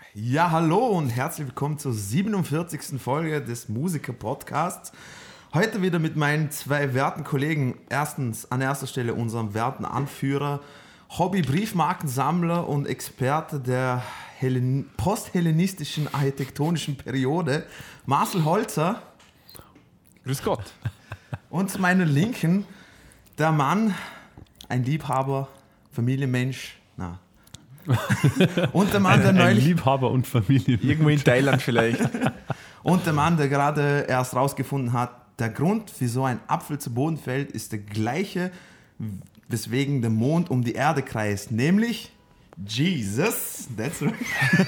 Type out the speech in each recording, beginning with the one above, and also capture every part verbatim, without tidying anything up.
Ja, hallo und herzlich willkommen zur siebenundvierzigsten Folge des Musiker-Podcasts. Heute wieder mit meinen zwei werten Kollegen. Erstens an erster Stelle unserem werten Anführer, Hobby-Briefmarkensammler und Experte der Hellen- posthellenistischen architektonischen Periode, Marcel Holzer. Grüß Gott. Und zu meiner Linken der Mann, ein Liebhaber, Familienmensch, na. Und der Mann, der ein, neulich... ein Liebhaber und Familie. Irgendwo in Thailand vielleicht. Und der Mann, der gerade erst rausgefunden hat, der Grund, wieso ein Apfel zu Boden fällt, ist der gleiche, weswegen der Mond um die Erde kreist, nämlich Jesus. That's right.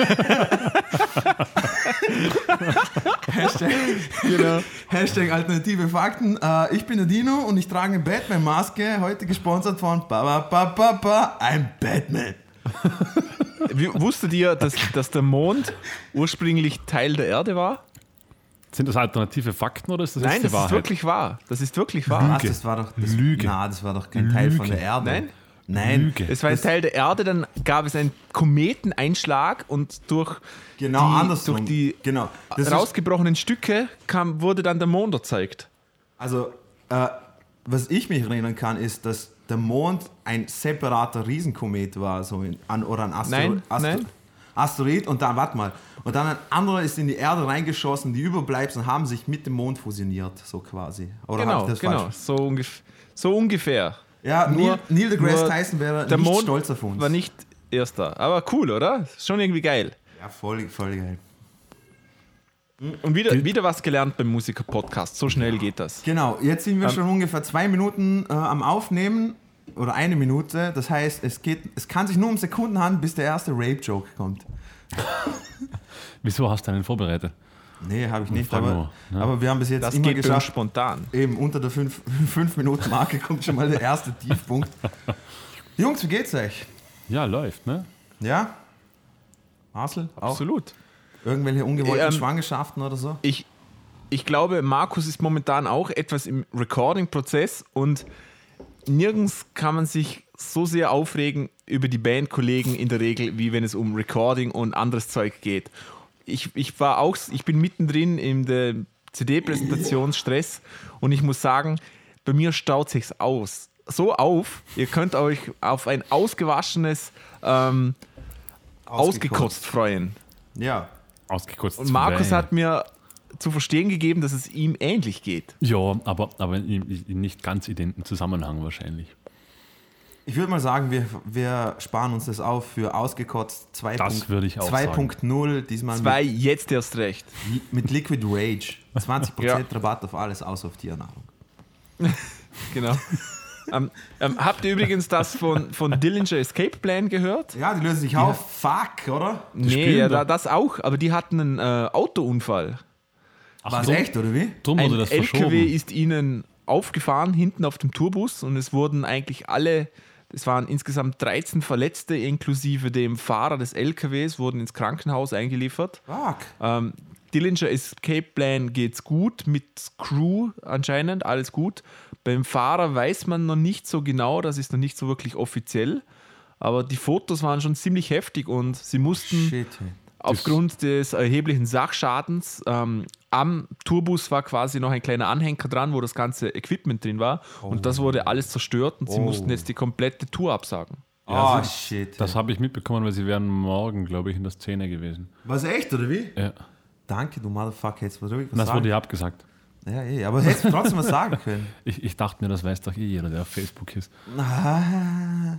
Hashtag, genau. Hashtag alternative Fakten. Äh, ich bin der Dino und ich trage eine Batman-Maske, heute gesponsert von ba, ba, ba, ba, ba, I'm Batman. Wie, wusstet ihr, dass, dass der Mond ursprünglich Teil der Erde war? Sind das alternative Fakten oder ist das Nein, jetzt die das Wahrheit? ist wirklich wahr. Das ist wirklich wahr. Was, das war doch, das, Lüge. Na, das war doch kein Teil Lüge. von der Erde. Nein? Nein. Lüge. Es war ein Das- Teil der Erde, dann gab es einen Kometeneinschlag und durch Genau, die, andersrum. durch die Genau. Das ist- rausgebrochenen Stücke kam, wurde dann der Mond erzeugt. Also, äh, was ich mich erinnern kann, ist, dass der Mond ein separater Riesenkomet war, so in, an, oder ein Astero Nein, Astro nein. Asteroid und dann, warte mal, und dann ein anderer ist in die Erde reingeschossen, die Überbleibseln haben sich mit dem Mond fusioniert, so quasi. Oder hab Genau, ich das genau. falsch? So, ungef- so ungefähr. Ja, Nur- Neil, Neil deGrasse nur Tyson wäre der nicht Mond stolz auf uns. war nicht erster. Aber cool, oder? Schon irgendwie geil. Ja, voll, voll geil. Und wieder, wieder was gelernt beim Musiker-Podcast. So schnell geht das. Genau, jetzt sind wir Ähm, schon ungefähr zwei Minuten äh, am Aufnehmen oder eine Minute. Das heißt, es, geht, es kann sich nur um Sekunden handeln, bis der erste Rape-Joke kommt. Wieso hast du einen vorbereitet? Nee, habe ich nicht, Frag aber, nur, ne? aber wir haben bis jetzt Das immer geht bei uns geschafft. spontan. Eben unter der fünf Minuten Marke kommt schon mal der erste Tiefpunkt. Jungs, wie geht's euch? Ja, läuft, ne? Ja? Marcel? Auch? Absolut. Irgendwelche ungewollten Ähm, Schwangerschaften oder so? Ich, ich glaube, Markus ist momentan auch etwas im Recording-Prozess und nirgends kann man sich so sehr aufregen über die Bandkollegen in der Regel, wie wenn es um Recording und anderes Zeug geht. Ich, ich war auch, ich bin mittendrin in der C D-Präsentationsstress und ich muss sagen, bei mir staut sich's aus. So auf, ihr könnt euch auf ein ausgewaschenes ähm, ausgekotzt freuen. Ja. Ausgekotzt. Und Markus zwei. hat mir zu verstehen gegeben, dass es ihm ähnlich geht. Ja, aber, aber in, in nicht ganz identen Zusammenhang wahrscheinlich. Ich würde mal sagen, wir, wir sparen uns das auf für ausgekotzt zwei Das würde ich auch zwei sagen. Punkt null, diesmal Zwei, jetzt erst recht. mit, mit Liquid Rage. zwanzig Prozent Rabatt auf alles, außer auf Tiernahrung. Genau. ähm, ähm, habt ihr übrigens das von, von Dillinger Escape Plan gehört? Ja, die lösen sich auf. Fuck, oder? Nee, spielen ja, da- da, das auch, aber die hatten einen äh, Autounfall. Ach, War es drum- echt, oder wie? Drum Ein wurde das L K W verschoben. ist ihnen aufgefahren, hinten auf dem Tourbus, und es wurden eigentlich alle, es waren insgesamt dreizehn Verletzte, inklusive dem Fahrer des L K Ws, wurden ins Krankenhaus eingeliefert. Fuck. Ähm, Dillinger Escape Plan geht's gut, mit Crew anscheinend, alles gut. Beim Fahrer weiß man noch nicht so genau, das ist noch nicht so wirklich offiziell, aber die Fotos waren schon ziemlich heftig und sie mussten Shit. Hey. aufgrund des erheblichen Sachschadens, ähm, am Tourbus war quasi noch ein kleiner Anhänger dran, wo das ganze Equipment drin war, und das wurde alles zerstört und sie Oh. mussten jetzt die komplette Tour absagen. Ja, Oh, das- shit. Das habe ich mitbekommen, weil sie wären morgen, glaube ich, in der Szene gewesen. Was echt, oder wie? Ja. Danke, du Motherfucker. Jetzt was, was Das sagen? wurde ja abgesagt. Ja, eh, aber hättest du trotzdem was sagen können. Ich, ich dachte mir, das weiß doch eh jeder, der auf Facebook ist. Ah.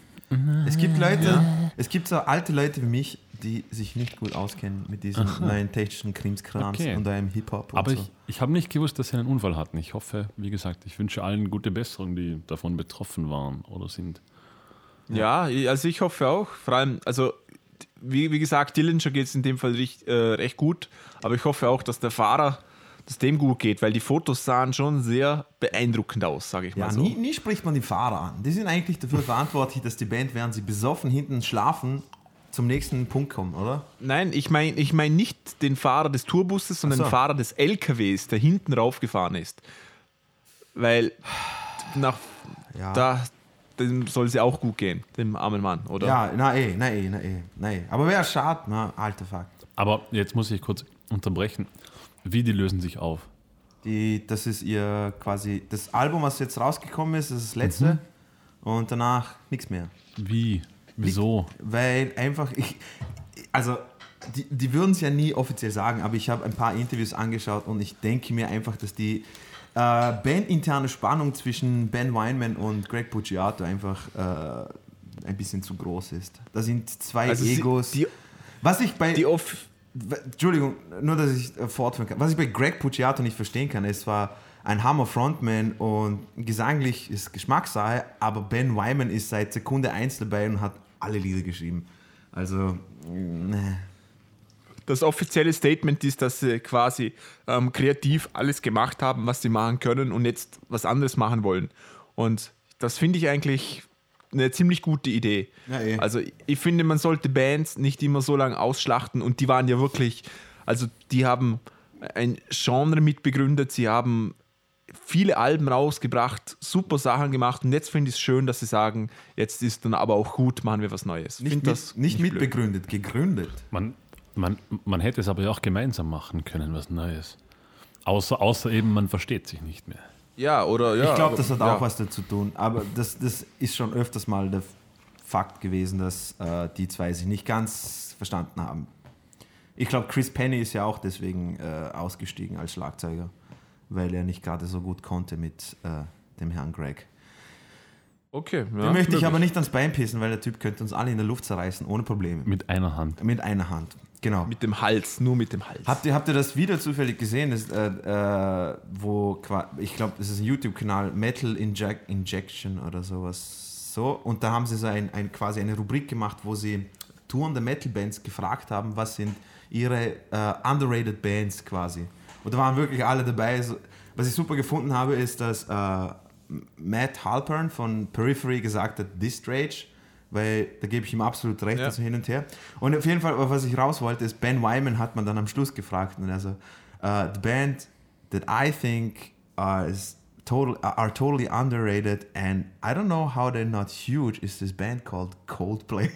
Es gibt Leute, es gibt so alte Leute wie mich, die sich nicht gut auskennen mit diesem neuen technischen Krimskrams Okay. und einem Hip-Hop und Aber so. ich, ich habe nicht gewusst, dass sie einen Unfall hatten. Ich hoffe, wie gesagt, ich wünsche allen gute Besserung, die davon betroffen waren oder sind. Ja, also ich hoffe auch, vor allem, also wie, wie gesagt, Dillinger geht es in dem Fall recht, äh, recht gut, aber ich hoffe auch, dass der Fahrer, dass dem gut geht, weil die Fotos sahen schon sehr beeindruckend aus, sage ich Ja, mal so. nie, nie spricht man die Fahrer an. Die sind eigentlich dafür verantwortlich, dass die Band, während sie besoffen hinten schlafen, zum nächsten Punkt kommen, oder? Nein, ich meine ich mein nicht den Fahrer des Tourbusses, sondern Ach so. den Fahrer des L K Ws, der hinten raufgefahren ist. Weil nach Ja. da dem soll es ja auch gut gehen, dem armen Mann, oder? Ja, na eh, na eh, na eh, na eh. Aber wäre schade, na, alter Fakt. Aber jetzt muss ich kurz unterbrechen. Wie, die lösen sich auf? Die, das ist ihr quasi, das Album, was jetzt rausgekommen ist, das ist das letzte. Mhm. Und danach nichts mehr. Wie? Wieso? Weil einfach, ich, also die, die würden es ja nie offiziell sagen, aber ich habe ein paar Interviews angeschaut und ich denke mir einfach, dass die äh, bandinterne Spannung zwischen Ben Weinman und Greg Puciato einfach äh, ein bisschen zu groß ist. Da sind zwei Also Egos. Sie, die, was ich bei... die off- Entschuldigung, nur dass ich äh, fortführen kann. Was ich bei Greg Puciato nicht verstehen kann, ist zwar ein Hammer-Frontman und gesanglich ist Geschmackssache, aber Ben Wyman ist seit Sekunde eins dabei und hat alle Lieder geschrieben. Also, ne. Das offizielle Statement ist, dass sie quasi ähm, kreativ alles gemacht haben, was sie machen können und jetzt was anderes machen wollen. Und das finde ich eigentlich eine ziemlich gute Idee. Ja, eh. Also ich finde, man sollte Bands nicht immer so lange ausschlachten und die waren ja wirklich, also die haben ein Genre mitbegründet, sie haben viele Alben rausgebracht, super Sachen gemacht und jetzt finde ich es schön, dass sie sagen, jetzt ist dann aber auch gut, machen wir was Neues. Nicht, Find mit, das nicht blöd. mitbegründet, gegründet. Man, man, man hätte es aber ja auch gemeinsam machen können, was Neues. Außer, außer eben, man versteht sich nicht mehr. Ja, oder ja. ich glaube, das hat ja. auch was dazu zu tun. Aber das, das ist schon öfters mal der Fakt gewesen, dass äh, die zwei sich nicht ganz verstanden haben. Ich glaube, Chris Penny ist ja auch deswegen äh, ausgestiegen als Schlagzeuger, weil er nicht gerade so gut konnte mit äh, dem Herrn Greg. Okay, ja, Den möchte ich möglich. aber nicht ans Bein pissen, weil der Typ könnte uns alle in der Luft zerreißen, ohne Probleme. Mit einer Hand. Mit einer Hand, genau. Mit dem Hals, nur mit dem Hals. Habt ihr, habt ihr das Video zufällig gesehen, das, äh, äh, wo, qua- ich glaube, das ist ein YouTube-Kanal, Metal Inject, Injection oder sowas. So. Und da haben sie so ein, ein, quasi eine Rubrik gemacht, wo sie tourende Metal-Bands gefragt haben, was sind ihre äh, underrated Bands quasi. Und da waren wirklich alle dabei. So, was ich super gefunden habe, ist, dass äh, Matt Halpern von Periphery gesagt hat, Distrage, weil da gebe ich ihm absolut recht, Ja. also hin und her. Und auf jeden Fall, was ich raus wollte, ist, Ben Wyman hat man dann am Schluss gefragt, und also, uh, the band that I think uh, is total, are totally underrated and I don't know how they're not huge is this band called Coldplay.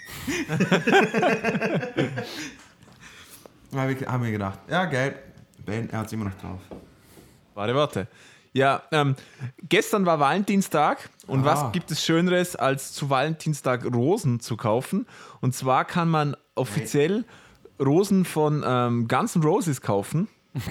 Da habe ich hab mir gedacht, ja geil, Ben, er hat es immer noch drauf. Warte, warte. Ja, ähm, gestern war Valentinstag und Ah. was gibt es Schöneres, als zu Valentinstag Rosen zu kaufen? Und zwar kann man offiziell Rosen von ähm, Guns N' Roses kaufen.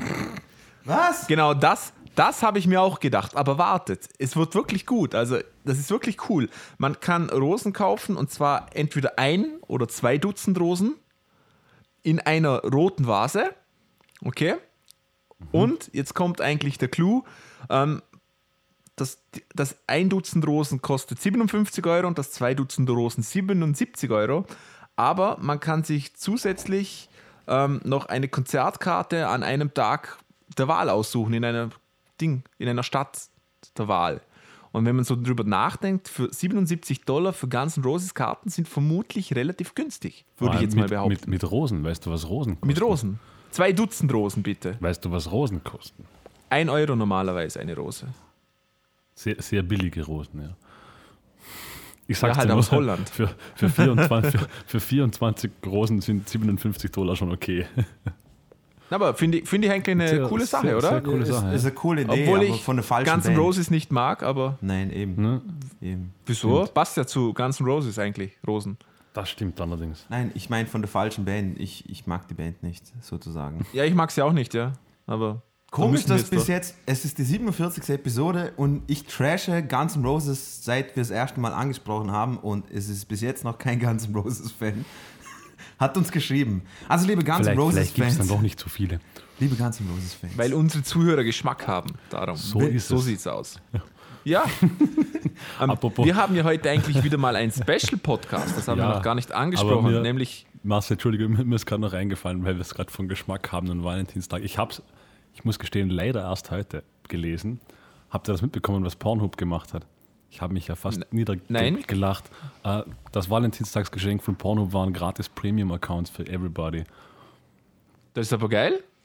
Was? Genau das, das habe ich mir auch gedacht. Aber wartet, es wird wirklich gut. Also das ist wirklich cool. Man kann Rosen kaufen und zwar entweder ein oder zwei Dutzend Rosen in einer roten Vase. Okay? Und jetzt kommt eigentlich der Clou. Ähm, das, das ein Dutzend Rosen kostet siebenundfünfzig Euro und das zwei Dutzend Rosen siebenundsiebzig Euro. Aber man kann sich zusätzlich ähm, noch eine Konzertkarte an einem Tag der Wahl aussuchen, in einer Ding, in einer Stadt der Wahl. Und wenn man so drüber nachdenkt, für siebenundsiebzig Dollar für Guns N' Roses Karten sind vermutlich relativ günstig, würde ich jetzt mit, mal behaupten. Mit, mit Rosen, weißt du, was Rosen kosten? Mit Rosen. Zwei Dutzend Rosen, bitte. Weißt du, was Rosen kosten? Ein Euro normalerweise eine Rose. Sehr, sehr billige Rosen, ja. Ich sag's Ja, halt dir nur, aus Holland. Für, für, vierundzwanzig, für, für vierundzwanzig Rosen sind siebenundfünfzig Dollar schon okay. Aber finde ich, find ich eigentlich eine Sehr- coole Sache, sehr- oder? sehr coole ist, Sache, ist ja. eine coole Idee, Obwohl aber ich von der falschen Guns N' Band. Roses nicht mag, aber Nein, eben. Ne? eben. wieso? Stimmt. Passt ja zu Guns N' Roses eigentlich, Rosen. Das stimmt allerdings. Nein, ich meine von der falschen Band. Ich, ich mag die Band nicht, sozusagen. Ja, ich mag sie auch nicht, ja. Aber Komisch, da müssen wir dass jetzt bis doch- jetzt, es ist die siebenundvierzigste Episode und ich trashe Guns N' Roses, seit wir das erste Mal angesprochen haben, und es ist bis jetzt noch kein Guns N' Roses-Fan. Hat uns geschrieben. Also liebe Guns N' Vielleicht, vielleicht gibt es Roses-Fans, dann doch nicht so viele. liebe Guns N' Roses-Fans, Weil unsere Zuhörer Geschmack haben. Darum. So ist so es. sieht's aus. Ja. ähm, Apropos- wir haben ja heute eigentlich wieder mal einen Special-Podcast. Das haben Ja, wir noch gar nicht aber angesprochen. mir- Nämlich, Marcel, Entschuldige, mir mir ist gerade noch eingefallen, weil wir es gerade von Geschmack haben an Valentinstag. Ich habe es, ich muss gestehen, leider erst heute gelesen. Habt ihr das mitbekommen, was Pornhub gemacht hat? Ich habe mich ja fast Nein. niedergelacht. Äh, Das Valentinstagsgeschenk von Pornhub waren gratis Premium-Accounts für everybody. das ist aber geil.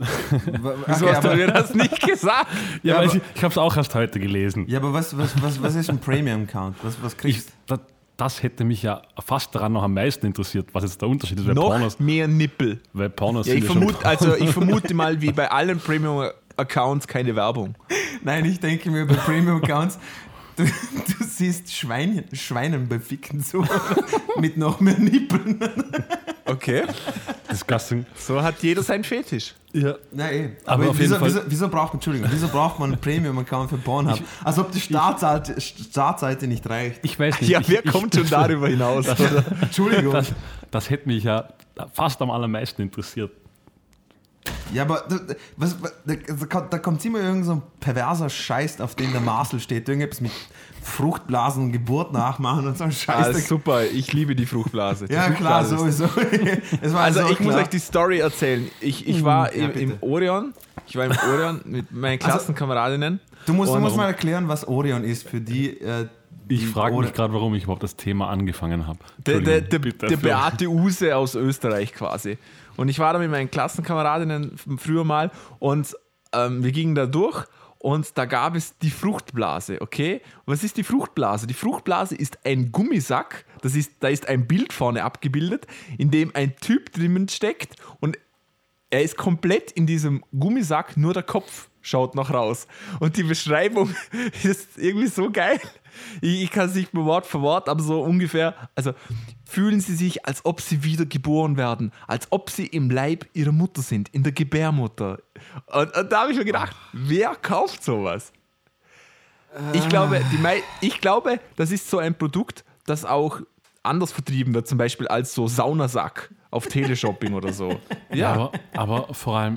Wieso Okay, hast du aber, mir das nicht gesagt? Ja, Ja, aber aber- ich, ich habe es auch erst heute gelesen. ja, aber was, was, was, was ist ein Premium-Count? Was, was Ich, kriegst du? das, das hätte mich ja fast daran noch am meisten interessiert, was jetzt der Unterschied ist, weil Noch Pornos, mehr Nippel. weil Pornos Ja, sind ich, ja schon vermute, also ich vermute mal, wie bei allen Premium-Accounts keine Werbung. Nein, ich denke mir bei Premium-Accounts, du, du siehst Schwein, Schweinen beficken zu mit noch mehr Nippeln. Okay. disgusting. So hat jeder seinen Fetisch. Ja. Nein, Aber aber auf wieso, jeden Fall- wieso, wieso braucht man, Entschuldigung, wieso braucht man einen Premium-Account für Pornhub? Als ob die Startseite, Startseite nicht reicht. Ich weiß nicht. Ja, ich, wer ich, kommt schon darüber hinaus? Oder? Entschuldigung. Das, das hätte mich ja fast am allermeisten interessiert. Ja, aber da, was, da, da kommt- da kommt immer irgend so ein perverser Scheiß, auf den der Marcel steht. Irgendwas mit Fruchtblasen und Geburt nachmachen und so ein Scheiß. Ah, Da- super, ich liebe die Fruchtblase. Die ja, klar, Fruchtblase ist- sowieso. Es war Also so ich muss klar. euch die Story erzählen. Ich, ich war ja, im, im bitte. Orion. Ich war im Orion mit meinen Klassenkameradinnen. Du musst, du Und- musst mal erklären, was Orion ist für die. Äh, Ich die frage mich Ori- gerade, warum ich überhaupt das Thema angefangen habe. Der, der, der, Bitte, der Flo. Beate Use aus Österreich quasi. Und ich war da mit meinen Klassenkameradinnen früher mal und ähm, wir gingen da durch und da gab es die Fruchtblase, okay? Was ist die Fruchtblase? Die Fruchtblase ist ein Gummisack, das ist, da ist ein Bild vorne abgebildet, in dem ein Typ drinnen steckt und er ist komplett in diesem Gummisack, nur der Kopf schaut noch raus. Und die Beschreibung ist irgendwie so geil. Ich, ich kann es nicht mehr Wort für Wort, aber so ungefähr. Also fühlen Sie sich, als ob Sie wieder geboren werden, als ob Sie im Leib Ihrer Mutter sind, in der Gebärmutter. Und, und da habe ich mir gedacht, wer kauft sowas? Ich glaube, die mei ich glaube, das ist so ein Produkt, das auch anders vertrieben wird, zum Beispiel als so Saunasack auf Teleshopping oder so. Ja, aber, aber vor allem,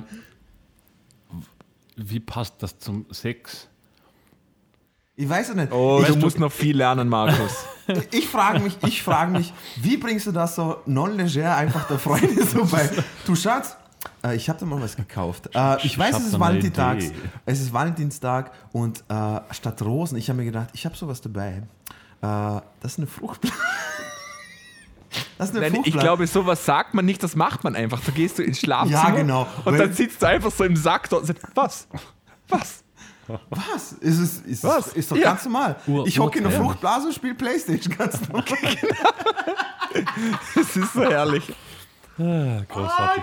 wie passt das zum Sex? Ich weiß es nicht. Oh, ich du musst noch viel lernen, Markus. ich frage mich, ich frage mich, wie bringst du das so non-leger einfach der Freunde so bei? Du Schatz, äh, ich habe da mal was gekauft. Äh, ich Ich weiß, hab es ist da eine Valentinstag. Idee. Es ist Valentinstag und äh, statt Rosen, ich habe mir gedacht, ich habe sowas dabei. Äh, das ist eine Fruchtblase. Das ist eine Nein, ich Fruchtblase. glaube, sowas sagt man nicht, das macht man einfach. Da gehst du ins Schlafzimmer Ja, genau. und Weil- dann sitzt du einfach so im Sack dort und sagst, was? Was? Was? Ist, es, ist, Was? Es, ist doch Ja. ganz normal. Ur- ich hocke in der urteilen. Fruchtblase und spiele Playstation. Ganz normal. Das ist so herrlich. Ah, großartig.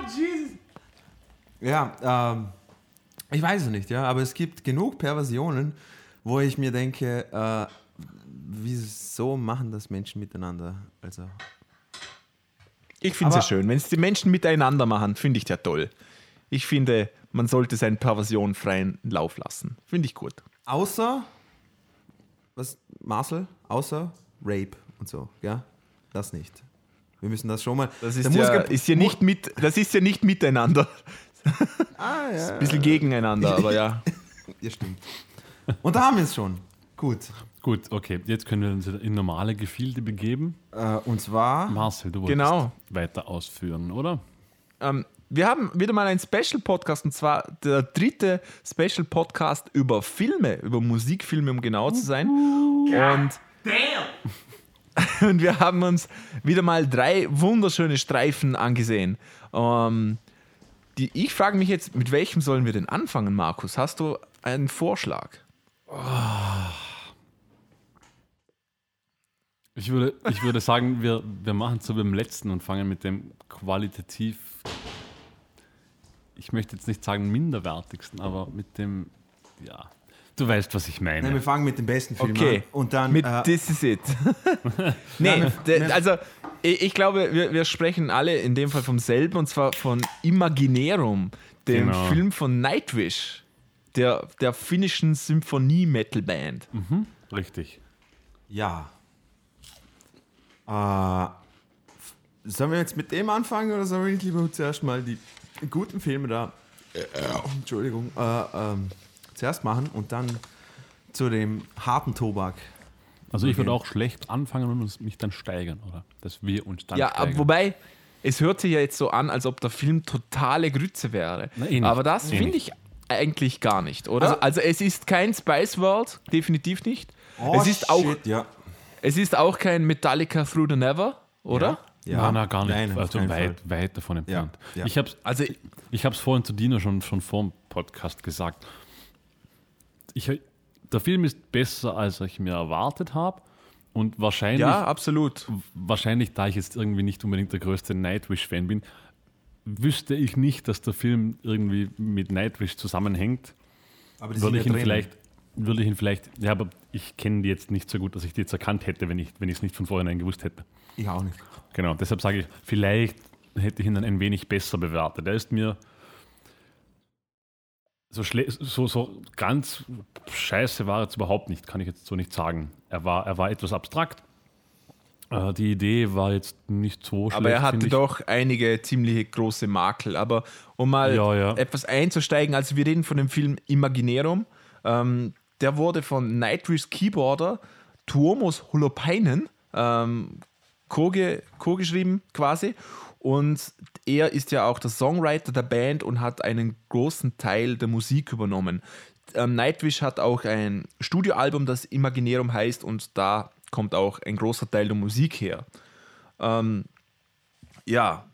Ja, ähm, ich weiß es nicht, ja, aber es gibt genug Perversionen, wo ich mir denke, äh, wieso machen das Menschen miteinander? Also, Ich finde es ja Aber- schön. Wenn es die Menschen miteinander machen, finde ich ja toll. Ich finde, man sollte seine Perversion freien Lauf lassen. Finde ich gut. außer, was, Marcel? Außer Rape und so, ja? Das nicht. Wir müssen das schon mal. Das der ist, ja, Musiker- ist ja nicht mit, das ist ja nicht miteinander. Ah, ja. Ein bisschen gegeneinander, aber ja. Ja, stimmt. Und da haben wir es schon. Gut. Gut, okay, jetzt können wir uns in normale Gefilde begeben. Äh, und zwar. Marcel, du wolltest Genau. weiter ausführen, oder? Ähm, wir haben wieder mal einen Special-Podcast und zwar der dritte Special-Podcast über Filme, über Musikfilme, um genau zu sein. Und, und wir haben uns wieder mal drei wunderschöne Streifen angesehen. Ähm, die, ich frage mich jetzt, mit welchem sollen wir denn anfangen, Markus? Hast du einen Vorschlag? Ich würde, ich würde sagen, wir, wir machen es so beim letzten und fangen mit dem qualitativ, ich möchte jetzt nicht sagen minderwertigsten, aber mit dem, ja, du weißt, was ich meine. Nein, wir fangen mit dem besten Film Okay, an. Und dann. mit äh, This Is It. nee, Nein, de- wir- also ich, ich glaube, wir, wir sprechen alle in dem Fall vom selben und zwar von Imaginerum, dem Genau. Film von Nightwish, der, der finnischen Symphonie-Metal-Band. Mhm, richtig. Ja. Äh, sollen wir jetzt mit dem anfangen oder sollen wir nicht lieber zuerst mal die guten Filme da, äh, Entschuldigung, äh, ähm, zuerst machen und dann zu dem harten Tobak? Also ich würde Okay. auch schlecht anfangen und uns, mich dann steigern, oder? Dass wir uns dann Ja, steigern. aber wobei, es hört sich ja jetzt so an, als ob der Film totale Grütze wäre. Na, eh nicht. Aber das Eh finde nicht. ich eigentlich gar nicht, oder? Also, es ist kein Spice World, definitiv nicht. es ist auch Oh, ja. Es ist auch kein Metallica Through the Never, oder? Ja. Nein, nein, gar nicht. Nein, auf also keinen weit, Fall. weit davon entfernt. Ja, ja. Ich habe es Also, ich hab's vorhin zu Dino schon, schon vor dem Podcast gesagt. Ich, der Film ist besser, als ich mir erwartet habe. Und wahrscheinlich, ja, absolut. wahrscheinlich, da ich jetzt irgendwie nicht unbedingt der größte Nightwish-Fan bin, wüsste ich nicht, dass der Film irgendwie mit Nightwish zusammenhängt. Aber die Würde ich sind ihn ja drin. vielleicht, würde ich ihn vielleicht, ja, aber ich kenne die jetzt nicht so gut, dass ich die jetzt erkannt hätte, wenn ich wenn ich es nicht von vornherein gewusst hätte. Ich auch nicht. Genau, deshalb sage ich, vielleicht hätte ich ihn dann ein wenig besser bewertet. Er ist mir so, schle- so, so ganz scheiße war er jetzt überhaupt nicht, kann ich jetzt so nicht sagen. Er war, er war etwas abstrakt. Äh, die Idee war jetzt nicht so schlecht. Aber er hatte finde ich. doch einige ziemlich große Makel. Aber um mal Ja, ja. etwas einzusteigen, also wir reden von dem Film Imaginarium. Ähm, der wurde von Nightwish Keyboarder Tuomas Holopainen ähm, co-ge- co-geschrieben quasi. Und er ist ja auch der Songwriter der Band und hat einen großen Teil der Musik übernommen. Ähm, Nightwish hat auch ein Studioalbum, das Imaginarium heißt, und da kommt auch ein großer Teil der Musik her. Ähm, ja,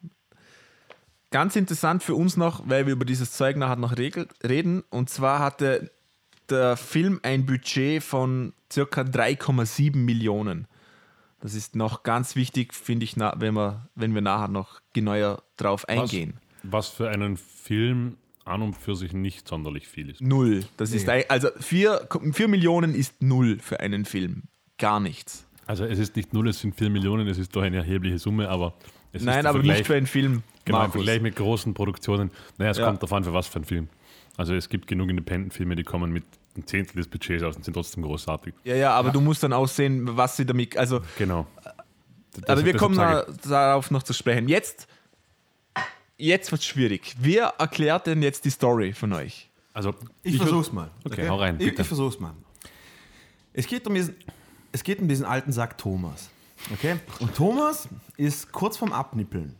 ganz interessant für uns noch, weil wir über dieses Zeug nachher noch regel- reden. Und zwar hatte der Film ein Budget von ca. drei Komma sieben Millionen. Das ist noch ganz wichtig, finde ich, na, wenn, wir, wenn wir nachher noch genauer drauf was, eingehen. was für einen Film an und für sich nicht sonderlich viel ist. Null. Das ist ein, also vier, vier Millionen ist null für einen Film. Gar nichts. Also es ist nicht null, es sind vier Millionen, es ist doch eine erhebliche Summe, aber es Nein, ist aber Vergleich, nicht für einen Film. genau, im Markus. Vergleich mit großen Produktionen. Naja, es Ja. kommt davon, für was für ein Film. Also es gibt genug Independent-Filme, die kommen mit ein Zehntel des Budgets aus und sind trotzdem großartig. Ja, ja, aber du musst dann auch sehen, was sie damit. Also, Genau. aber wir Deshalb kommen sage da, darauf noch zu sprechen. Jetzt, jetzt wird es schwierig. Wer erklärt denn jetzt die Story von euch? ich, also Ich, würd- versuch's mal. Okay, hau rein, Ich, bitte. ich versuch's mal. Es geht, um diesen, es geht um diesen alten Sack Thomas. Okay? Und Thomas ist kurz vorm Abnippeln.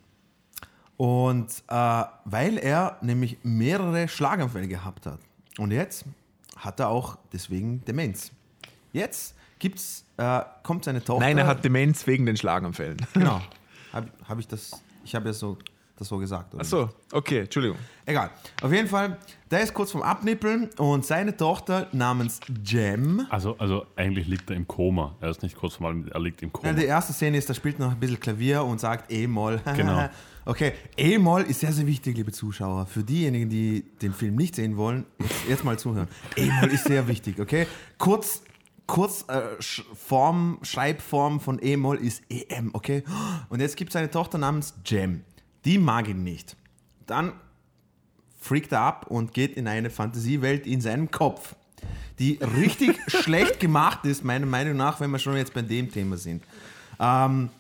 Und äh, weil er nämlich mehrere Schlaganfälle gehabt hat. Und jetzt hat er auch deswegen Demenz. Jetzt gibt's, äh, kommt seine Tochter. Nein, er hat Demenz wegen den Schlaganfällen. Genau. Habe hab ich das, ich habe ja so, das so gesagt. Oder? Achso, okay, Entschuldigung. Egal. Auf jeden Fall, der ist kurz vorm Abnippeln und seine Tochter namens Jem. Also, also eigentlich liegt er im Koma. Er ist nicht kurz vor mal, er liegt im Koma. Ja, die erste Szene ist, da spielt noch ein bisschen Klavier und sagt E-Moll. Genau. Okay, E-Moll ist sehr, sehr wichtig, liebe Zuschauer. Für diejenigen, die den Film nicht sehen wollen, jetzt, jetzt mal zuhören. E-Moll ist sehr wichtig, okay? Kurz, kurz äh, Sch- Form, Schreibform von E-Moll ist E M, okay? Und jetzt gibt es eine Tochter namens Jem. Die mag ihn nicht. Dann freakt er ab und geht in eine Fantasiewelt in seinem Kopf, die richtig schlecht gemacht ist, meiner Meinung nach, wenn wir schon jetzt bei dem Thema sind. Ähm,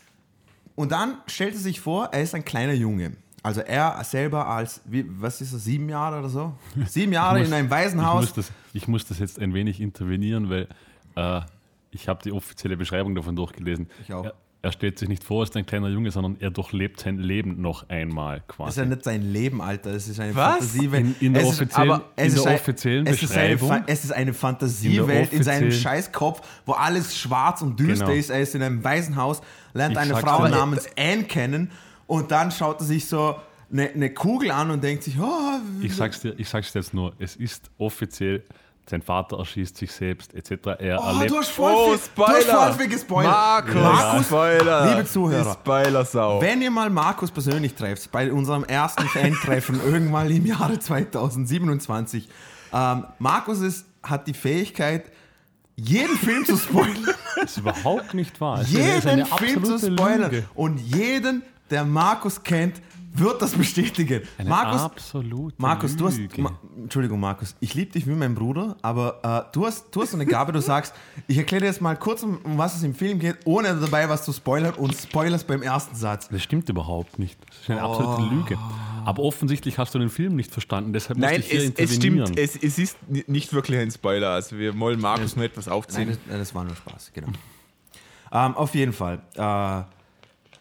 und dann stellt er sich vor, er ist ein kleiner Junge. Also er selber als, wie, was ist er, sieben Jahre oder so? Sieben Jahre muss- in einem Ich Waisenhaus. muss, das, ich muss das jetzt ein wenig intervenieren, weil äh, ich habe die offizielle Beschreibung davon durchgelesen. Ich auch. Er, er stellt sich nicht vor als ein kleiner Junge, sondern er durchlebt sein Leben noch einmal Das ist quasi. ja nicht sein Leben, Alter. Es ist eine Was? Fantasiewelt. In- in der Es offiziellen- aber es in der ist ein- offiziellen es ist eine, Beschreibung- Fa- es ist eine Fantasiewelt In in, der seinem offiziellen- Scheißkopf, wo alles schwarz und düster Genau. ist. Er ist in einem Waisenhaus, lernt Ich eine sag's Frau dir. namens Anne kennen und dann schaut er sich so eine, eine Kugel an und denkt sich, oh, Ich sag's dir, ich sag's dir jetzt nur, es ist offiziell, sein Vater erschießt sich selbst, et cetera. Er oh erlebt. du hast voll Oh, viel, du hast Spoiler! voll viel gespoilert. Markus, Markus, Spoiler! liebe Zuhörer, Spoiler-Sau. wenn ihr mal Markus persönlich trefft, bei unserem ersten Fan-Treffen irgendwann im Jahre zweitausendsiebenundzwanzig, ähm, Markus ist, hat die Fähigkeit, jeden Film zu spoilern. Das ist überhaupt nicht wahr. Es ist eine- es ist jeden eine Film zu absolute spoilern. Lüge. Und jeden, der Markus kennt, wird das bestätigen. Eine Markus, absolute Markus, du hast, Lüge. Ma, Entschuldigung, Markus, ich liebe dich wie mein Bruder, aber äh, du, hast, du hast so eine Gabe, du sagst, ich erkläre dir jetzt mal kurz, um, um was es im Film geht, ohne dabei was zu spoilern und spoilerst beim ersten Satz. Das stimmt überhaupt nicht. Das ist eine Oh. absolute Lüge. Aber offensichtlich hast du den Film nicht verstanden, deshalb Nein, musste ich hier es, es intervenieren. stimmt. Es, es ist ni- nicht wirklich ein Spoiler. Also wir wollen Markus nur etwas aufziehen. Nein, das, nein, das war nur Spaß, genau. ähm, auf jeden Fall. Äh,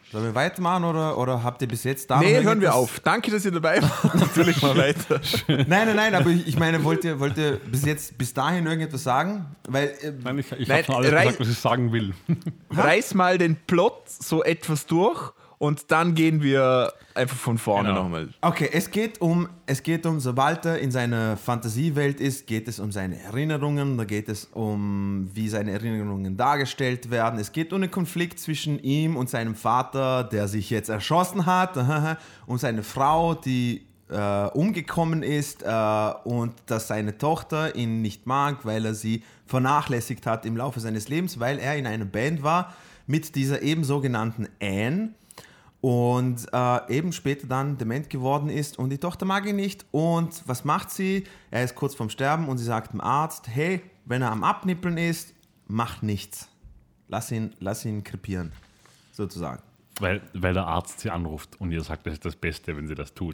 Sollen wir weitermachen oder, oder habt ihr bis jetzt da Nee, noch hören wir irgendetwas- auf. Danke, dass ihr dabei wart. Natürlich mal weiter. Nein, nein, nein, aber ich, ich meine, wollt ihr, wollt ihr bis jetzt, bis dahin irgendetwas sagen? Weil, äh, Nein, ich, ich Nein, habe schon alles rei- gesagt, was ich sagen will. Reiß mal den Plot so etwas durch und dann gehen wir einfach von vorne Genau. nochmal. okay, es geht um, es geht um, sobald er in seiner Fantasiewelt ist, geht es um seine Erinnerungen, da geht es um, wie seine Erinnerungen dargestellt werden. Es geht um den Konflikt zwischen ihm und seinem Vater, der sich jetzt erschossen hat, und seine Frau, die äh, umgekommen ist, äh, und dass seine Tochter ihn nicht mag, weil er sie vernachlässigt hat im Laufe seines Lebens, weil er in einer Band war mit dieser eben sogenannten Anne. Und äh, eben später dann dement geworden ist und die Tochter mag ihn nicht. Und was macht sie? Er ist kurz vorm Sterben und sie sagt dem Arzt, hey, wenn er am Abnippeln ist, mach nichts. Lass ihn, lass ihn krepieren, sozusagen. Weil, weil der Arzt sie anruft und ihr sagt, das ist das Beste, wenn sie das tut.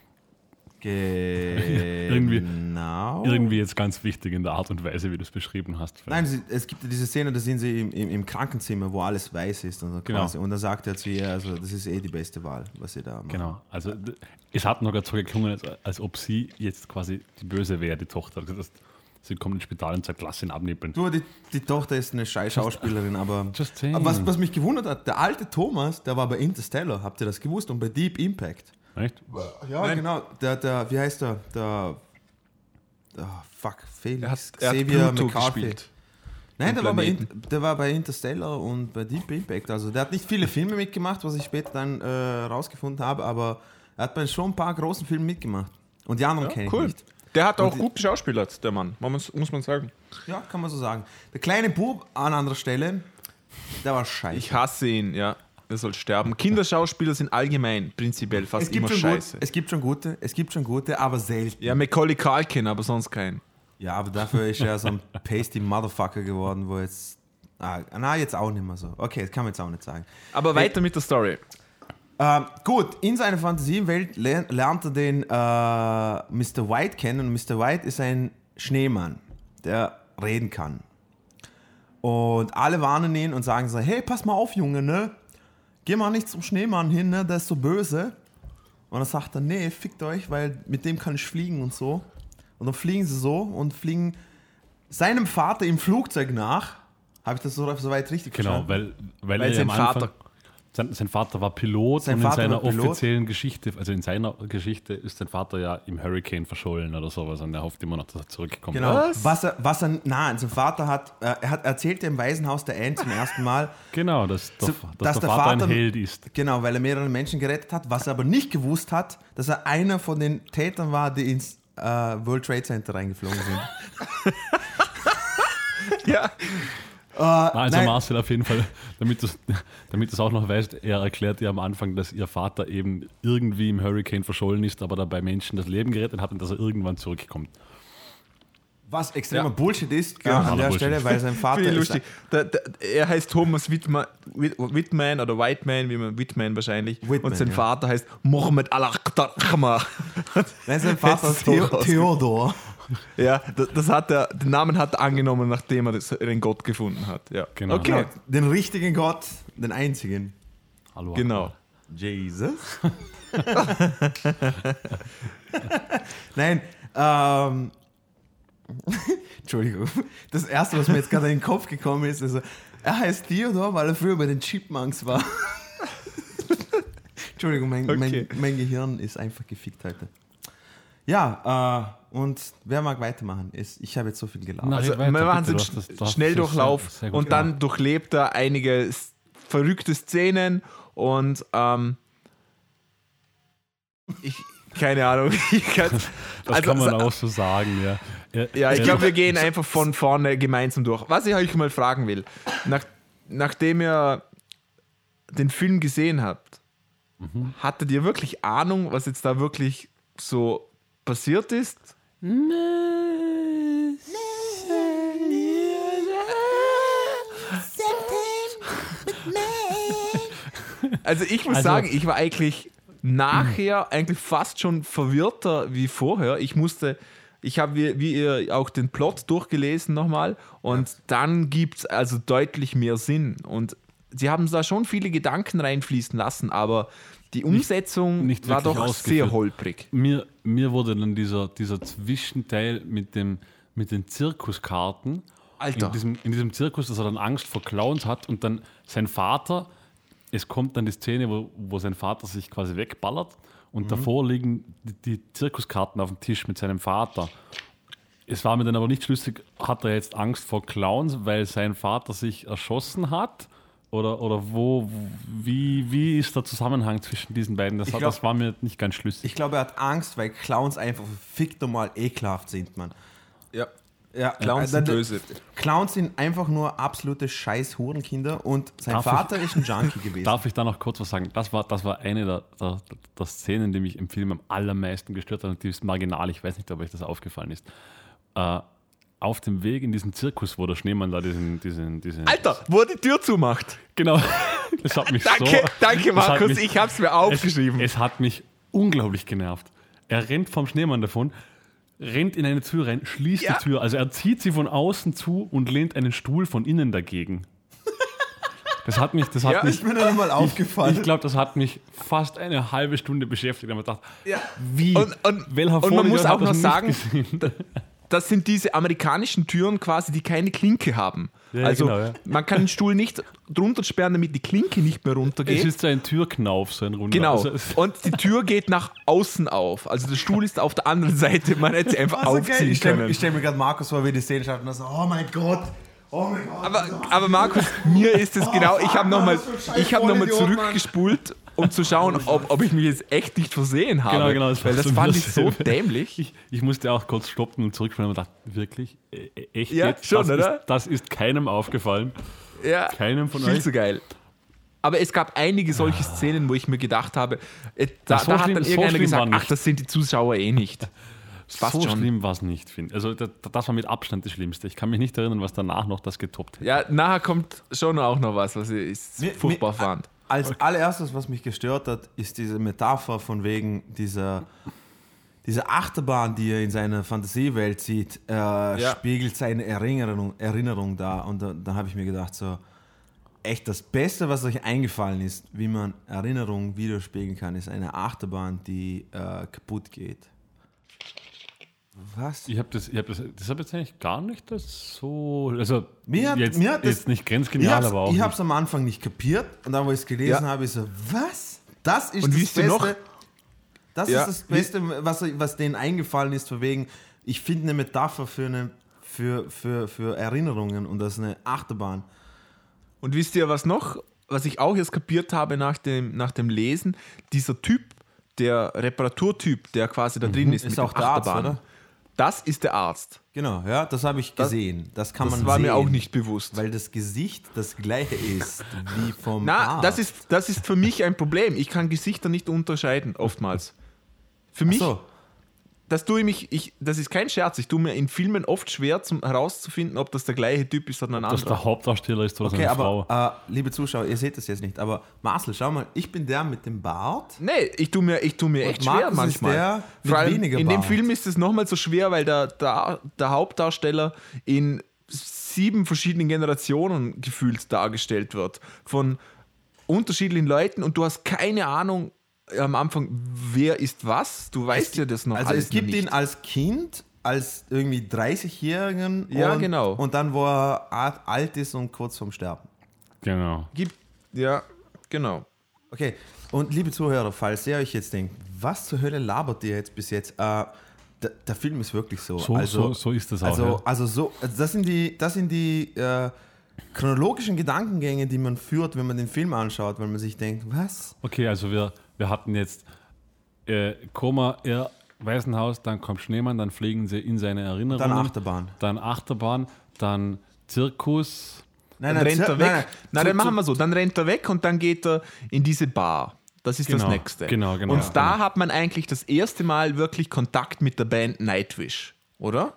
Genau. Irgendwie jetzt ganz wichtig in der Art und Weise, wie du es beschrieben hast. Nein, sie, es gibt ja diese Szene, da sind sie im, im, im Krankenzimmer, wo alles weiß ist. Und, so Genau. quasi. Und dann sagt er zu ihr, also das ist eh die beste Wahl, was sie da machen. Genau, also d- es hat noch so geklungen, als, als ob sie jetzt quasi die Böse wäre, die Tochter. Also das, sie kommt ins Spital und sagt, lass ihn abnippeln. Du, die, die Tochter ist eine scheiß Schauspielerin, aber, just saying. aber was, was mich gewundert hat, der alte Thomas, der war bei Interstellar, habt ihr das gewusst? Und bei Deep Impact. Echt? Ja, genau. Der, der, wie heißt der? Der, oh, fuck, Felix. Er hat, er hat Xavier Pluto McCarthy. gespielt. Nein, der war, bei, Planeten. In- der war bei Interstellar und bei Deep Impact. Also der hat nicht viele Filme mitgemacht, was ich später dann äh, rausgefunden habe, aber er hat bei schon ein paar großen Filmen mitgemacht. Und die anderen kenne ich Cool. nicht. Der hat auch Und- gut geschauspielert, der Mann, muss muss man sagen. Ja, kann man so sagen. Der kleine Bub an anderer Stelle, der war scheiße. Ich hasse ihn, ja. Er soll sterben. Kinderschauspieler sind allgemein prinzipiell fast es, gibt immer schon gut, scheiße. es gibt schon gute, es gibt schon gute, aber selten. Ja, Macaulay Culkin, aber sonst kein. Ja, aber dafür ist er so ein pasty Motherfucker geworden, wo jetzt. Ah, na, jetzt auch nicht mehr so. Okay, das kann man jetzt auch nicht sagen. Aber weiter mit der Story. Ähm, gut, in seiner Fantasiewelt lern- lernt er den äh, Mister White kennen. Und Mister White ist ein Schneemann, der reden kann. Und alle warnen ihn und sagen so: Hey, pass mal auf, Junge, ne? Geh mal nicht zum Schneemann hin, ne? Der ist so böse. Und dann sagt er: Nee, fickt euch, weil mit dem kann ich fliegen und so. Und dann fliegen sie so und fliegen seinem Vater im Flugzeug nach. Habe ich das so, so weit richtig Genau, verstanden? weil, weil, Weil er sein am Anfang, Vater- sein, sein Vater war Pilot Sein und Vater in seiner war Pilot. offiziellen Geschichte, also in seiner Geschichte ist sein Vater ja im Hurricane verschollen oder sowas und er hofft immer noch, dass er zurückkommt. Genau. Was? Was er, was er, nein, sein Vater hat, äh, er hat erzählt im Waisenhaus der Anne zum ersten Mal, Genau, dass, der, So, dass, dass der, der Vater, Vater- ein Held ist. genau, weil er mehrere Menschen gerettet hat, was er aber nicht gewusst hat, dass er einer von den Tätern war, die ins äh, World Trade Center reingeflogen sind. Ja. Äh, Also nein, Marcel auf jeden Fall, damit du damit es auch noch weißt, er erklärt ihr am Anfang, dass ihr Vater eben irgendwie im Hurricane verschollen ist, aber dabei Menschen das Leben gerettet hat und dass er irgendwann zurückkommt. was extremer Ja. Bullshit ist Ja, an der Bullshit. Stelle, weil sein Vater Finde ich ist, lustig. Der, der, er heißt Thomas Whitman, Whit- Whitman oder Whiteman, wie man Whitman wahrscheinlich. Whitman, und sein ja. Vater heißt Mohammed Al-Akhtar. nein, sein Vater ist Theo, Theodor. Ja, das, das hat er, den Namen hat er angenommen, nachdem er das, den Gott gefunden hat. Ja. Genau. Okay, Genau, den richtigen Gott, den einzigen. Hallo. genau. Jesus. Nein, ähm. Entschuldigung. Das erste, was mir jetzt gerade in den Kopf gekommen ist, also, er heißt Theodor, weil er früher bei den Chipmunks war. Entschuldigung, mein, Okay. mein, mein Gehirn ist einfach gefickt heute. Ja, äh, und wer mag weitermachen? Ist, ich habe jetzt so viel gelabert. Na, Also red weiter, wir machen bitte, so du hast das- du hast Schnelldurchlauf das sehr- sehr gut und dann gemacht. durchlebt er einige s- verrückte Szenen und ähm, ich, keine Ahnung. Ich kann, Das also, kann man sa- auch so sagen, ja. Er- Ja, ich er- glaube, wir gehen einfach von vorne gemeinsam durch. Was ich euch mal fragen will, nach, nachdem ihr den Film gesehen habt, Mhm. hattet ihr wirklich Ahnung, was jetzt da wirklich so passiert ist? Also ich muss Also- sagen, ich war eigentlich nachher eigentlich fast schon verwirrter wie vorher. Ich musste, ich habe wie, wie ihr auch den Plot durchgelesen nochmal und dann gibt es also deutlich mehr Sinn. Und sie haben da schon viele Gedanken reinfließen lassen, aber die Umsetzung nicht, nicht war doch ausgeführt. sehr holprig. Mir, mir wurde dann dieser, dieser Zwischenteil mit, dem, mit den Zirkuskarten, Alter. In diesem, in diesem Zirkus, dass er dann Angst vor Clowns hat und dann sein Vater, es kommt dann die Szene, wo, wo sein Vater sich quasi wegballert und mhm. davor liegen die, die Zirkuskarten auf dem Tisch mit seinem Vater. Es war mir dann aber nicht schlüssig, hat er jetzt Angst vor Clowns, weil sein Vater sich erschossen hat? Oder, oder wo, wie, wie ist der Zusammenhang zwischen diesen beiden? Das, Ich hat, glaub- das war mir nicht ganz schlüssig. Ich glaube, er hat Angst, weil Clowns einfach fickt normal ekelhaft sind, man. Ja. Ja, Clowns äh, sind äh, böse. Clowns sind einfach nur absolute scheiß Hurenkinder und sein Darf Vater ist ein Junkie gewesen. Darf ich da noch kurz was sagen? Das war, das war eine der, der, der Szenen, die mich im Film am allermeisten gestört hat und die ist marginal. Ich weiß nicht, ob euch das aufgefallen ist. Äh, auf dem Weg in diesen Zirkus, wo der Schneemann da diesen... diesen, diesen Alter, wo er die Tür zumacht. Genau. Das hat mich Danke, so... danke das hat Markus, mich- ich hab's mir aufgeschrieben. Es, es hat mich unglaublich genervt. Er rennt vom Schneemann davon, rennt in eine Tür rein, schließt Ja. die Tür. Also er zieht sie von außen zu und lehnt einen Stuhl von innen dagegen. Das hat mich... Das hat Ja, mich ist mir dann mal aufgefallen. ich glaube, das hat mich fast eine halbe Stunde beschäftigt. Und ich gedacht, Ja. wie? Und, und, Welcher und man muss Vollidiot hat auch noch das nicht sagen, gesehen? das sind diese amerikanischen Türen quasi, die keine Klinke haben. Ja, also genau, ja. man kann den Stuhl nicht drunter sperren, damit die Klinke nicht mehr Es runtergeht. ist so ein Türknauf, so ein runder. Genau. Also es- Und die Tür geht nach außen auf. Also der Stuhl ist auf der anderen Seite. Man hätte sie einfach Also geil. aufziehen Ich stelle können. stell mir gerade Markus vor, wie die Szene schafft und er so, oh mein Gott, oh mein Gott. Aber, aber Markus, mir ist es genau, ich habe nochmal ich hab noch mal Vollidiot, Mann. zurückgespult, um zu schauen, ob, ob ich mich jetzt echt nicht versehen habe. Genau, genau, das weil war das so fand ich so dasselbe. dämlich. Ich, ich musste auch kurz stoppen und zurückschauen und dachte, wirklich? E- e- Echt Ja, jetzt? schon, das oder? Ist, das ist keinem aufgefallen. Ja, Keinem von viel euch? zu geil. Aber es gab einige solche Szenen, wo ich mir gedacht habe, äh, da, Ja, so da hat schlimm- dann so irgendeiner schlimm gesagt, war ach, nicht. das sind die Zuschauer eh nicht. Das passt so schon. schlimm war es nicht, finde ich. Also das, das war mit Abstand das Schlimmste. Ich kann mich nicht erinnern, was danach noch das getoppt hätte. Ja, nachher kommt schon auch noch was, was ich Mir- furchtbar mir- fand. Als allererstes, was mich gestört hat, ist diese Metapher von wegen dieser, dieser Achterbahn, die er in seiner Fantasiewelt sieht, äh, spiegelt seine Erinnerung, Erinnerung da. Und da, da habe ich mir gedacht, so, echt das Beste, was euch eingefallen ist, wie man Erinnerungen widerspiegeln kann, ist eine Achterbahn, die äh, kaputt geht. Was? Ich habe das, ich hab das, das habe jetzt eigentlich gar nicht das so, also Mir hat- jetzt, mir hat das- jetzt nicht Ich grenzgenial, hab's, aber auch ich nicht. hab's am Anfang nicht kapiert und dann, wo ich es gelesen Ja. habe, ich so, was? Das ist Und das wisst ihr Beste. noch? Das Ja. ist das Beste, was, was denen eingefallen ist, von wegen, ich finde eine Metapher für, eine, für, für, für Erinnerungen und das ist eine Achterbahn. Und wisst ihr, was noch, was ich auch jetzt kapiert habe nach dem, nach dem Lesen? Dieser Typ, der Reparaturtyp, der quasi da drin ist, Ist mit auch den der Arzt, Achterbahnen. oder? Das ist der Arzt. Genau, ja, das habe ich Das- gesehen. Das kann Das man war sehen. mir auch nicht bewusst. Weil das Gesicht das gleiche ist wie vom Na, Arzt. das ist, das ist für mich ein Problem. Ich kann Gesichter nicht unterscheiden, oftmals. Für mich, so. das tue ich mich, ich, das ist kein Scherz, ich tue mir in Filmen oft schwer, zum herauszufinden, ob das der gleiche Typ ist oder ein dass anderer. der Hauptdarsteller ist oder Okay, seine aber Frau. äh, liebe Zuschauer, ihr seht das jetzt nicht, aber Marcel, schau mal, ich bin der mit dem Bart. Nee, ich tue mir, ich tue mir Und echt schwer Markus ist manchmal. der mit Vor allem weniger in dem Bart. Film ist es nochmal so schwer, weil der, der, der Hauptdarsteller in sieben verschiedenen Generationen gefühlt dargestellt wird. Von unterschiedlichen Leuten und du hast keine Ahnung am Anfang, wer ist was. Du weißt ja das noch Also alles es gibt noch ihn nicht. als Kind, als irgendwie dreißigjährigen Ja, und, genau. und dann, wo er art- alt ist und kurz vorm Sterben. Genau. Gibt, ja, genau. Okay, und liebe Zuhörer, falls ihr euch jetzt denkt, was zur Hölle labert ihr jetzt bis jetzt? Äh, der, der Film ist wirklich so. So, also, so, so ist das auch. Also, ja. also so, also das sind die, das sind die äh, chronologischen Gedankengänge, die man führt, wenn man den Film anschaut, weil man sich denkt, was? Okay, also wir, wir hatten jetzt äh, Koma, er, Waisenhaus, dann kommt Schneemann, dann fliegen sie in seine Erinnerungen. Dann Achterbahn. Dann Achterbahn, dann Zirkus. Nein, Dann rennt zu- er weg. nein, nein, Nein, zu- dann machen zu- wir so. Dann rennt er weg und dann geht er in diese Bar. Das ist Genau, das Nächste. genau, genau, Und genau. da hat man eigentlich das erste Mal wirklich Kontakt mit der Band Nightwish, oder?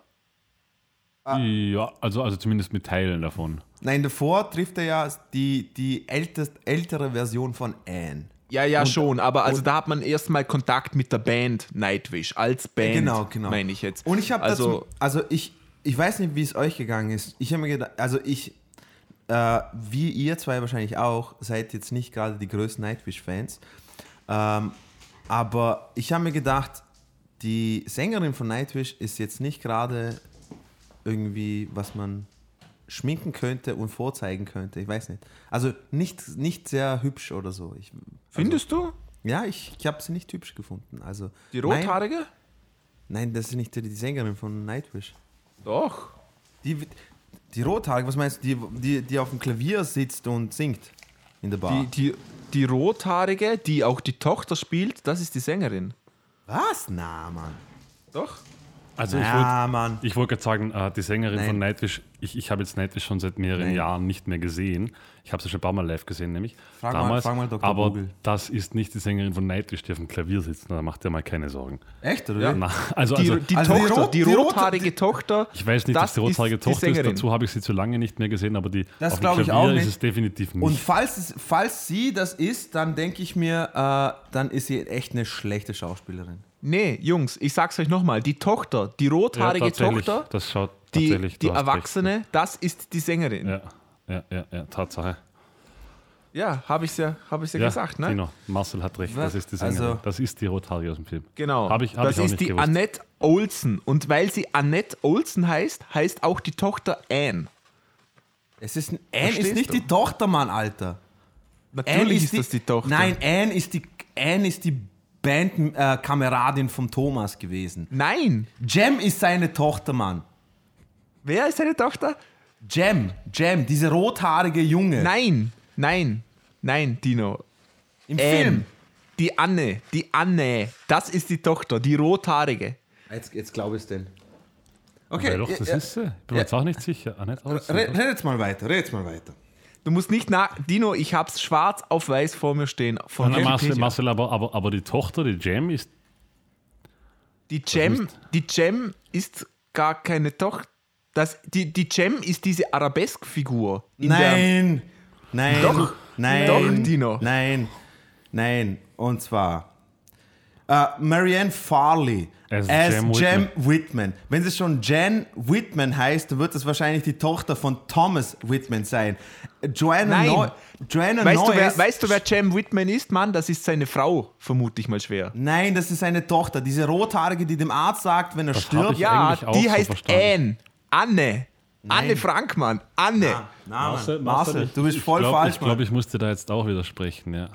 Ja, also, also zumindest mit Teilen davon. Nein, davor trifft er ja die, die ältest, ältere Version von Anne. Ja, ja, Und- schon. Aber also und- da hat man erstmal Kontakt mit der Band Nightwish. Als Band, Genau, genau. meine ich jetzt. Und ich habe also, dazu, also ich, ich weiß nicht, wie es euch gegangen ist. Ich habe mir gedacht, also ich, äh, wie ihr zwei wahrscheinlich auch, seid jetzt nicht gerade die größten Nightwish-Fans. Ähm, aber ich habe mir gedacht, die Sängerin von Nightwish ist jetzt nicht gerade irgendwie, was man schminken könnte und vorzeigen könnte. Ich weiß nicht. Also nicht, nicht sehr hübsch oder so. Ich, Findest also, du? Ja, ich, ich habe sie nicht hübsch gefunden. Also, Die Rothaarige? Nein, nein, das ist nicht die, die Sängerin von Nightwish. Doch. Die, die Rothaarige, was meinst du? Die, die, die auf dem Klavier sitzt und singt in der Bar. Die, die, die Rothaarige, die auch die Tochter spielt, das ist die Sängerin. Was? Na, Mann. Doch. Also ich Ja, wollte Mann. ich wollt gerade sagen, äh, die Sängerin Nein. von Nightwish, ich, ich habe jetzt Nightwish schon seit mehreren Nein. Jahren nicht mehr gesehen. Ich habe sie schon ein paar Mal live gesehen, nämlich Frag mal- damals. frag mal Doktor aber Google. das ist nicht die Sängerin von Nightwish, die auf dem Klavier sitzt. Da macht ihr mal keine Sorgen. Echt, oder? Ja. wie? Na, also, Die, also die also die Tochter, Rot- die, die rote- rothaarige die- Tochter. ich weiß nicht, das dass die rothaarige ist die Tochter ist. Sängerin. Dazu habe ich sie zu lange nicht mehr gesehen, aber die Das auf dem glaube ich Klavier auch ist nicht. es definitiv nicht. Und falls, es, falls sie das ist, dann denke ich mir, äh, dann ist sie echt eine schlechte Schauspielerin. Nee, Jungs, ich sag's euch nochmal. Die Tochter, die ja, rothaarige tatsächlich, Tochter, das schaut die, tatsächlich. die du hast recht. Erwachsene, das ist die Sängerin. Ja, Ja, ja, ja, ja, Tatsache. habe ich ja, hab ich's ja, Ja, gesagt, ne? Tino, Marcel hat recht, Was? das ist die Sängerin. Also- das ist die Rothaarige aus dem Film. Genau. Hab ich, hab das ich auch ist nicht die gewusst. Annette Olsen. Und weil sie Annette Olsen heißt, heißt auch die Tochter Anne. Es ist, ein- Anne ist Verstehst nicht du? die Tochter, Mann, Alter. Natürlich Anne ist, das die Tochter. Nein, Anne ist die, Anne ist die Bandkameradin von Thomas gewesen. Nein. Jem ist seine Tochter, Mann. Wer ist seine Tochter? Jem, Jem, diese rothaarige Junge. Nein. Nein. Nein, Dino. Im Anne. Film. Die Anne. Die Anne. Das ist die Tochter, die rothaarige. Jetzt, jetzt glaube ich es denn. Ja, Okay, doch, das ja, ist sie. Ich bin mir ja. jetzt auch nicht sicher. Annette Olsen. Red, redet's mal weiter, redet's mal weiter. Du musst nicht nach. Dino, ich hab's schwarz auf weiß vor mir stehen. Von Nein, Marcel, Wikipedia. Marcel aber, aber, aber die Tochter, die Jam, ist. Die Gem, die Gem ist gar keine Tochter. Das, die, die Gem ist diese Arabesque-Figur. in der- Nein, nein, Doch, nein, doch, Dino. nein, nein. Und zwar äh, Marianne Farley As as Jem Jem Whitman. Whitman. Wenn es schon Jan Whitman heißt, dann wird es wahrscheinlich die Tochter von Thomas Whitman sein. Joanna Nein. Neu Joanna Weißt du, wer, Noyes- weißt du, wer Gem Whitman ist, Mann? Das ist seine Frau, vermute ich mal schwer. Nein, das ist seine Tochter. Diese Rothaarige, die dem Arzt sagt, wenn er Das hab stirbt. ich Ja, eigentlich auch die so heißt verstanden. Anne. Anne. Anne Frank, Mann. Anne. Na, Mann. Marcel, du bist voll ich glaub, falsch, Ich glaube, Mann. ich musste da jetzt auch widersprechen, ja.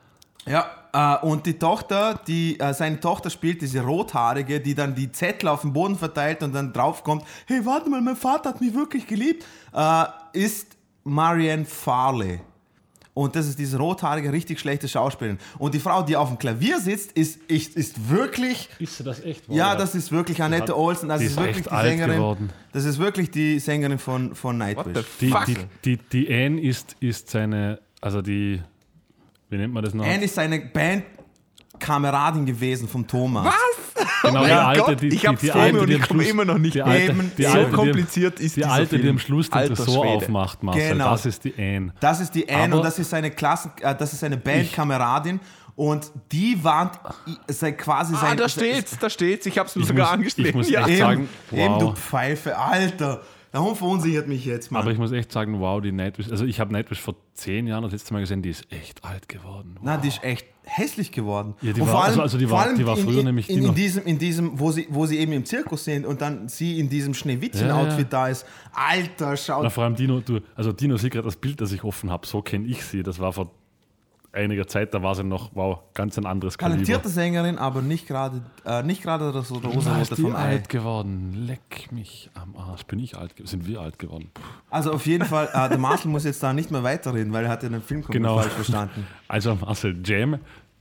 Ja, äh, und die Tochter, die, äh, seine Tochter spielt diese Rothaarige, die dann die Zettel auf dem Boden verteilt und dann draufkommt, hey, warte mal, mein Vater hat mich wirklich geliebt, äh, ist Marianne Farley. Und das ist diese rothaarige, richtig schlechte Schauspielerin. Und die Frau, die auf dem Klavier sitzt, ist, ist, ist wirklich... Ist das echt? Ja, das ist wirklich Annette hat- Olsen. Das die ist, ist wirklich echt die alt Sängerin. geworden. Das ist wirklich die Sängerin von, von What Nightwish. the Die, fuck? die, die, die Anne ist, ist seine, also die, wie nennt man das noch? Anne ist seine Bandkameradin gewesen vom Thomas. Was? Genau, Oh die mein alte, Gott, die, ich die, hab's die vor mir alte, und die ich am komm Schluss- immer noch nicht die drauf. alte, Eben, die so alte, die- kompliziert ist Die dieser alte, die Film. am Schluss den Alter Tresor Schwede. aufmacht, Marcel, Genau. das ist die Anne. Das ist die Anne Aber- und das ist seine Klassen, äh, das ist seine Bandkameradin und die warnt i- sei quasi Ah, sein. da steht's, da steht's. Ich hab's mir Ich sogar muss- angeschrieben. ich muss ja. echt Eben, sagen, eben, du wow. Pfeife, Alter. Darum verunsichert mich jetzt, Mann. Aber ich muss echt sagen, wow, die Nightwish, also ich habe Nightwish vor zehn Jahren das letzte Mal gesehen, die ist echt alt geworden. Wow. Na, die ist echt hässlich geworden. Ja, die Und war- also- also die vor war- allem die war in, früher in, nämlich die in, in noch- diesem, in diesem wo, sie, wo sie eben im Zirkus sind und dann sie in diesem Schneewittchen-Outfit Ja, ja. da ist. Alter, schaut. Na, vor allem Dino, du, also Dino sieht gerade das Bild, das ich offen habe, so kenne ich sie. Das war vor einiger Zeit, da war sie noch, wow, ganz ein anderes Kaliber. Talentierte Sängerin, aber nicht gerade äh, nicht gerade das Na, rosa-rote ist die vom Ei. alt geworden. Leck mich am Arsch. Bin ich alt geworden? Sind wir alt geworden? Puh. Also auf jeden Fall, äh, der Marcel muss jetzt da nicht mehr weiterreden, weil er hat ja den Film komplett Genau. falsch verstanden. Also Marcel, Jam,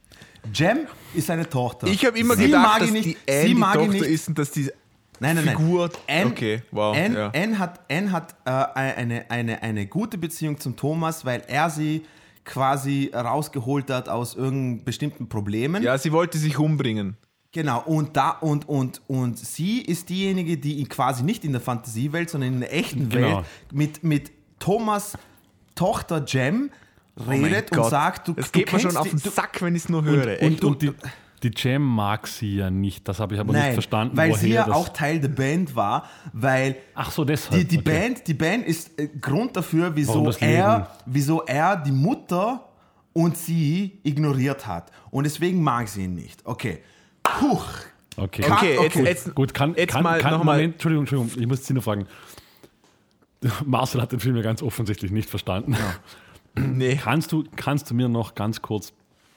Jem ist seine Tochter. Ich habe immer Sie gedacht, mag dass ihn nicht, die Anne sie die mag ihn Tochter nicht. ist und dass die Nein, nein, nein. Figur... Anne, okay, wow. Anne, ja. Anne hat, Anne hat äh, eine, eine, eine gute Beziehung zum Thomas, weil er sie quasi rausgeholt hat aus irgendeinen bestimmten Problemen. ja, sie wollte sich umbringen. Genau, und, da, und, und, und sie ist diejenige, die ihn quasi nicht in der Fantasiewelt, sondern in der echten Genau. Welt mit, mit Thomas Tochter Jem redet und Gott. sagt, du, Es du geht mir schon kennst auf die- den du, Sack, wenn ich es nur höre. und, Echt. und, die, die Jam mag sie ja nicht. Das habe ich aber Nein, nicht verstanden, weil woher sie ja das... auch Teil der Band war, weil Ach so, deshalb. die, die, okay. Band, die Band ist äh, Grund dafür, Warum wieso das Leben- er, wieso er die Mutter und sie ignoriert hat. Und deswegen mag sie ihn nicht. Okay. Puh. Okay, Kann- Okay, okay. jetzt, jetzt, Gut, kann, jetzt kann, mal kann noch mal. Moment, Entschuldigung, Entschuldigung, ich muss Sie nur fragen. Marcel hat den Film ja ganz offensichtlich nicht verstanden. Nee. Kannst, du, kannst du mir noch ganz kurz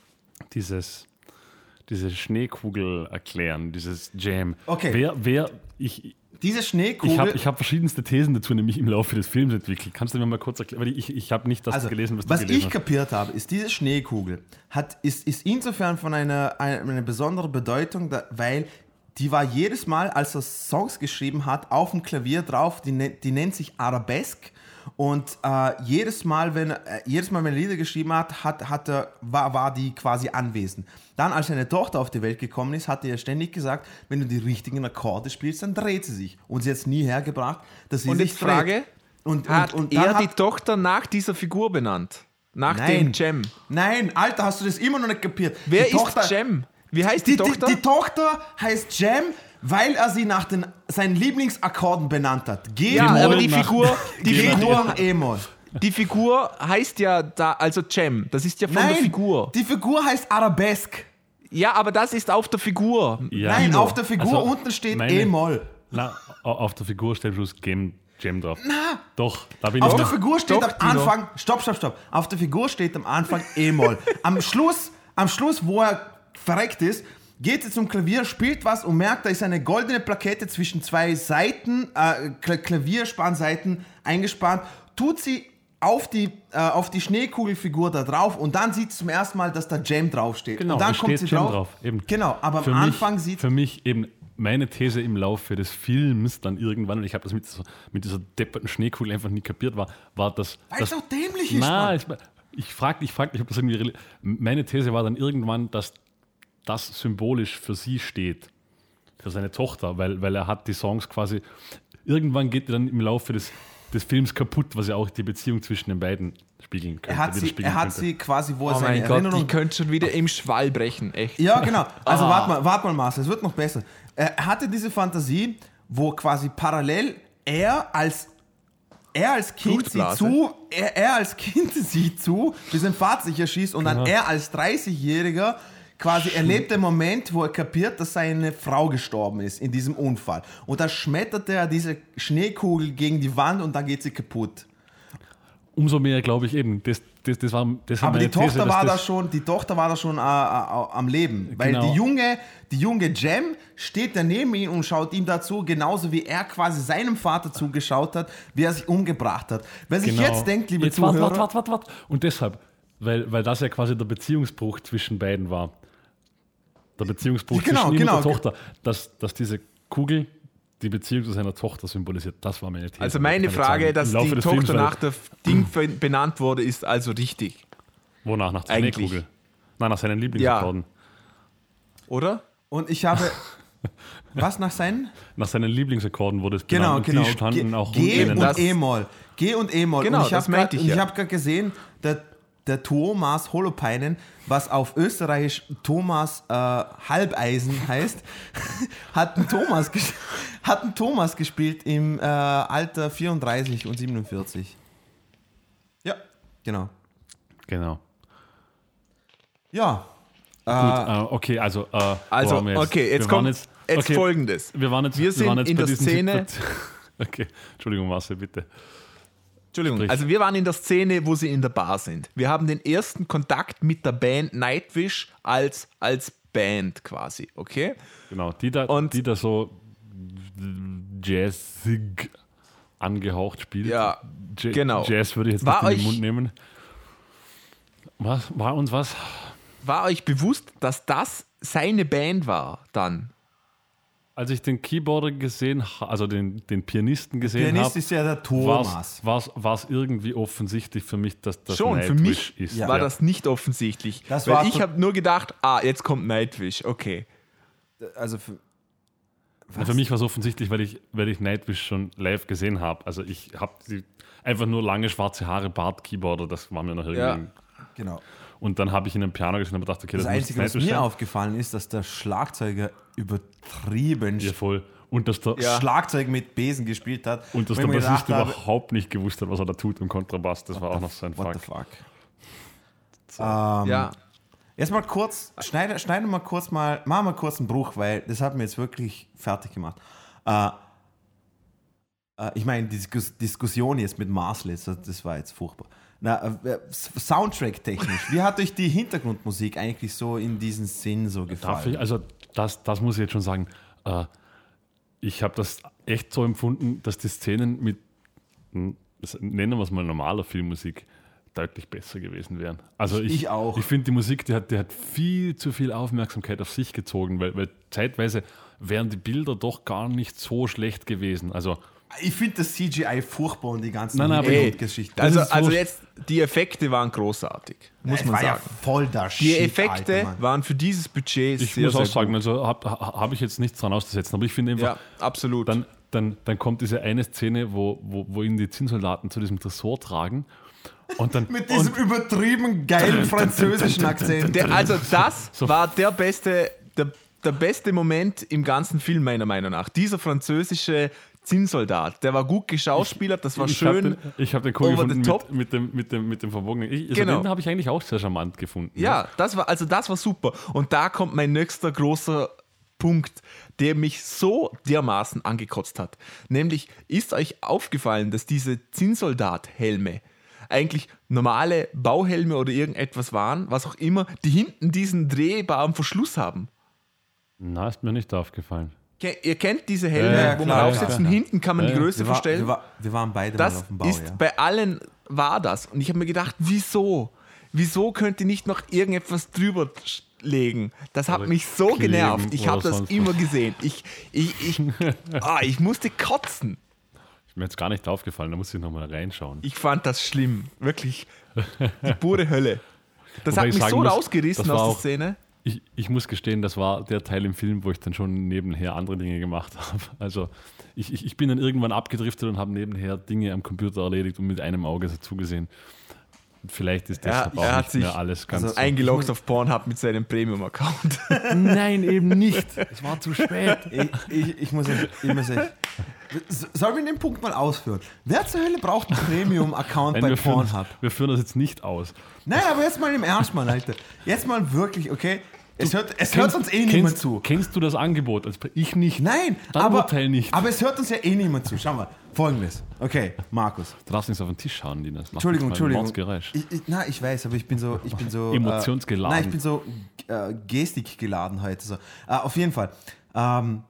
dieses, diese Schneekugel erklären, dieses Jam? Okay. Wer, wer, ich, Diese Schneekugel. ich habe ich hab verschiedenste Thesen dazu, nämlich im Laufe des Films entwickelt. Kannst du mir mal kurz erklären? Weil ich, ich habe nicht das also, gelesen, was, was du gelesen ich hast. kapiert habe, ist, diese Schneekugel hat, ist, ist insofern von einer, einer, einer besonderen Bedeutung, da, weil die war jedes Mal, als er Songs geschrieben hat, auf dem Klavier drauf, die, ne- die nennt sich Arabesque. Und äh, jedes Mal, wenn äh, jedes Mal, wenn er Lieder geschrieben hat, hat, hat er, war, war die quasi anwesend. Dann, als seine Tochter auf die Welt gekommen ist, hat er ständig gesagt, wenn du die richtigen Akkorde spielst, dann dreht sie sich. Und sie hat es nie hergebracht, dass sie Und sich jetzt Frage, dreht. Und, hat und, und er dann die hat, Tochter nach dieser Figur benannt? Nach Nein. dem Jam? Nein, Alter, hast du das immer noch nicht kapiert? Wer die ist Tochter, Jam? Wie heißt die, Die, Tochter? Die, die Tochter heißt Jam, weil er sie nach den, seinen Lieblingsakkorden benannt hat. G, ja, Moll aber die nach- Figur, die G, Figur, Dur und E-Moll. die Figur heißt ja da, also Jam. Das ist ja von Nein, der Figur. die Figur heißt Arabesque. Ja, aber das ist auf der Figur. Ja. Nein, Kino. auf der Figur Also, unten steht meine- E-Moll. Na, au- auf der Figur steht bloß Game Jam drauf. Na, doch, da bin Auf ich der noch. Figur steht Stopp, am Tino. Anfang, stopp, stopp, stopp. Auf der Figur steht am Anfang E-Moll. Am Schluss, am Schluss, wo er verreckt ist, geht sie zum Klavier, spielt was und merkt, da ist eine goldene Plakette zwischen zwei Seiten, äh, Kla- Klavierspannseiten eingespannt, tut sie auf die, äh, auf die Schneekugelfigur da drauf und dann sieht sie zum ersten Mal, dass da Jam draufsteht. Genau, und dann es kommt steht sie Jam drauf. drauf, eben. Genau, aber Für am mich, Anfang sieht Für mich eben meine These im Laufe des Films dann irgendwann, und ich habe das mit, so, mit dieser depperten Schneekugel einfach nie kapiert, war, war das... weil das es auch dämlich ist, na, Mann. ich, ich frage ich frag mich, ob das irgendwie... rele- Meine These war dann irgendwann, dass das symbolisch für sie steht, für seine Tochter, weil, weil er hat die Songs quasi... Irgendwann geht er dann im Laufe des, des Films kaputt, was ja auch die Beziehung zwischen den beiden spiegeln könnte. Er hat, sie, widerspiegeln er hat könnte. sie quasi, wo er Oh seine mein Gott, Erinnerung... die könnte schon wieder im Schwall brechen, echt. Ja, genau. Also Ah. warte mal, warte mal, Marcel, es wird noch besser. Er hatte diese Fantasie, wo quasi parallel er als er als Kind sieht Fruchtblase. zu, er, er als Kind sieht zu, wie sein Vater sich erschießt und dann er als dreißigjähriger quasi erlebt den Moment, wo er kapiert, dass seine Frau gestorben ist in diesem Unfall. Und da schmettert er diese Schneekugel gegen die Wand und dann geht sie kaputt. Umso mehr glaube ich eben, das, das, das war das Aber meine die Tochter These, dass war da das, schon, die Tochter war da schon äh, äh, am Leben, weil Genau. die junge, die junge Jam steht daneben ihm und schaut ihm dazu, genauso wie er quasi seinem Vater zugeschaut hat, wie er sich umgebracht hat. Wer sich Genau. jetzt denkt, liebe Jetzt wart, Zuhörer, wart, wart, wart, wart. Und deshalb, weil, weil das ja quasi der Beziehungsbruch zwischen beiden war. Der Beziehungsbruch Genau, zwischen ihm genau. und der Tochter, dass, dass diese Kugel die Beziehung zu seiner Tochter symbolisiert. Das war meine These. Also meine Kann ich Frage, sagen. dass Im Laufe die des Tochter Films, weil- nach der Ding benannt wurde, ist also richtig, Wonach? Nach der Eigentlich. Schneekugel? Nein, nach seinen Lieblingsakkorden. oder? und ich habe, was nach seinen? Nach seinen Lieblingsakkorden wurde es Genau, benannt. Und genau. Die standen G, auch G unten. und Das- E-Moll. G und E-Moll. Genau, und ich das habe meinte grad- ich und ich ja. habe gerade gesehen, der, der Thomas Holopainen, was auf Österreichisch Thomas äh, Halbeisen heißt, hat einen Thomas, ges- hat einen Thomas gespielt im äh, Alter vierunddreißig und siebenundvierzig. Ja, genau. Genau. Ja. Gut, äh, okay, also. Äh, wo Also, waren wir jetzt? okay, jetzt Wir waren kommt jetzt, okay, Folgendes. Wir waren jetzt, Wir sind waren jetzt in bei der diesen Szene- Situation- Okay, Entschuldigung, Marcel, bitte. Entschuldigung, Sprich. also wir waren in der Szene, wo sie in der Bar sind. Wir haben den ersten Kontakt mit der Band Nightwish als, als Band quasi, okay? Genau, die da, Und- die da so jazzig angehaucht spielt. Ja, Ja, genau. Jazz würde ich jetzt War nicht in den euch- Mund nehmen. Was? War uns was? War euch bewusst, dass das seine Band war dann? Als ich den Keyboarder gesehen habe, also den, den Pianisten gesehen Pianist habe, ist ja der Thomas. war es irgendwie offensichtlich für mich, dass das Schon, für Nightwish mich ist. Ja. war das nicht offensichtlich. Das war weil ich to- habe nur gedacht, ah, jetzt kommt Nightwish, okay. Also für, Na, für mich war es offensichtlich, weil ich, weil ich Nightwish schon live gesehen habe. Also ich habe einfach nur lange schwarze Haare, Bart, Keyboarder, das war mir noch irgendwie. Ja. genau. Und dann habe ich in einem Piano gesehen und gedacht, okay, das, Das muss Einzige, was nicht mir sein. aufgefallen ist, dass der Schlagzeuger übertrieben Ja, voll. Und dass der, Ja. Schlagzeug mit Besen gespielt hat. und dass Wo der ich mir Bassist gedacht habe, überhaupt nicht gewusst hat, was er da tut im Kontrabass. Das war auch noch so ein what Fuck. the fuck. Ähm, Ja, Jetzt mal kurz, schneide, schneide mal kurz mal, machen wir kurz einen Bruch, weil das hat mir jetzt wirklich fertig gemacht. Äh, äh, ich meine, die Diskus- Diskussion jetzt mit Marslitz, das, das war jetzt furchtbar. Na, äh, Soundtrack-technisch, wie hat euch die Hintergrundmusik eigentlich so in diesen Sinn so Darf gefallen? ich, also das, das muss ich jetzt schon sagen. Äh, ich habe das echt so empfunden, dass die Szenen mit, hm, das nennen wir es mal normaler Filmmusik, deutlich besser gewesen wären. Also ich, Ich auch. Ich finde, die Musik, die hat, die hat viel zu viel Aufmerksamkeit auf sich gezogen, weil, weil zeitweise wären die Bilder doch gar nicht so schlecht gewesen. Also Ich finde das C G I furchtbar und die ganzen Nein, nein, aber ey, Hintergrundgeschichten. also, Das ist also so- jetzt, die Effekte waren großartig, muss Es man war sagen. ja voll der Die Shit, Effekte Alter, Mann. waren für dieses Budget ich sehr, muss auch sehr sagen, gut. also habe hab ich jetzt nichts dran auszusetzen, aber ich finde einfach, Ja, absolut. dann, dann, dann kommt diese eine Szene, wo, wo, wo ihn die Zinnsoldaten zu diesem Tresor tragen und dann Mit diesem übertrieben geilen französischen Akzent. Der, also das So. war der beste, der, der beste Moment im ganzen Film, meiner Meinung nach. Dieser französische Zinnsoldat, der war gut geschauspielert, das war ich schön. Hab den, ich habe den cool over the gefunden top. mit, mit, dem, mit, dem, mit dem Verwogenen. Ich, also Genau. Den habe ich eigentlich auch sehr charmant gefunden. Ja, das war, also das war super. Und da kommt mein nächster großer Punkt, der mich so dermaßen angekotzt hat. Nämlich, ist euch aufgefallen, dass diese Zinnsoldat-Helme eigentlich normale Bauhelme oder irgendetwas waren, was auch immer, die hinten diesen drehbaren Verschluss haben? Na, ist mir nicht aufgefallen. Ke- Ihr kennt diese Helme, Ja, ja, wo klar, man ja, aufsetzt klar. und hinten kann man Ja, die ja. Größe Wir, war, verstellen. wir, war, wir waren beide Das mal auf dem Bau, ist ja. bei allen war das. Und ich habe mir gedacht, wieso? Wieso könnt ihr nicht noch irgendetwas drüber sch- legen? Das hat Oder mich so kleben genervt. Ich oder habe das sonst immer was. gesehen. Ich, ich, ich, ah, ich musste kotzen. Ist mir jetzt gar nicht aufgefallen, da muss ich nochmal reinschauen. Ich fand das schlimm. Wirklich die pure Hölle. Das Wobei hat ich mich sagen so muss, rausgerissen das war aus der auch- Szene. Ich, ich muss gestehen, das war der Teil im Film, wo ich dann schon nebenher andere Dinge gemacht habe. Also ich, ich, ich bin dann irgendwann abgedriftet und habe nebenher Dinge am Computer erledigt und mit einem Auge so zugesehen. Vielleicht ist Ja, deshalb er auch hat nicht sich mehr alles ganz also so. Eingeloggt auf Pornhub mit seinem Premium-Account. Nein, eben nicht. Es war zu spät. Ich, ich, ich muss echt, ich muss echt. Sollen wir den Punkt mal ausführen? Wer zur Hölle braucht einen Premium-Account Nein, bei wir, führen, Pornhub? wir führen das jetzt nicht aus. Nein, aber jetzt mal im Ernst, Mann, Alter. Jetzt mal wirklich, okay? Es hört, es hört Kennst- uns eh niemand kennst, zu. Kennst du das Angebot? Also ich nicht. Nein, Dann aber, urteil nicht. aber es hört uns ja eh niemand zu. Schau mal, folgendes. Okay, Markus. Du darfst nicht auf den Tisch schauen, Dina. Das macht Entschuldigung, jetzt mal ein Entschuldigung. Mordsgeräusch. Ich, ich, na, ich weiß, aber ich bin so, ich bin so Emotionsgeladen. Äh, nein, ich bin so äh, gestikgeladen heute. So. Äh, auf jeden Fall. Ähm,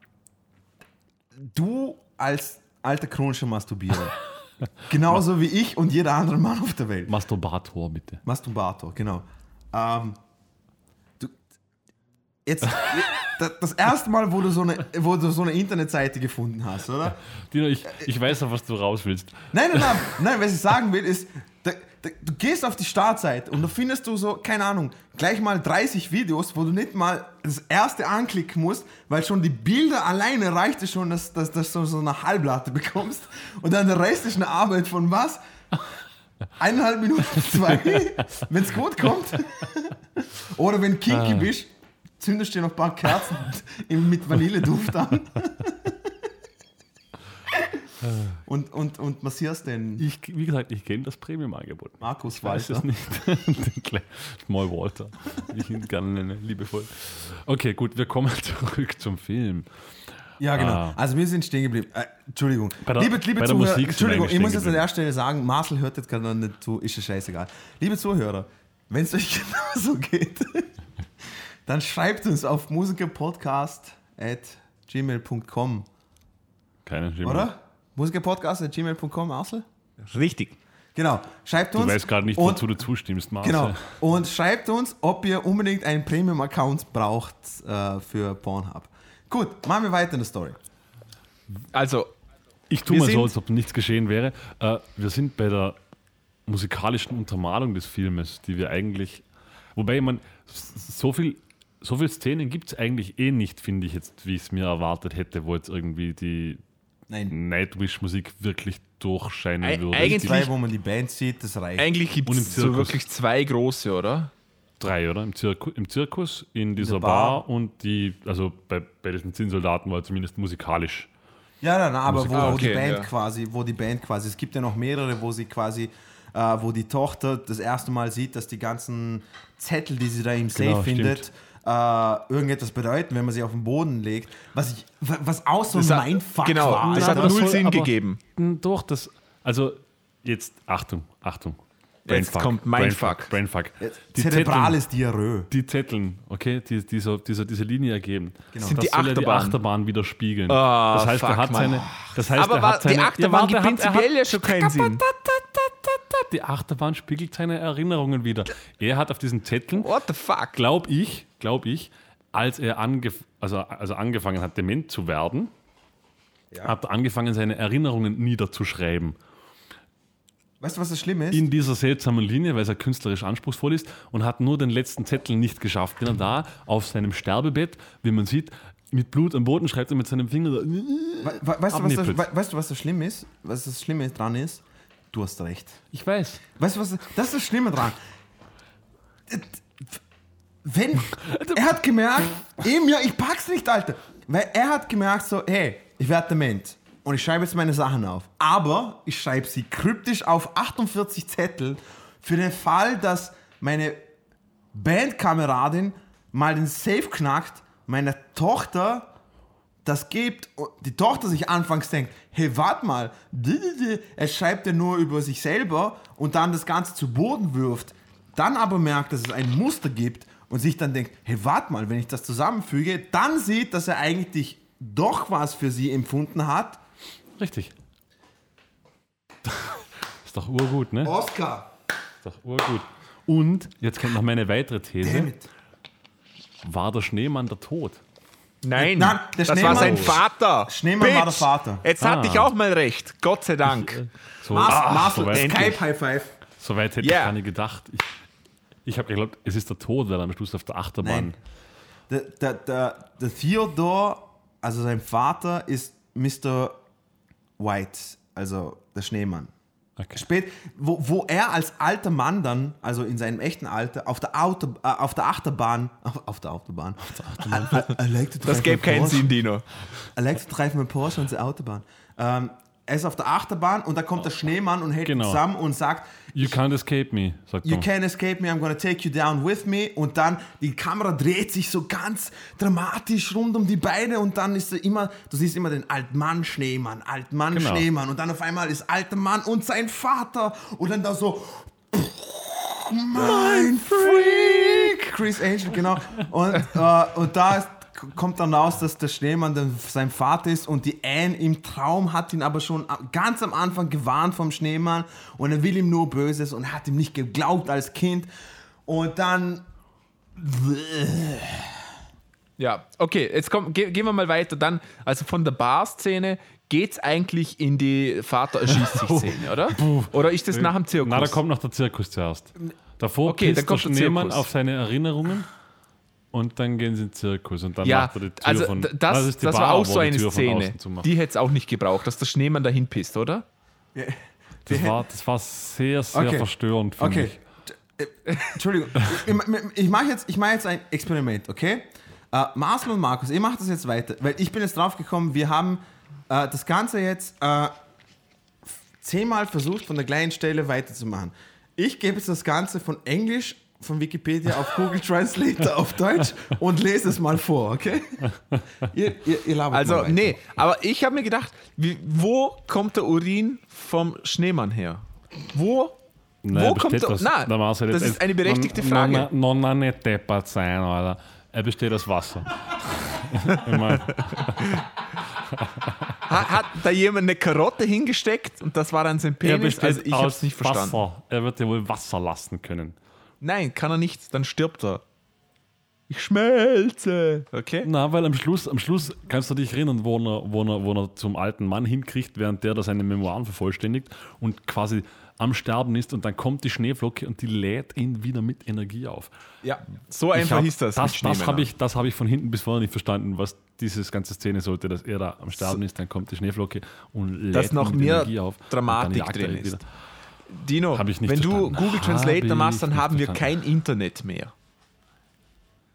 du als alter chronischer Masturbierer, genauso wie ich und jeder andere Mann auf der Welt. Masturbator, bitte. Masturbator, genau. Ähm, du, jetzt das, das erste Mal, wo du so eine, wo du so eine Internetseite gefunden hast, oder? Dino, ich, ich weiß auf was du raus willst. Nein, nein, nein, nein, was ich sagen will, ist, da, da, du gehst auf die Startseite und da findest du so, keine Ahnung, gleich mal dreißig Videos, wo du nicht mal das erste anklicken musst, weil schon die Bilder alleine reicht es schon, dass, dass, dass du so eine Halblatte bekommst und dann der Rest ist eine Arbeit von was? Eineinhalb Minuten, zwei, wenn es gut kommt. Oder wenn kinky bist, zündest du dir noch ein paar Kerzen mit Vanilleduft an. Und, und, und massierst den Ich, wie gesagt, ich kenne das Premium-Angebot. Markus Ich weiß Walter. es nicht. Den kleinen Small Walter, wie ich ihn gerne nenne, liebevoll. Okay, gut, wir kommen zurück zum Film. Ja, genau. Ah. Also wir sind stehen geblieben. Äh, Entschuldigung. Bei der- liebe liebe bei der Zuhörer, Musik sind Entschuldigung, wir ich muss stehen jetzt an geblieben. der Stelle sagen, Marcel hört jetzt gerade noch nicht zu, ist ja scheißegal. Liebe Zuhörer, wenn es euch genauso geht, dann schreibt uns auf musikerpodcast at gmail punkt com, Keine Stimme. oder? musikerpodcast at gmail punkt com, Marcel? Richtig. Genau. Schreibt Du uns. weißt gerade nicht, und- wozu du zustimmst, Marcel. Genau. Und schreibt uns, ob ihr unbedingt einen Premium-Account braucht äh, für Pornhub. Gut, machen wir weiter in der Story. Also, Ich tue Wir mal so, sind- als ob nichts geschehen wäre. Äh, wir sind bei der musikalischen Untermalung des Filmes, die wir eigentlich. Wobei man so viel. So viele Szenen gibt es eigentlich eh nicht, finde ich jetzt, wie ich es mir erwartet hätte, wo jetzt irgendwie die Nein. Nightwish-Musik wirklich durchscheinen Ei- würde. eigentlich- Zwei, wo man die Band sieht, das reicht. eigentlich gibt Und im es so Zirkus. wirklich zwei große, oder? drei, oder? Im, Zirku, im Zirkus, in dieser der Bar. Bar. und die, also bei, bei diesen Zinnsoldaten war zumindest musikalisch. Ja, nein, nein, aber wo, Ah, wo okay, die Band ja. quasi, wo die Band quasi, es gibt ja noch mehrere, wo sie quasi, äh, wo die Tochter das erste Mal sieht, dass die ganzen Zettel, die sie da im Safe Genau, findet, äh, irgendetwas bedeuten, wenn man sie auf den Boden legt. Was ich, was auch so Das hat- mein Fuck genau, war. das Alter. hat aber null soll- Sinn aber- gegeben. Hm, Doch, das, also jetzt, Achtung, Achtung. Jetzt kommt Mindfuck. Brainfuck. Die Zerebrales Diarrhoe. Die Zetteln, okay, die, die so, diese, diese Linie ergeben. Genau. Sind das die soll ja die Achterbahn. Achterbahn widerspiegeln. Ah, das heißt, fuck, er hat Mann. seine. Das heißt, Aber er war, hat seine. die Achterbahn ja, gibt warte, er hat, prinzipiell ja schon keinen Sinn. Die Achterbahn spiegelt seine Erinnerungen wieder. Er hat auf diesen Zetteln, What the fuck? glaube ich, glaube ich, als er angef also, also angefangen hat, dement zu werden, hat er angefangen, seine Erinnerungen niederzuschreiben. Weißt du, was das Schlimme ist? In dieser seltsamen Linie, weil er künstlerisch anspruchslos ist und hat nur den letzten Zettel nicht geschafft, den er da auf seinem Sterbebett, wie man sieht, mit Blut am Boden schreibt er mit seinem Finger. We we weißt, du, was das, abnippelt. we weißt du, was das Schlimme ist? Was das Schlimme dran ist? Du hast recht. Ich weiß. Weißt du, was das ist das Schlimme dran? Wenn er hat gemerkt, eben ja, ich pack's nicht, Alter. Weil er hat gemerkt so, hey, ich werde dement und ich schreibe jetzt meine Sachen auf. Aber ich schreibe sie kryptisch auf achtundvierzig Zettel für den Fall, dass meine Bandkameradin mal den Safe knackt, meiner Tochter das gibt und die Tochter sich anfangs denkt, hey, warte mal, er schreibt ja nur über sich selber und dann das Ganze zu Boden wirft, dann aber merkt, dass es ein Muster gibt und sich dann denkt, hey, warte mal, wenn ich das zusammenfüge, dann sieht, dass er eigentlich doch was für sie empfunden hat. Richtig. Ist doch urgut, ne? Oscar. Ist doch urgut. Und, jetzt kommt noch meine weitere These. Damn it. War der Schneemann der Tod? Nein, Nein, der das war Schneemann- sein Vater. Schneemann war der Vater. Jetzt hatte Ah. ich auch mal recht. Gott sei Dank. So, Mas ah, Marcel, so weit, Skype High Five. so weit hätte Yeah. ich gar nicht gedacht. Ich, ich habe geglaubt, es ist der Tod, weil er am Schluss auf der Achterbahn. Nein. Der, der, der, der Theodore, also sein Vater, ist Mister White, also der Schneemann. Okay. Spät, wo, wo er als alter Mann dann, also in seinem echten Alter, auf der, Auto, äh, auf der Achterbahn, auf, auf der Autobahn, I, I, I like to Das drive gäbe my keinen Porsche. Sinn, Dino. I like to drive my Porsche on the Autobahn. Ähm, er ist auf der Achterbahn und da kommt der Schneemann und hält ihn Genau. zusammen und sagt, You can't escape me, sagt You er. can't escape me, I'm gonna take you down with me. Und dann, die Kamera dreht sich so ganz dramatisch rund um die Beine und dann ist er immer, du siehst immer den alten Mann Schneemann, alten Mann Genau. Schneemann. Und dann auf einmal ist alter Mann und sein Vater und dann da so, mein Freak! Chris Angel, genau. Und, äh, und da ist, kommt dann raus, dass der Schneemann dann sein Vater ist und die Anne im Traum hat ihn aber schon ganz am Anfang gewarnt vom Schneemann und er will ihm nur Böses und hat ihm nicht geglaubt als Kind und dann Ja, okay, jetzt komm, ge gehen wir mal weiter. Dann, also von der Bar-Szene geht's eigentlich in die Vater-erschießt-sich-Szene, oder? Oder ist das nach dem Zirkus? Na, da kommt noch der Zirkus zuerst. Davor Okay, pisst dann kommt der der Schneemann Zirkus. auf seine Erinnerungen und dann gehen sie in den Zirkus und dann ja, macht er die Tür also von... d- Na, das, ist die das Bar, war auch wo so er eine die Tür von Szene, außen zumacht. die hätte es auch nicht gebraucht, dass der Schneemann dahin pisst, oder? Das war, das war sehr, sehr Okay. verstörend, finde Okay. ich. Äh, Entschuldigung, ich, ich mache jetzt, ich mach jetzt ein Experiment, okay? Äh, Marcel und Markus, ihr macht das jetzt weiter, weil ich bin jetzt drauf gekommen, wir haben äh, das Ganze jetzt äh, zehnmal versucht, von der gleichen Stelle weiterzumachen. Ich gebe jetzt das Ganze von Englisch, von Wikipedia auf Google Translator auf Deutsch und lese es mal vor, okay? Ihr, ihr, ihr labert mal Also, weiter. nee, aber ich habe mir gedacht, wie, wo kommt der Urin vom Schneemann her? Wo? Nein, wo er kommt besteht der, aus- na, der Marcel das jetzt- ist eine berechtigte Non- Frage. Non, non, nicht deppert sein, Alter. Er besteht aus Wasser. Ich mein, Hat, hat da jemand eine Karotte hingesteckt und das war dann sein er Penis? besteht Also ich habe aus es nicht verstanden. Wasser. Er wird ja wohl Wasser lassen können. Nein, kann er nicht, dann stirbt er. Ich schmelze. Okay? Na, weil am Schluss, am Schluss kannst du dich erinnern, wo er, wo er, wo er zum alten Mann hinkriegt, während der da seine Memoiren vervollständigt und quasi am Sterben ist und dann kommt die Schneeflocke und die lädt ihn wieder mit Energie auf. Ja, so Ich einfach hab, hieß das. Das, mit das Schneemännern. habe ich, das hab ich von hinten bis vorne nicht verstanden, was diese ganze Szene sollte, dass er da am Sterben ist, dann kommt die Schneeflocke und lädt Dass noch ihn mit mehr Energie auf. Dramatik und dann jagt er drin ihn ist. wieder. Dino, Hab ich nicht wenn verstanden. du Google Hab Translator ich machst, dann nicht haben wir verstanden. kein Internet mehr.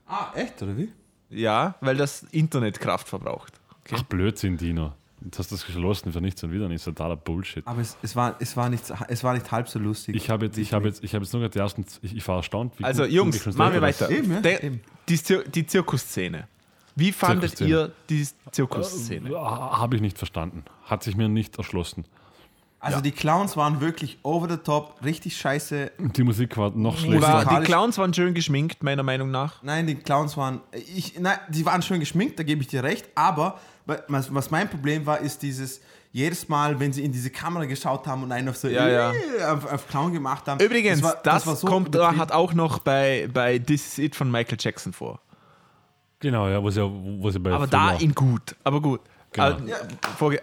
Ah, echt, oder wie? Ja, weil das Internet Kraft verbraucht. Okay. Ach, Blödsinn, Dino. Jetzt hast du das geschlossen für nichts und wieder nicht. Totaler Bullshit. Aber es, es, war, es, war nicht, es war nicht halb so lustig. Ich habe jetzt, ich habe jetzt, ich habe jetzt nur gerade die ersten, ich, ich war erstaunt. Wie Also gut- Jungs, wie schon machen wir das- weiter. Eben, ja, Der, eben. Die, Zir die Zirkusszene. Wie fandet Zirkusszene. ihr die Zirkusszene? Äh, Habe ich nicht verstanden. Hat sich mir nicht erschlossen. Also Ja. die Clowns waren wirklich over the top, richtig scheiße. Und die Musik war noch Die schlechter. War, die musikalisch- Clowns waren schön geschminkt, meiner Meinung nach. Nein, die Clowns waren, ich, nein, die waren schön geschminkt, da gebe ich dir recht, aber was, was mein Problem war, ist dieses, jedes Mal, wenn sie in diese Kamera geschaut haben und einen auf so Ja, ja. Auf, auf Clown gemacht haben. Übrigens, das, war- war so kommt, übertrieben. hat auch noch bei, bei This Is It von Michael Jackson vor. Genau, ja, wo sie, wo sie bei Aber Thriller- da in gut. Aber gut. Genau. Äh, vorge-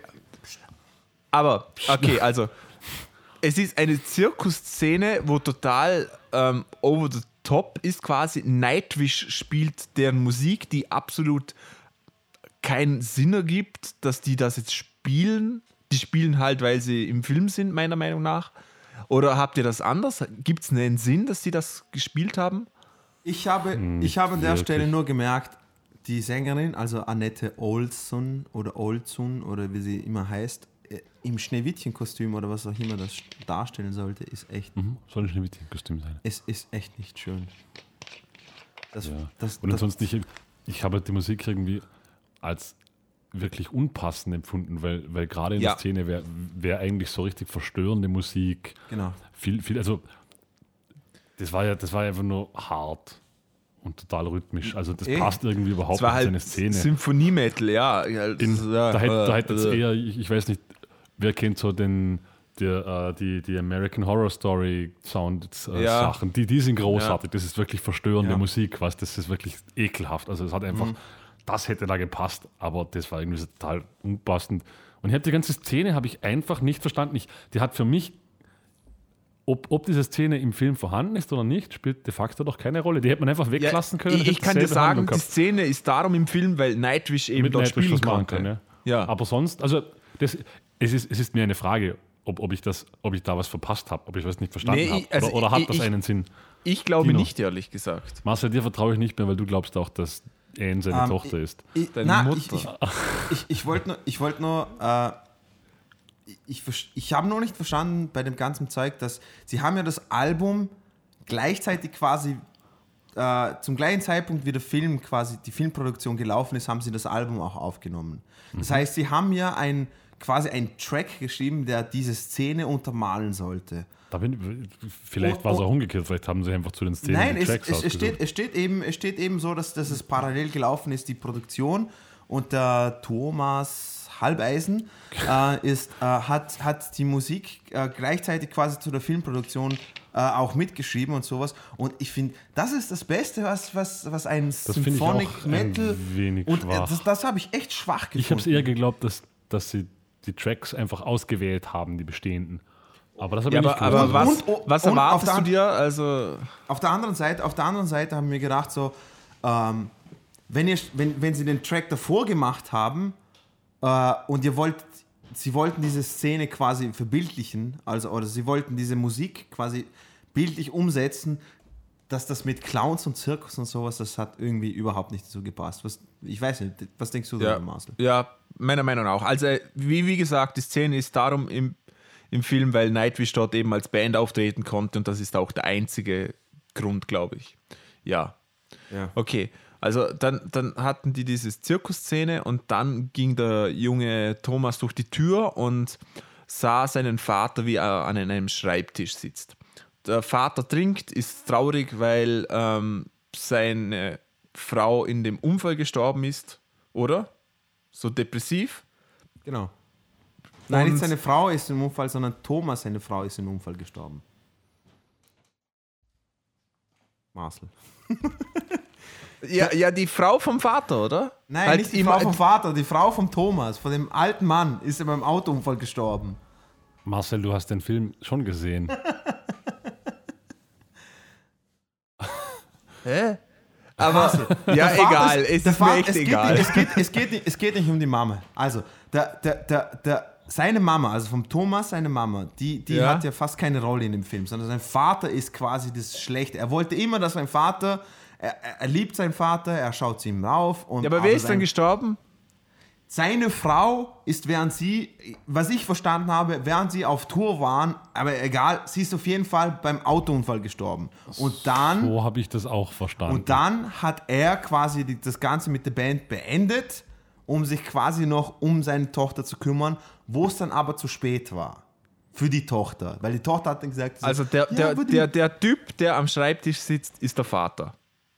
Aber, okay, also. Es ist eine Zirkusszene, wo total ähm, over the top ist quasi. Nightwish spielt deren Musik, die absolut keinen Sinn ergibt, dass die das jetzt spielen. Die spielen halt, weil sie im Film sind, meiner Meinung nach. Oder habt ihr das anders? Gibt es einen Sinn, dass die das gespielt haben? Ich habe, Hm, ich habe an der wirklich. Stelle nur gemerkt, die Sängerin, also Annette Olson oder Olson oder wie sie immer heißt, äh, im Schneewittchen-Kostüm oder was auch immer das darstellen sollte, ist echt, Mhm, soll ein Schneewittchen-Kostüm sein. es ist echt nicht schön. Das, Ja. das, Und das, ansonsten, ich, ich habe die Musik irgendwie als wirklich unpassend empfunden, weil, weil gerade in Ja. der Szene wäre wär eigentlich so richtig verstörende Musik. genau. Viel, viel, also das war ja, das war einfach nur hart und total rhythmisch. Also das Eh. passt irgendwie überhaupt Es war nicht halt in seine Szene. Symphonie-Metal, ja. ja, In, das- ja da hätte, da äh, hätte jetzt äh. eher, ich, ich weiß nicht, wer kennt so den, der, äh, die, die American Horror Story Sound äh, Ja. Sachen, die, die sind großartig. Das ist wirklich verstörende Ja. Musik, was, das ist wirklich ekelhaft. Also es hat einfach, das hätte da gepasst, aber das war irgendwie so total unpassend. Und ich habe die ganze Szene habe ich einfach nicht verstanden. Ich, die hat für mich, ob, ob diese Szene im Film vorhanden ist oder nicht, spielt de facto doch keine Rolle. Die hätte man einfach Ja, weglassen können. ich, und ich hätte kann dir dieselbe sagen, Handlung die gehabt. Szene ist darum im Film, weil Nightwish eben Mit dort Nightwish spielen was machen konnte. kann, ja. Ja. Aber sonst, also das, es, ist, es ist mir eine Frage, ob, ob, ich das, ob ich da was verpasst habe, ob ich was nicht verstanden Nee, habe. ich- also oder, oder hat ich- das ich- einen Sinn? Ich glaube Dino. nicht, ehrlich gesagt. Marcel, dir vertraue ich nicht mehr, weil du glaubst auch, dass Anne seine Ähm, Tochter ist. Ich, Deine na, Mutter. ich, ich, ich, ich wollte nur, ich, wollt nur äh, ich, ich, ich habe noch nicht verstanden bei dem ganzen Zeug, dass sie haben ja das Album gleichzeitig quasi äh, zum gleichen Zeitpunkt, wie der Film quasi, die Filmproduktion gelaufen ist, haben sie das Album auch aufgenommen. Das Mhm. heißt, sie haben ja ein, quasi einen Track geschrieben, der diese Szene untermalen sollte. Da bin, vielleicht Oh, war es oh. auch umgekehrt, vielleicht haben sie einfach zu den Szenen Nein, die es, Tracks es, es, ausgesucht. steht, es, steht eben, es steht eben so, dass, dass es parallel gelaufen ist, die Produktion. Und der Thomas Halbeisen äh, ist, äh, hat, hat die Musik äh, gleichzeitig quasi zu der Filmproduktion äh, auch mitgeschrieben und sowas. Und ich finde, das ist das Beste, was, was, was ein finde ich Symphonic auch ein Metal... wenig und äh, schwach. das, das habe ich echt schwach gefunden. Ich habe es eher geglaubt, dass, dass sie die Tracks einfach ausgewählt haben, die bestehenden. Aber das habe Ja, ich aber, nicht aber gewusst. was, Und- und- was und auf erwartest der du Hand- dir? Also, Auf der anderen Seite, auf der anderen Seite haben wir gedacht, so, ähm, wenn, ihr, wenn, wenn sie den Track davor gemacht haben äh, und ihr wollt, sie wollten diese Szene quasi verbildlichen, also oder sie wollten diese Musik quasi bildlich umsetzen, dass das mit Clowns und Zirkus und sowas, das hat irgendwie überhaupt nicht so gepasst. Was, ich weiß nicht, was denkst du ja, darüber, Marcel? ja, meiner Meinung nach auch. Also, wie, wie gesagt, die Szene ist darum im, im Film, weil Nightwish dort eben als Band auftreten konnte und das ist auch der einzige Grund, glaube ich. Ja. Ja. Okay, also dann, dann hatten die diese Zirkusszene und dann ging der junge Thomas durch die Tür und sah seinen Vater, wie er an einem Schreibtisch sitzt. Der Vater trinkt, ist traurig, weil ähm, seine Frau in dem Unfall gestorben ist, oder? So depressiv. Genau. Nein, Und- nicht seine Frau ist im Unfall, sondern Thomas, seine Frau, ist im Unfall gestorben. Marcel. Ja, ja, die Frau vom Vater, oder? Nein, Halt nicht die ihm- Frau vom Vater, die Frau vom Thomas, von dem alten Mann, ist er beim Autounfall gestorben. Marcel, du hast den Film schon gesehen. Hä? Aber, ja, Der Vater egal, ist- es der ist mir Vater- echt es geht egal. Nicht, es, geht, es, geht nicht, es geht nicht um die Mama. Also, der, der, der, der, seine Mama, also vom Thomas, seine Mama, die, die Ja. hat ja fast keine Rolle in dem Film, sondern sein Vater ist quasi das Schlechte. Er wollte immer, dass sein Vater er, er liebt seinen Vater, er schaut zu ihm rauf. Und Ja, aber wer ist sein, dann gestorben? Seine Frau ist, während sie, was ich verstanden habe, während sie auf Tour waren, aber egal, sie ist auf jeden Fall beim Autounfall gestorben. Und dann, So habe ich das auch verstanden. und dann hat er quasi die, das Ganze mit der Band beendet, um sich quasi noch um seine Tochter zu kümmern, wo es dann aber zu spät war. Für die Tochter. Weil die Tochter hat dann gesagt, so, Also der, ja, der, aber die- der, der Typ, der am Schreibtisch sitzt, ist der Vater.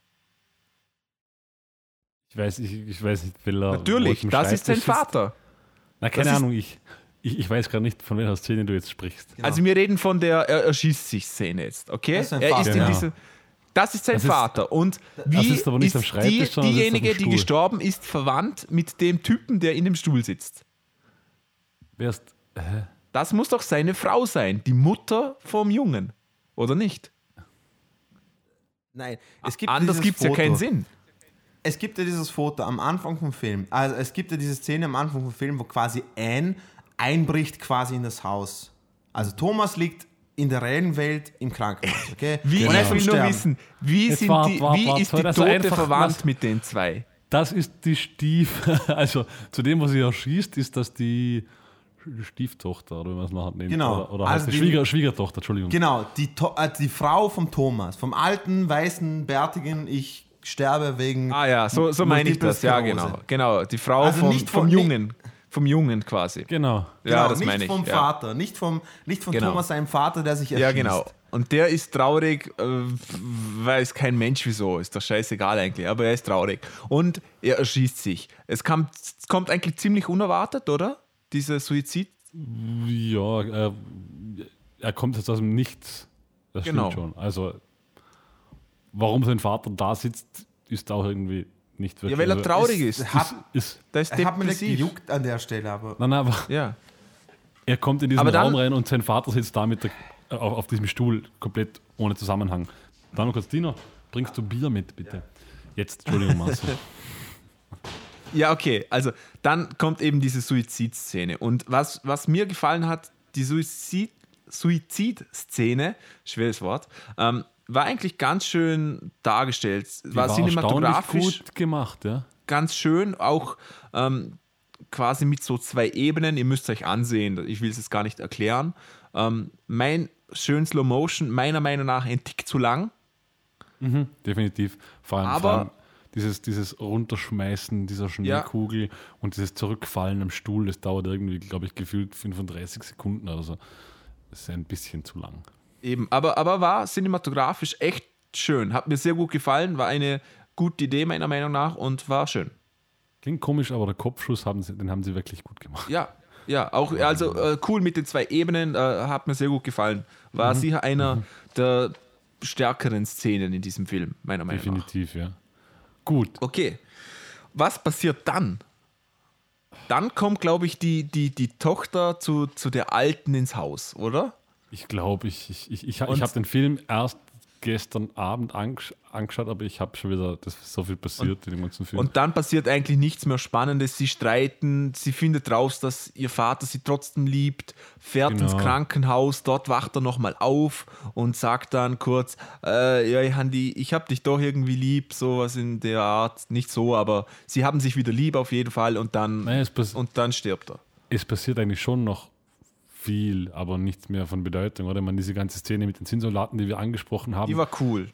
Ich weiß, ich, ich weiß nicht, welcher. Natürlich, wo das ist sein Schreibtisch sitzt. Vater. Na, keine Das ist- Ahnung, ich, ich, ich weiß gerade nicht, von welcher Szene du jetzt sprichst. Genau. Also wir reden von der er erschießt sich Szene jetzt, okay? Das ist sein er Vater. ist in Genau. diese, das ist sein Das ist- Vater. Und wie ist aber nicht am ist Schreibtisch, die, sondern sitzt auf dem diejenige, die Stuhl. gestorben ist, verwandt mit dem Typen, der in dem Stuhl sitzt? Wer ist. Hä? Das muss doch seine Frau sein, die Mutter vom Jungen, oder nicht? Nein, es gibt Anders dieses gibt es ja Foto. keinen Sinn. Es gibt ja dieses Foto am Anfang vom Film. Also es gibt ja diese Szene am Anfang vom Film, wo quasi Anne einbricht quasi in das Haus. Also Thomas liegt in der reellen Welt im Krankenhaus, okay? Wie, Und er ist Ich am will nur Sterben. wissen, wie, Jetzt sind wart, die, wart, wie wart, ist soll die das Tote einfach verwandt was- mit den zwei? Das ist die Stief. Also zu dem, was sie erschießt, ist das die Stieftochter, oder wie man es nachher nennt. Genau. Oder, oder Also heißt die die- Schwieger, Schwiegertochter, Entschuldigung. Genau, die, To- äh, die Frau vom Thomas, vom alten, weißen, bärtigen, ich sterbe wegen... Ah ja, so, so meine ich Multiple das, ja Sklerose. genau. Genau, die Frau Also vom, nicht vom von- Jungen. Vom Jungen quasi. Genau. Genau, ja, das nicht meine ich. vom ja. Vater, nicht vom, nicht von Genau. Thomas, seinem Vater, der sich erschießt. Ja, genau. Und der ist traurig, äh, weiß kein Mensch wieso, ist doch scheißegal eigentlich, aber er ist traurig. Und er erschießt sich. Es kam, es kommt eigentlich ziemlich unerwartet, oder? Dieser Suizid. Ja, er, er kommt jetzt aus dem Nichts. Das Genau. stimmt schon. Also, warum sein Vater da sitzt, ist auch irgendwie nicht wirklich. Ja, weil er also, traurig es- ist. hat- ist, Der ist Er hat mir nicht depressiv. gejuckt an der Stelle, aber... nein, nein, aber Ja. er kommt in diesen Aber dann- Raum rein und sein Vater sitzt da mit der, auf, auf diesem Stuhl, komplett ohne Zusammenhang. Dann noch kurz, Dino, bringst du Bier mit, bitte? Jetzt, Entschuldigung, Marcel. Ja, okay. Also dann kommt eben diese Suizidszene. Und was, was mir gefallen hat, die Suizid, Suizidszene, schweres Wort, ähm, war eigentlich ganz schön dargestellt. Die War, cinematografisch erstaunlich gut gemacht, ja. ganz schön, auch ähm, quasi mit so zwei Ebenen. Ihr müsst euch ansehen, ich will es jetzt gar nicht erklären. Ähm, mein schön Slow Motion, meiner Meinung nach ein Tick zu lang. Definitiv. Vor allem, Aber- vor allem dieses, dieses Runterschmeißen dieser Schneekugel und dieses Zurückfallen am Stuhl, das dauert irgendwie, glaube ich, gefühlt fünfunddreißig Sekunden oder so. Das ist ein bisschen zu lang. Eben, aber, aber war cinematografisch echt schön. Hat mir sehr gut gefallen, war eine gute Idee meiner Meinung nach und war schön. Klingt komisch, aber der Kopfschuss, haben sie, den haben sie wirklich gut gemacht. Ja, ja, auch also äh, cool mit den zwei Ebenen, äh, hat mir sehr gut gefallen. War sicher einer der stärkeren Szenen in diesem Film, meiner Meinung nach. Definitiv, ja. Gut. Okay, was passiert dann? Dann kommt, glaube ich, die, die, die Tochter zu, zu der Alten ins Haus, oder? Ich glaube, ich, ich, ich, ich, Und- ich habe den Film erst gestern Abend angesch angeschaut, aber ich habe schon wieder, das ist so viel passiert in dem ganzen Film. Und dann passiert eigentlich nichts mehr Spannendes. Sie streiten, sie findet raus, dass ihr Vater sie trotzdem liebt, fährt Genau. ins Krankenhaus, dort wacht er nochmal auf und sagt dann kurz, äh, ja, Handy, ich hab dich doch irgendwie lieb, sowas in der Art. Nicht so, aber sie haben sich wieder lieb auf jeden Fall und dann, Nein, es, pass und dann stirbt er. es passiert eigentlich schon noch viel, aber nichts mehr von Bedeutung, oder? Man, diese ganze Szene mit den Zinnsoldaten, die wir angesprochen haben. Die war cool.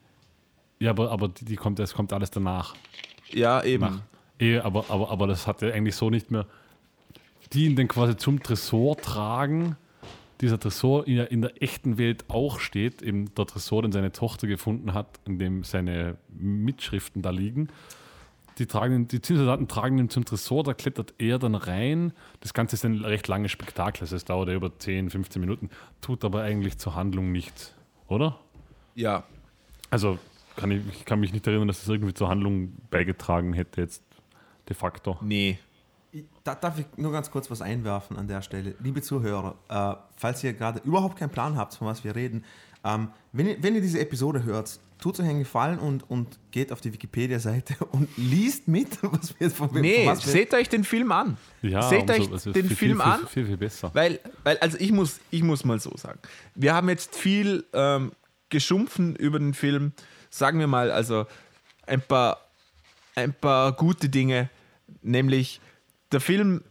ja, aber, aber die, die kommt, das kommt alles danach. Ja, eben. Nach. Eh, aber, aber, aber das hat ja eigentlich so nicht mehr. Die ihn dann quasi zum Tresor tragen, dieser Tresor in der, in der echten Welt auch steht, eben der Tresor, den seine Tochter gefunden hat, in dem seine Mitschriften da liegen. Die, tragen, ihn- die Zinnsoldaten tragen ihn zum Tresor, da klettert er dann rein. Das Ganze ist ein recht langes Spektakel, also es dauert ja über zehn, fünfzehn Minuten, tut aber eigentlich zur Handlung nichts, oder? Ja. Also kann ich, ich kann mich nicht erinnern, dass es irgendwie zur Handlung beigetragen hätte jetzt de facto. Nee. Da darf ich nur ganz kurz was einwerfen an der Stelle. Liebe Zuhörer, äh, falls ihr gerade überhaupt keinen Plan habt, von was wir reden, ähm, wenn, ihr, wenn ihr diese Episode hört, tut euch einen Gefallen und, und geht auf die Wikipedia-Seite und liest mit, was wir jetzt von Nee, von was wir, seht euch den Film an. Ja, seht umso- euch also den viel, Film viel, an. Viel, viel, viel besser. Weil, weil, also ich muss, ich muss mal so sagen, wir haben jetzt viel ähm, geschumpfen über den Film, sagen wir mal, also ein paar, ein paar gute Dinge, nämlich der Film,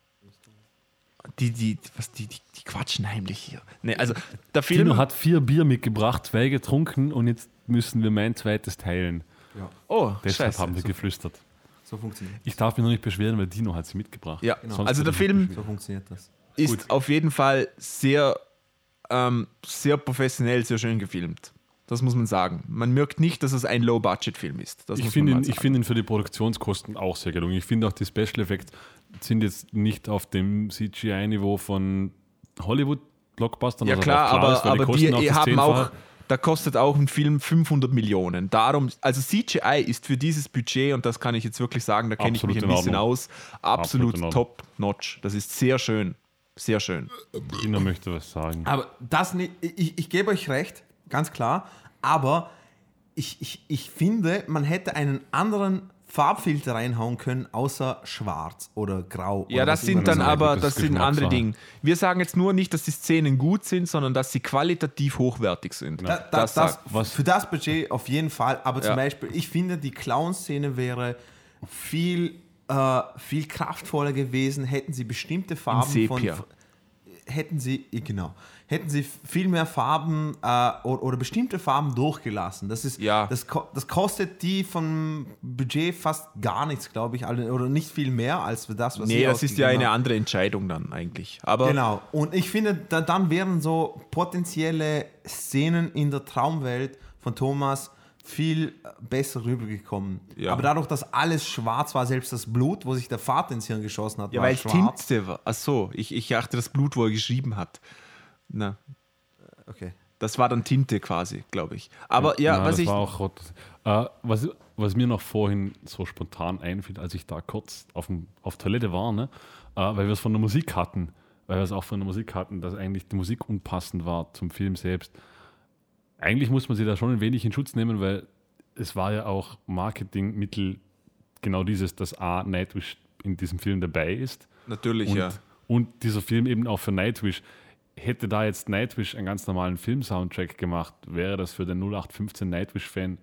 die, die, was, die, die, die quatschen heimlich hier. Nee, also der Film Tino hat vier Bier mitgebracht, zwei getrunken und jetzt müssen wir mein zweites teilen. Ja, Oh, Deshalb scheiße. haben wir geflüstert. so funktioniert Ich darf mich noch nicht beschweren, weil Dino hat sie mitgebracht. Ja, Genau. Sonst also würde der ich mich Film So funktioniert das. ist auf jeden Fall sehr, ähm, sehr professionell, sehr schön gefilmt. Das muss man sagen. Man merkt nicht, dass es ein Low-Budget-Film ist. Das Ich muss finde man ihn, mal ich sagen. find ihn für die Produktionskosten auch sehr gelungen. Ich finde auch die Special Effects sind jetzt nicht auf dem C G I-Niveau von Hollywood-Blockbustern. Ja was klar, auch aber, ist, weil aber kosten die auch das haben auch, Zehnfache. da kostet auch ein Film fünfhundert Millionen. Darum, also C G I ist für dieses Budget, und das kann ich jetzt wirklich sagen, da kenne ich mich Absolut ein in bisschen Ordnung. aus, absolut, Absolut in Ordnung. top-notch. Das ist sehr schön. Sehr schön. Dino möchte was sagen. Aber das nicht, ich, ich gebe euch recht, ganz klar, aber ich, ich, ich finde, man hätte einen anderen Farbfilter reinhauen können, außer schwarz oder grau. Ja, oder das was immer sind dann ist. aber, Das das ist sind andere Geschmackssache. Dinge. Wir sagen jetzt nur nicht, dass die Szenen gut sind, sondern dass sie qualitativ hochwertig sind. Da, da, das das, sagt- was- für das Budget auf jeden Fall, aber zum Ja. Beispiel, ich finde, die Clown-Szene wäre viel, äh, viel kraftvoller gewesen, hätten sie bestimmte Farben von, Sepia. hätten sie, genau, hätten sie viel mehr Farben äh, oder, oder bestimmte Farben durchgelassen. Das ist, Ja. das, ko- das kostet die vom Budget fast gar nichts, glaube ich, alle- oder nicht viel mehr als für das, was Nee, sie das ist ja ausgegeben eine haben. andere Entscheidung dann eigentlich. Aber Genau. Und ich finde, da, dann wären so potenzielle Szenen in der Traumwelt von Thomas viel besser rübergekommen. Ja. Aber dadurch, dass alles schwarz war, selbst das Blut, wo sich der Vater ins Hirn geschossen hat, ja, war weil es schwarz. Tinte war. Ach so, ich, ich dachte das Blut, wo er geschrieben hat. Na, Okay. das war dann Tinte quasi, glaube ich. Aber ja, Nein, was das ich. war auch rot. Äh, was, was mir noch vorhin so spontan einfiel, als ich da kurz auf, dem, auf Toilette war, ne? äh, weil wir es von der Musik hatten, weil wir es auch von der Musik hatten, dass eigentlich die Musik unpassend war zum Film selbst. Eigentlich muss man sie da schon ein wenig in Schutz nehmen, weil es war ja auch Marketingmittel, genau dieses, dass A, Nightwish in diesem Film dabei ist. Natürlich, Und, ja. und dieser Film eben auch für Nightwish. Hätte da jetzt Nightwish einen ganz normalen Film-Soundtrack gemacht, wäre das für den null acht fünfzehn Nightwish-Fan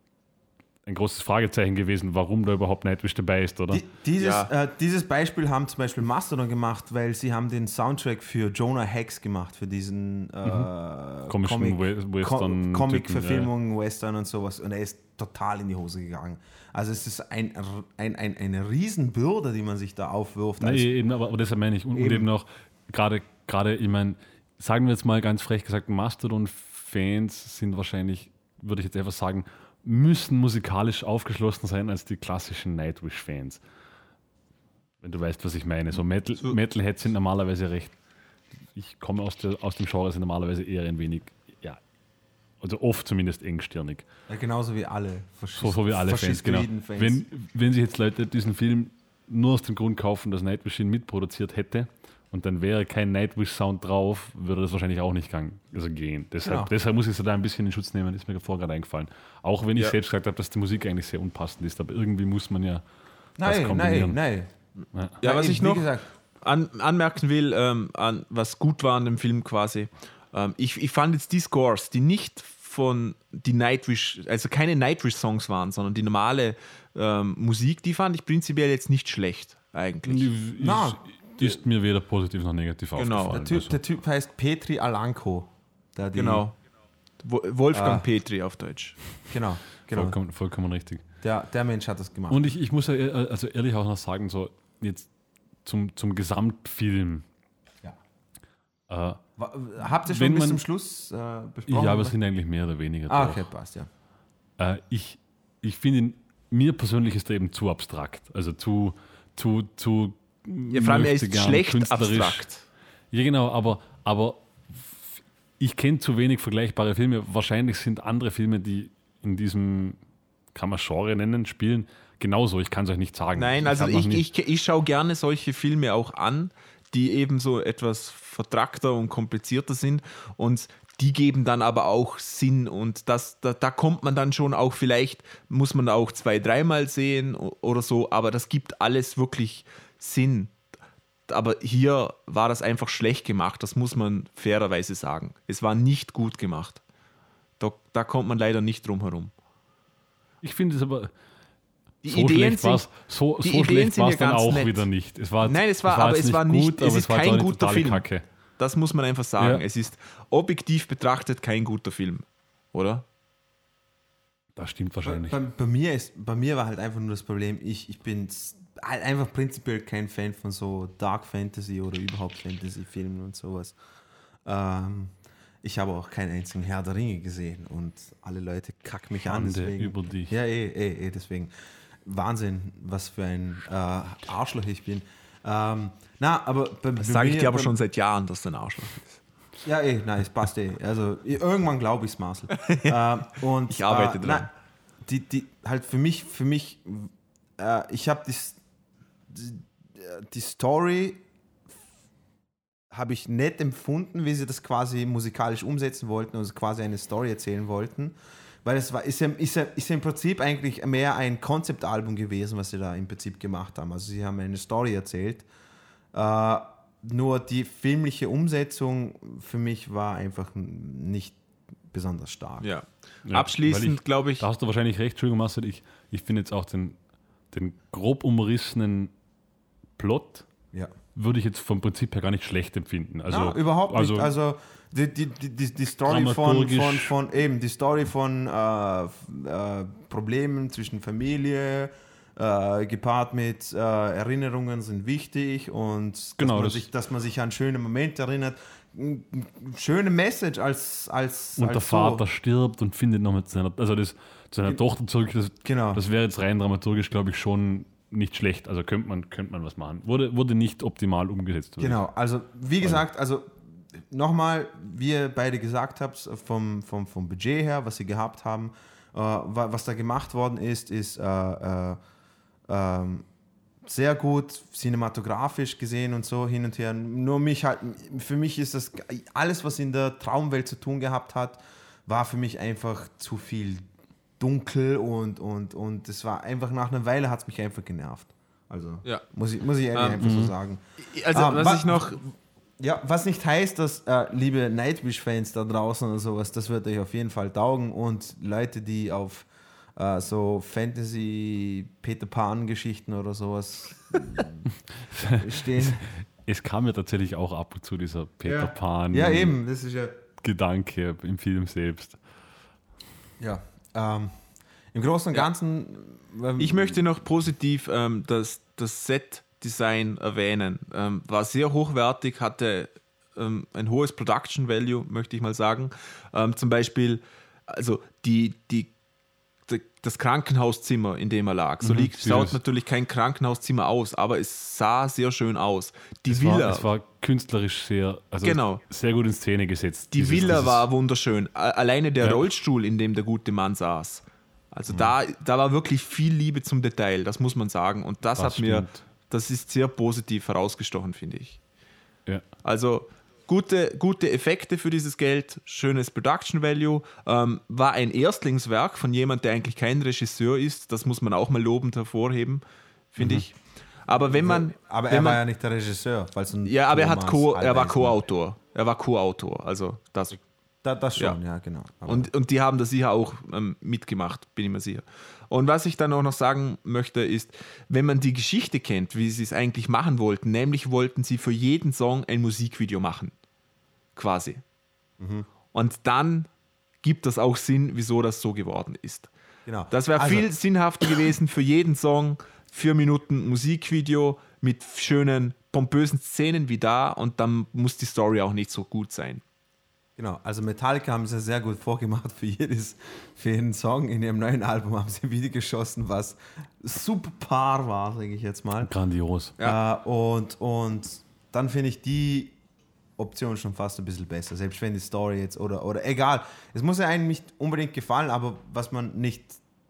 ein großes Fragezeichen gewesen, warum da überhaupt Nightwish dabei ist, oder? Die, dieses, Ja. äh, dieses Beispiel haben zum Beispiel Mastodon gemacht, weil sie haben den Soundtrack für Jonah Hex gemacht, für diesen äh, Komischen We- Western- Com Typen, Comic-Verfilmung, Western und sowas. Und er ist total in die Hose gegangen. Also es ist ein, ein, ein, eine Riesenbürde, die man sich da aufwirft. Nein, als- eben, aber, aber deshalb meine ich. Und eben, und Eben. eben noch, gerade, gerade, ich meine, sagen wir jetzt mal ganz frech gesagt, Mastodon-Fans sind wahrscheinlich, würde ich jetzt einfach sagen, müssen musikalisch aufgeschlossen sein als die klassischen Nightwish-Fans. Wenn du weißt, was ich meine. So Metal, Metalheads sind normalerweise recht, ich komme aus, der, aus dem Genre, sind normalerweise eher ein wenig, ja, also oft zumindest engstirnig. Ja, genauso wie alle So, so wie alle Fans, genau. Faschistoiden-Fans. Wenn, wenn sich jetzt Leute diesen Film nur aus dem Grund kaufen, dass Nightwish ihn mitproduziert hätte und dann wäre kein Nightwish-Sound drauf, würde das wahrscheinlich auch nicht gang, also gehen. Deshalb, Genau. deshalb muss ich so da ein bisschen in Schutz nehmen, ist mir vorher gerade eingefallen. Auch wenn ich Ja. selbst gesagt habe, dass die Musik eigentlich sehr unpassend ist, aber irgendwie muss man ja das Nein, kombinieren. nein, nein. Ja, Nein, was ich wie noch gesagt, an, anmerken will, ähm, an, was gut war an dem Film quasi, ähm, ich, ich fand jetzt die Scores, die nicht von die Nightwish, also keine Nightwish-Songs waren, sondern die normale ähm, Musik, die fand ich prinzipiell jetzt nicht schlecht, eigentlich. Ist, Na. ist mir weder positiv noch negativ Genau. aufgefallen. der typ, Also, der typ heißt Petri Alanko. Der die, Genau. Wo- Wolfgang Ah. Petri auf Deutsch. Genau, genau. vollkommen, vollkommen richtig. Der, der Mensch hat das gemacht. Und ich, ich muss ja äh, also ehrlich auch noch sagen, so jetzt zum, zum Gesamtfilm. Ja. Äh, Wa- Habt ihr schon Wenn bis man- zum Schluss äh, besprochen? ja, wir oder? sind eigentlich mehr oder weniger Ah, durch. okay, passt, ja. Äh, ich ich finde, ihn- mir persönlich ist er eben zu abstrakt. Also zu, zu, zu Ja, vor allem, er ist möchtegern, schlecht künstlerisch. abstrakt. Ja, genau, aber, aber f- ich kenne zu wenig vergleichbare Filme. Wahrscheinlich sind andere Filme, die in diesem, kann man Genre nennen, spielen, genauso. Ich kann es euch nicht sagen. Nein, also hab noch ich, nicht- ich, ich schaue gerne solche Filme auch an, die eben so etwas vertrackter und komplizierter sind und die geben dann aber auch Sinn und das, da, da kommt man dann schon auch, vielleicht muss man auch zwei, dreimal sehen o- oder so, aber das gibt alles wirklich Sinn. Aber hier war das einfach schlecht gemacht, das muss man fairerweise sagen. Es war nicht gut gemacht. Da, da kommt man leider nicht drum herum. Ich finde es aber. Die so Ideen schlecht war es sind, so, die so Ideen schlecht sind war ja es dann ganz auch nett. wieder nicht. Es war, Nein, es war, war aber jetzt es war nicht nicht, gut, es aber ist war jetzt auch kein nicht guter totale Film. Kacke. Das muss man einfach sagen. Ja. Es ist objektiv betrachtet kein guter Film, oder? Das stimmt wahrscheinlich. Bei, bei, mir ist, bei mir war halt einfach nur das Problem, ich, ich bin halt einfach prinzipiell kein Fan von so Dark Fantasy oder überhaupt Fantasy-Filmen und sowas. Ähm, ich habe auch keinen einzigen Herr der Ringe gesehen und alle Leute kacken mich an. Schande Deswegen, über dich. Ja, eh, eh, eh, deswegen. Wahnsinn, was für ein äh, Arschloch ich bin. Ähm, na, aber bei, Das bei sage ich mir- dir aber bei- schon seit Jahren, dass du ein Arschloch bist. Ja, eh, nein, es passt eh. Also irgendwann glaube ich es, Marcel. ähm, und, Ich arbeite äh, dran. nein, die, die, halt für mich, für mich, äh, ich habe die, die, die Story habe ich nett empfunden, wie sie das quasi musikalisch umsetzen wollten, also quasi eine Story erzählen wollten. Weil es war, ist, ja, ist, ja, ist ja im Prinzip eigentlich mehr ein Konzeptalbum gewesen, was sie da im Prinzip gemacht haben. Also sie haben eine Story erzählt. Äh, nur die filmliche Umsetzung für mich war einfach nicht besonders stark. Ja. Ja, weil Abschließend, ich- glaube ich, Da hast du wahrscheinlich recht, Entschuldigung, Marcel. Ich, ich finde jetzt auch den, den grob umrissenen Plot Ja. würde ich jetzt vom Prinzip her gar nicht schlecht empfinden. Also, ja, überhaupt also, nicht. Also die, die, die, die die Story von, dramaturgisch- von, von eben die Story von äh, f- äh, Problemen zwischen Familie äh, gepaart mit äh, Erinnerungen sind wichtig und dass, Genau, man das- sich, dass man sich an schöne Momente erinnert. N- n- Schöne Message als als und als der so. Vater stirbt und findet noch mit seiner, also das, zu seiner Tochter zurück. Das, Genau. das wäre jetzt rein dramaturgisch, glaube ich, schon nicht schlecht. Also könnte man, könnte man was machen. Wurde, wurde nicht optimal umgesetzt. würde Genau, also wie gesagt, also nochmal, wie ihr beide gesagt habt, vom, vom, vom Budget her, was sie gehabt haben, äh, wa- was da gemacht worden ist, ist äh, äh, ähm, sehr gut cinematografisch gesehen und so hin und her. Nur mich halt, für mich ist das alles, was in der Traumwelt zu tun gehabt hat, war für mich einfach zu viel dunkel und und und es war einfach nach einer Weile hat es mich einfach genervt. Also Ja. muss ich muss ich ehrlich Ähm, einfach so sagen. also Ah, was wa- ich noch, Ja, was nicht heißt, dass, äh, liebe Nightwish-Fans da draußen oder sowas, das wird euch auf jeden Fall taugen und Leute, die auf äh, so Fantasy-Peter Pan-Geschichten oder sowas stehen. Es kam ja tatsächlich auch ab und zu dieser Peter Pan Ja, eben, das ist ja. Gedanke im Film selbst. Ja. Ähm, Im Großen und Ganzen. Ähm, ich möchte noch positiv ähm, das, das Set-Design erwähnen. Ähm, war sehr hochwertig, hatte ähm, ein hohes Production Value, möchte ich mal sagen. Ähm, zum Beispiel, also die, die, die, das Krankenhauszimmer, in dem er lag. So Mhm, liegt, schaut dieses- natürlich kein Krankenhauszimmer aus, aber es sah sehr schön aus. Die Es Villa, war, es war künstlerisch sehr, also Genau. sehr gut in Szene gesetzt. die Dieses- Villa dieses- war wunderschön. A- Alleine der Ja. Rollstuhl, in dem der gute Mann saß. Also da, da war wirklich viel Liebe zum Detail, das muss man sagen. Und das, Das hat mir, stimmt. das ist sehr positiv herausgestochen, finde ich. Ja. Also gute, gute Effekte für dieses Geld, schönes Production Value. Ähm, war ein Erstlingswerk von jemand, der eigentlich kein Regisseur ist. Das muss man auch mal lobend hervorheben, finde ich. Aber wenn man. aber wenn er man, war ja nicht der Regisseur. weil es ein ja, aber er, hat Thomas Co, er war Alva ist. Co-Autor. Er war Co-Autor. Also das. Da, das schon, Ja. ja, genau. Aber Und, und die haben das sicher auch ähm, mitgemacht, bin ich mir sicher. Und was ich dann auch noch sagen möchte, ist, wenn man die Geschichte kennt, wie sie es eigentlich machen wollten, nämlich wollten sie für jeden Song ein Musikvideo machen. Quasi. Und dann gibt das auch Sinn, wieso das so geworden ist. genau. Das wäre Also, viel sinnhafter gewesen für jeden Song, vier Minuten Musikvideo mit schönen, pompösen Szenen wie da und dann muss die Story auch nicht so gut sein. Genau, also Metallica haben sie sehr gut vorgemacht für, jedes, für jeden Song. In ihrem neuen Album haben sie ein Video geschossen, was super par war, sage ich jetzt mal. Grandios. Ja. Äh, und, und dann finde ich die Option schon fast ein bisschen besser, selbst wenn die Story jetzt oder, oder egal. Es muss ja einem nicht unbedingt gefallen, aber was man nicht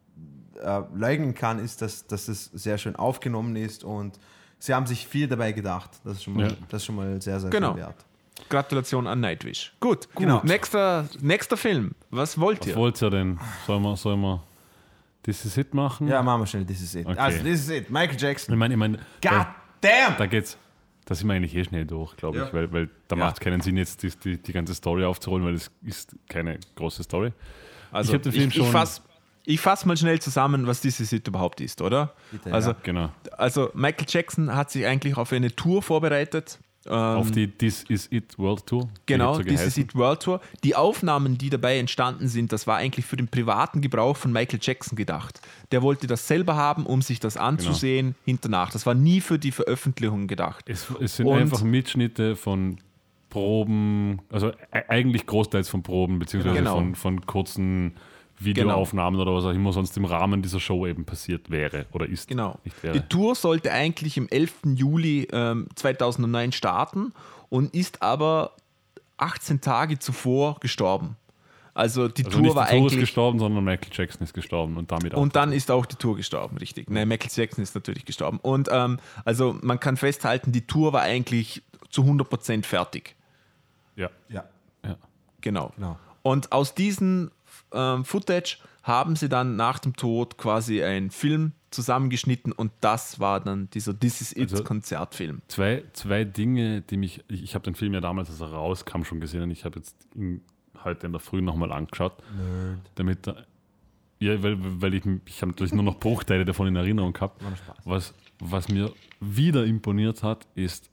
äh, leugnen kann, ist, dass, dass es sehr schön aufgenommen ist und sie haben sich viel dabei gedacht. Das ist schon mal, Ja. das ist schon mal sehr, sehr Genau. viel wert. Gratulation an Nightwish. Gut, Genau. Nächster, nächster Film. Was wollt Was ihr? wollt ihr denn? Sollen wir, sollen wir This Is It machen? Ja, machen wir schnell, this is it. Okay. Also, this is it. Michael Ich Jackson. meine, ich meine God da, damn! da geht's. Da sind wir eigentlich eh schnell durch, glaube ich, Ja. weil, weil da Ja. macht es keinen Sinn, jetzt die, die, die ganze Story aufzurollen, weil es ist keine große Story. Also, Ich hab den ich, Film ich, schon- fass, ich fasse mal schnell zusammen, was This Is It überhaupt ist, oder? Bitte, also, ja. Genau. also Michael Jackson hat sich eigentlich auf eine Tour vorbereitet. Ähm, Auf die This Is It World Tour. Die Genau, hat so This Is geheißen. It World Tour. Die Aufnahmen, die dabei entstanden sind, das war eigentlich für den privaten Gebrauch von Michael Jackson gedacht. Der wollte das selber haben, um sich das anzusehen, hinternach. Das war nie für die Veröffentlichung gedacht. Es, es sind Und- einfach Mitschnitte von Proben, also e- eigentlich großteils von Proben, beziehungsweise Genau. von, von kurzen Videoaufnahmen oder was auch immer sonst im Rahmen dieser Show eben passiert wäre oder ist. Genau. Nicht wäre. Die Tour sollte eigentlich im elften Juli ähm, zweitausendneun starten und ist aber achtzehn Tage zuvor gestorben. Also die Also Tour nicht war der Tour ist eigentlich... gestorben, sondern Michael Jackson ist gestorben und damit auch. Und dann ist auch die Tour gestorben, richtig. Nein, Michael Jackson ist natürlich gestorben. Und ähm, also man kann festhalten, die Tour war eigentlich zu hundert Prozent fertig. ja. Ja, ja. Genau. genau. Und aus diesem ähm, Footage haben sie dann nach dem Tod quasi einen Film zusammengeschnitten und das war dann dieser This Is It Also- Konzertfilm. Zwei, zwei Dinge, die mich, ich, ich habe den Film ja damals, als er rauskam, schon gesehen und ich habe jetzt ihn heute in der Früh nochmal angeschaut. Nerd. Damit, er- ja, weil, weil ich, ich habe natürlich nur noch Bruchteile davon in Erinnerung gehabt. War Spaß. Was, was mir wieder imponiert hat, ist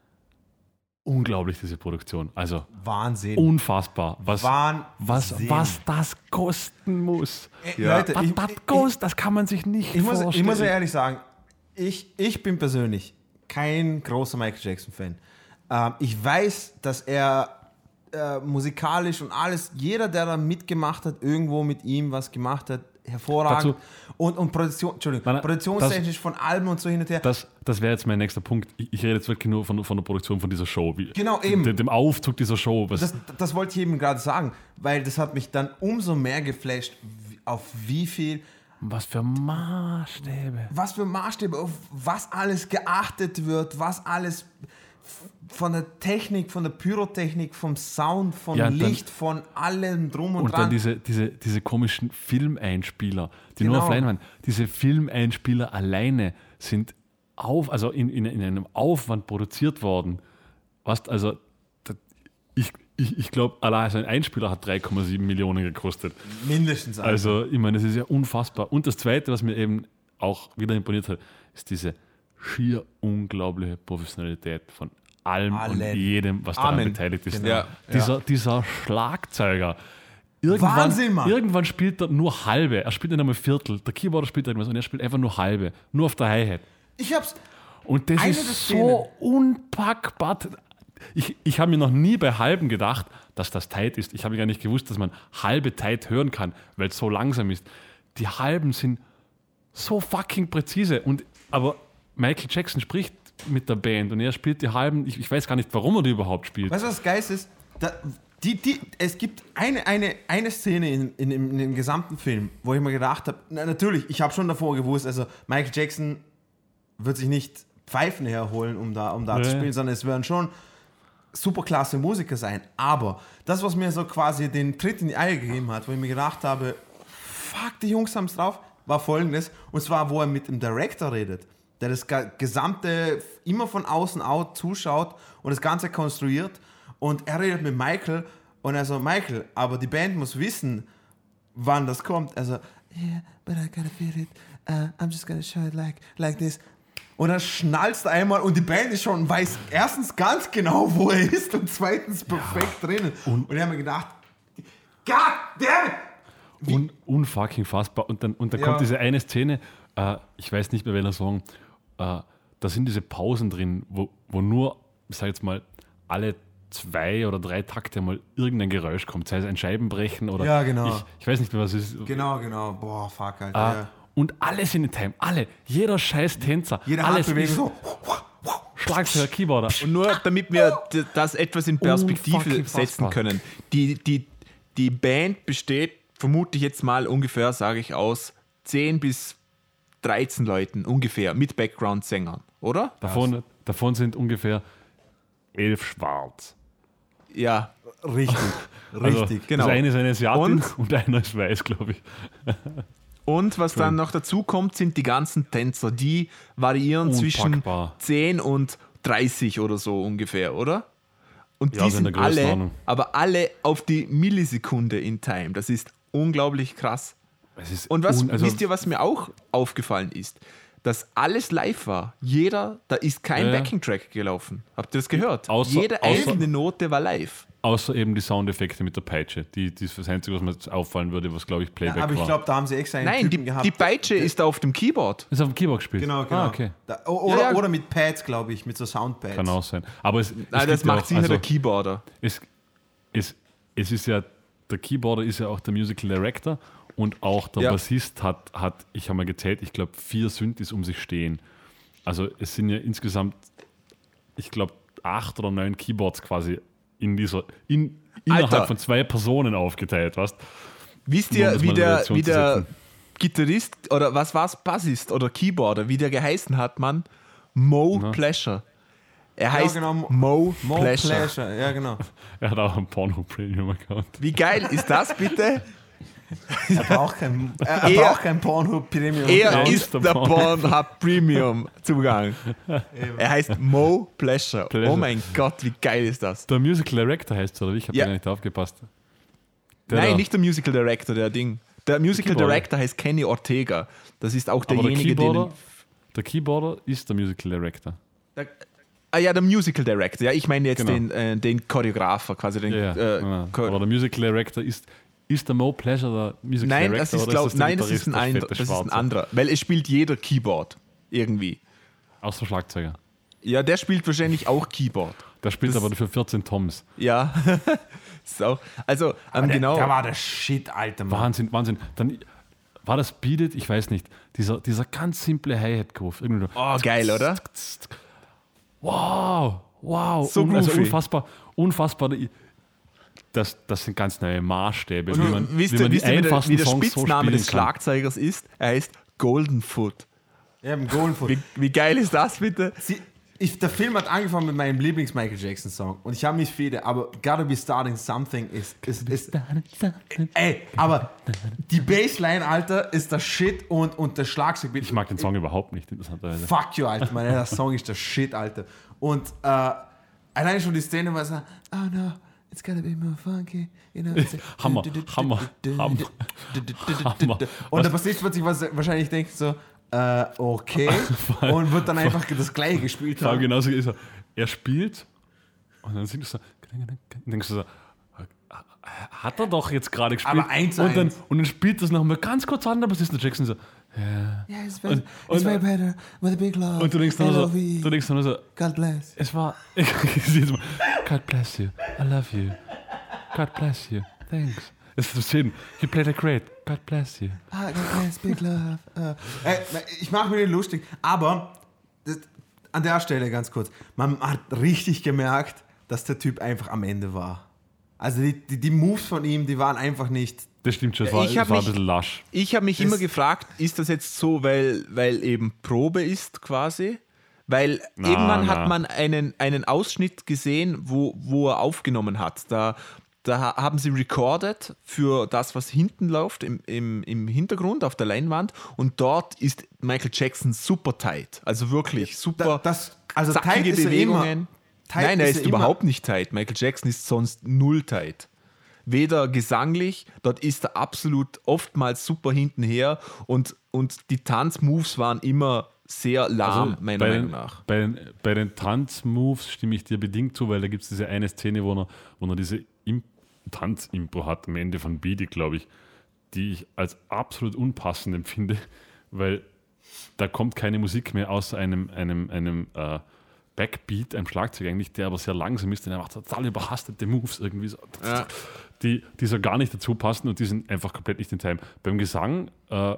unglaublich diese Produktion. Also Wahnsinn. unfassbar. Was, Wahnsinn. was, was das kosten muss. Äh, Ja. Leute, Was ich, das ich, kostet, das kann man sich nicht ich, muss, vorstellen. ich muss ja ehrlich sagen, ich, ich bin persönlich kein großer Michael Jackson-Fan. Ähm, ich weiß, dass er äh, musikalisch und alles, jeder, der da mitgemacht hat, irgendwo mit ihm was gemacht hat, hervorragend. Dazu- und und Produktion, Entschuldigung, Nein, nein, produktionstechnisch von Alben und so hin und her. Das, das wäre jetzt mein nächster Punkt. Ich, ich rede jetzt wirklich nur von, von der Produktion von dieser Show. Wie, Genau, eben. Dem, dem Aufzug dieser Show. Was, Das, das wollte ich eben gerade sagen, weil das hat mich dann umso mehr geflasht, wie- auf wie viel, was für Maßstäbe. was für Maßstäbe, auf was alles geachtet wird, was alles von der Technik, von der Pyrotechnik, vom Sound, von Ja, dann- Licht, von allem drum und, Und dran. dann diese, diese, diese komischen Filmeinspieler, die Genau. nur auf Leinwand. Diese Filmeinspieler alleine sind auf, also in, in, in einem Aufwand produziert worden. Was, also, das, ich, ich, ich glaube, allein so ein Einspieler hat drei Komma sieben Millionen gekostet. Mindestens. Also, ich meine, das ist ja unfassbar. Und das Zweite, was mir eben auch wieder imponiert hat, ist diese schier unglaubliche Professionalität von allem und Allen. jedem, was daran Amen. beteiligt ist. Genau. Ja. Dieser, dieser Schlagzeuger. Irgendwann, Wahnsinn, Mann. irgendwann spielt er nur halbe. Er spielt nicht einmal Viertel. Der Keyboarder spielt irgendwas und er spielt einfach nur halbe. Nur auf der Hi-Hat. Ich hab's. Und das Eine der ist Szenen. so unpackbar. Ich, ich habe mir noch nie bei halben gedacht, dass das tight ist. Ich habe gar nicht gewusst, dass man halbe tight hören kann, weil es so langsam ist. Die halben sind so fucking präzise. Und, aber Michael Jackson spricht mit der Band und er spielt die halben. Ich, ich weiß gar nicht, warum er die überhaupt spielt. Weißt du, was geil ist? Da, die, die, es gibt eine, eine, eine Szene in, in, in, dem gesamten Film, wo ich mir gedacht habe, na, natürlich, ich habe schon davor gewusst, also Michael Jackson wird sich nicht Pfeifen herholen, um da, um da Nee. zu spielen, sondern es werden schon super klasse Musiker sein. Aber das, was mir so quasi den Tritt in die Eier gegeben hat, wo ich mir gedacht habe, fuck, die Jungs haben es drauf, war folgendes. Und zwar, wo er mit dem Director redet, der das ga- gesamte immer von außen out zuschaut und das Ganze konstruiert. Und er redet mit Michael und er so, Michael, aber die Band muss wissen, wann das kommt. Also, yeah, but I gotta feel it. Uh, I'm just gonna show it like, like this. Und dann schnallst du einmal und die Band ist schon, weiß erstens ganz genau, wo er ist und zweitens perfekt drinnen. Und, und ich habe mir gedacht, God damn it! Un, unfucking fassbar. Und dann, und dann Ja. kommt diese eine Szene, äh, ich weiß nicht mehr, welcher Song, äh, da sind diese Pausen drin, wo, wo nur, ich sag jetzt mal, alle zwei oder drei Takte mal irgendein Geräusch kommt, sei es ein Scheibenbrechen oder Ja, genau. ich, ich weiß nicht mehr, was es ist. Genau, genau. Boah, fuck, Alter. Äh, ja. Und alle sind in Time, alle. Jeder scheiß Tänzer. Jede alles Handbewegung ist so. Schlagzeuger, Keyboarder. Und nur damit wir d- das etwas in Perspektive Unfucking setzen fassbar. können. Die, die, die Band besteht, vermute ich jetzt mal ungefähr, sage ich aus, zehn bis dreizehn Leuten ungefähr mit Background-Sängern, oder? Davon, davon sind ungefähr elf schwarz. Ja, Richtig, Also, richtig. genau. Das eine ist eine Asiatin Und? und, einer ist weiß, glaube ich. und was dann noch dazu kommt, sind die ganzen Tänzer. Die variieren zwischen Unpackbar. zehn und dreißig oder so ungefähr, oder? Und Ja, die so in der sind alle, Größenordnung. aber alle auf die Millisekunde in Time. Das ist unglaublich krass. Es ist Und was, un- also- wisst ihr, was mir auch aufgefallen ist? Dass alles live war. Jeder, da ist kein Ja, ja. Backing-Track gelaufen. Habt ihr das gehört? Außer- Jede außer- einzelne Note war live. Außer eben die Soundeffekte mit der Peitsche. Die, die ist das Einzige, was mir jetzt auffallen würde, was, glaube ich, Playback Ja, aber ich war. glaube, da haben sie extra einen Nein, Typen die, gehabt. die Peitsche ist auf dem Keyboard. ist auf dem Keyboard gespielt. Genau, genau. Ah, okay. Da, o- oder, Ja, ja. oder mit Pads, glaube ich, mit so Soundpads. Kann auch sein. Aber es, es Nein, das gibt ja macht auch, sicher also, der Keyboarder. es, es, es ist ja, der Keyboarder ist ja auch der Musical Director und auch der Ja. Bassist hat, hat, ich habe mal gezählt, ich glaube, vier Synthes um sich stehen. Also es sind ja insgesamt, ich glaube, acht oder neun Keyboards quasi in dieser, in, innerhalb Alter. von zwei Personen aufgeteilt, weißt? Wisst Nur um ihr, das wie mal in der, Relation wie zu der setzen. Gitarrist oder was war es, Bassist oder Keyboarder, wie der geheißen hat, Mann? Mo Na. Pleasure. Er heißt genau, Mo- Mo, Mo Pleasure. Pleasure, ja genau. Er hat auch einen Porno-Premium-Account. Wie geil ist das bitte? Er braucht kein, er, er Er- braucht kein Pornhub Premium. Er Ja, ist ist der der Porn. Pornhub Premium Zugang. Er heißt Mo Pleasure. Pleasure. Oh mein Gott, wie geil ist das? Der Musical Director heißt es, oder? Ich habe Ja. gar nicht aufgepasst. Der Nein, da- nicht der Musical Director, der Ding. Der Musical Keyboarder. Director heißt Kenny Ortega. Das ist auch Aber der derjenige, Keyboarder, den. der Keyboarder ist der Musical Director. Der, ah ja, der Musical Director. Ja, ich meine jetzt Genau. den, äh, den Choreografer, quasi den. Ja, ja. Äh, Nein, nein. Cho- Aber der Musical Director ist, ist der Mo Pleasure der Musical nein, Director? das ist, oder glaub, der nein, das ist Gitarrist, ein, der ein, fette das ist ein Schwarze? anderer. Weil es spielt jeder Keyboard. Irgendwie. Außer Schlagzeuger. Ja, der spielt wahrscheinlich auch Keyboard. Der spielt Das- aber für vierzehn Toms. Ja. so. Also, ähm, der, genau. der war der Shit, Alter, Mann. Wahnsinn, Wahnsinn. Dann war das Beat It, ich weiß nicht, dieser, dieser ganz simple Hi-Hat-Groove. Irgendwie so, Oh, geil, oder? wow, wow. So Un, also groovy. unfassbar, unfassbar. Das, das sind ganz neue Maßstäbe, wie man, Wisst wie ihr, man die wisst ihr, wie der, einfachsten wie der Songs so Spitzname spielen des kann. Schlagzeugers ist? Er heißt Golden Foot. Ja, im Goldenfoot. Wie, wie geil ist das bitte? Sie, ich, der Film hat angefangen mit meinem Lieblings-Michael Jackson-Song. Und ich habe nicht viele, aber Gotta Be Starting Something ist, ist, ist. Ey, aber die Bassline, Alter, ist der Shit und, und der Schlagzeug. Ich mag den Song überhaupt nicht, interessanterweise. Fuck you, Alter. Mein der Song ist der Shit, Alter. Und äh, allein schon die Szene, wo er sagt, oh no, it's gotta be more funky. You know, it's a- Hammer, Hammer, Hammer, Hammer. Und der Bassist wird sich was, wahrscheinlich denken so, äh, okay. Und wird dann einfach das Gleiche gespielt Vor allem haben. genauso ist er. Er spielt und dann singst du so, dann denkst du so, hat er doch jetzt gerade gespielt. Aber eins zu und, dann, eins. und dann spielt das nochmal ganz kurz an, aber es ist der Jackson so. Yeah, it's very, Und- it's und- way better with a big love. Und du denkst nur so, L O V E. du denkst nur so, God bless. es war. Ich sehe jetzt mal, God bless you, I love you. God bless you, thanks. Es ist schön. You played it great. God bless you. Ah, God bless, big love. Uh, äh, ich mache mir nicht lustig, aber das, an der Stelle ganz kurz. Man hat richtig gemerkt, dass der Typ einfach am Ende war. Also die, die, die Moves von ihm, die waren einfach nicht. Das stimmt schon, es war, Ich es hab war ein mich- bisschen lasch. Ich habe mich Das- immer gefragt, ist das jetzt so, weil, weil eben Probe ist quasi? Weil Na, irgendwann na. hat man einen, einen Ausschnitt gesehen, wo, wo er aufgenommen hat. Da, da ha- haben sie recorded für das, was hinten läuft, im, im, im Hintergrund auf der Leinwand. Und dort ist Michael Jackson super tight. Also wirklich super Da, das, also tight zackige ist er Bewegungen. immer. Tight Nein, er ist, er immer. überhaupt nicht tight. Michael Jackson ist sonst null tight. Weder gesanglich, dort ist er absolut oftmals super hintenher und, und die Tanzmoves waren immer sehr lahm, Also, meiner bei Meinung den, nach. Bei den, bei den Tanzmoves stimme ich dir bedingt zu, weil da gibt es diese eine Szene, wo er, wo er diese Im- Tanzimpro hat am Ende von Beat It, glaube ich, die ich als absolut unpassend empfinde, weil da kommt keine Musik mehr außer einem, einem, einem äh, Backbeat, einem Schlagzeug eigentlich, der aber sehr langsam ist, denn er macht total überhastete Moves irgendwie so, Ja. die, die so gar nicht dazu passen und die sind einfach komplett nicht in Time. Beim Gesang, äh,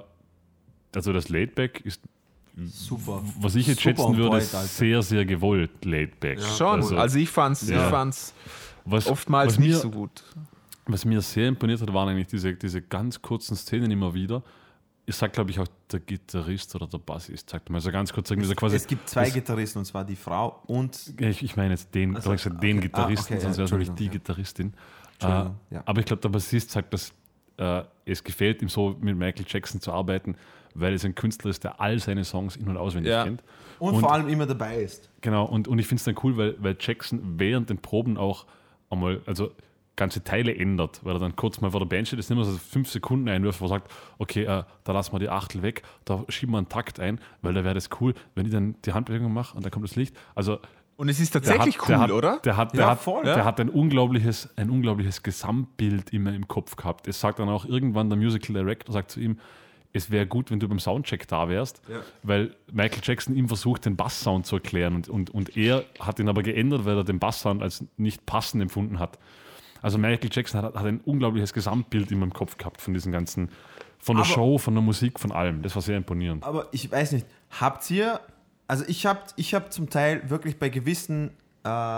also das Laidback ist, Super. was ich jetzt Super schätzen on würde, point, ist Alter. sehr, sehr gewollt Laidback. Schon, also, Also, ich fand's, ja. ich fand's was, oftmals was nicht mir, so gut. Was mir sehr imponiert hat, waren eigentlich diese, diese ganz kurzen Szenen immer wieder. Ich sag, glaube ich, auch der Gitarrist oder der Bassist, sagt mal so ganz kurz irgendwie so quasi. Es gibt zwei das, Gitarristen, und zwar die Frau und. ich, ich meine jetzt den, Also, also, gesagt, den okay. Gitarristen, Ah, okay, sonst ja, wäre es wirklich die Entschuldigung, ja. Gitarristin. Entschuldigung, Äh, ja. Aber ich glaube, der Bassist sagt, dass äh, es gefällt ihm so, mit Michael Jackson zu arbeiten, weil es ein Künstler ist, der all seine Songs in- und auswendig Ja. kennt. Und, vor allem immer dabei ist. Genau, und, und ich finde es dann cool, weil, weil Jackson während den Proben auch einmal, also ganze Teile ändert, weil er dann kurz mal vor der Band steht, ist nicht mehr so fünf Sekunden Einwürfe, wo er sagt, okay, äh, da lassen wir die Achtel weg, da schieben wir einen Takt ein, weil da wäre das cool, wenn ich dann die Handbewegung mache und dann kommt das Licht. Also Und es ist tatsächlich hat, cool, hat, oder? Der hat, der Ja, hat, voll. der Ja. hat ein, unglaubliches, ein unglaubliches Gesamtbild immer im Kopf gehabt. Es sagt dann auch irgendwann der Musical Director, sagt zu ihm, es wäre gut, wenn du beim Soundcheck da wärst, Ja. weil Michael Jackson ihm versucht, den Basssound zu erklären und, und, und er hat ihn aber geändert, weil er den Basssound als nicht passend empfunden hat. Also Michael Jackson hat, hat ein unglaubliches Gesamtbild immer im Kopf gehabt von diesen ganzen, von der Aber- Show, von der Musik, von allem. Das war sehr imponierend. Aber ich weiß nicht, habt ihr, also ich habe ich hab zum Teil wirklich bei gewissen äh,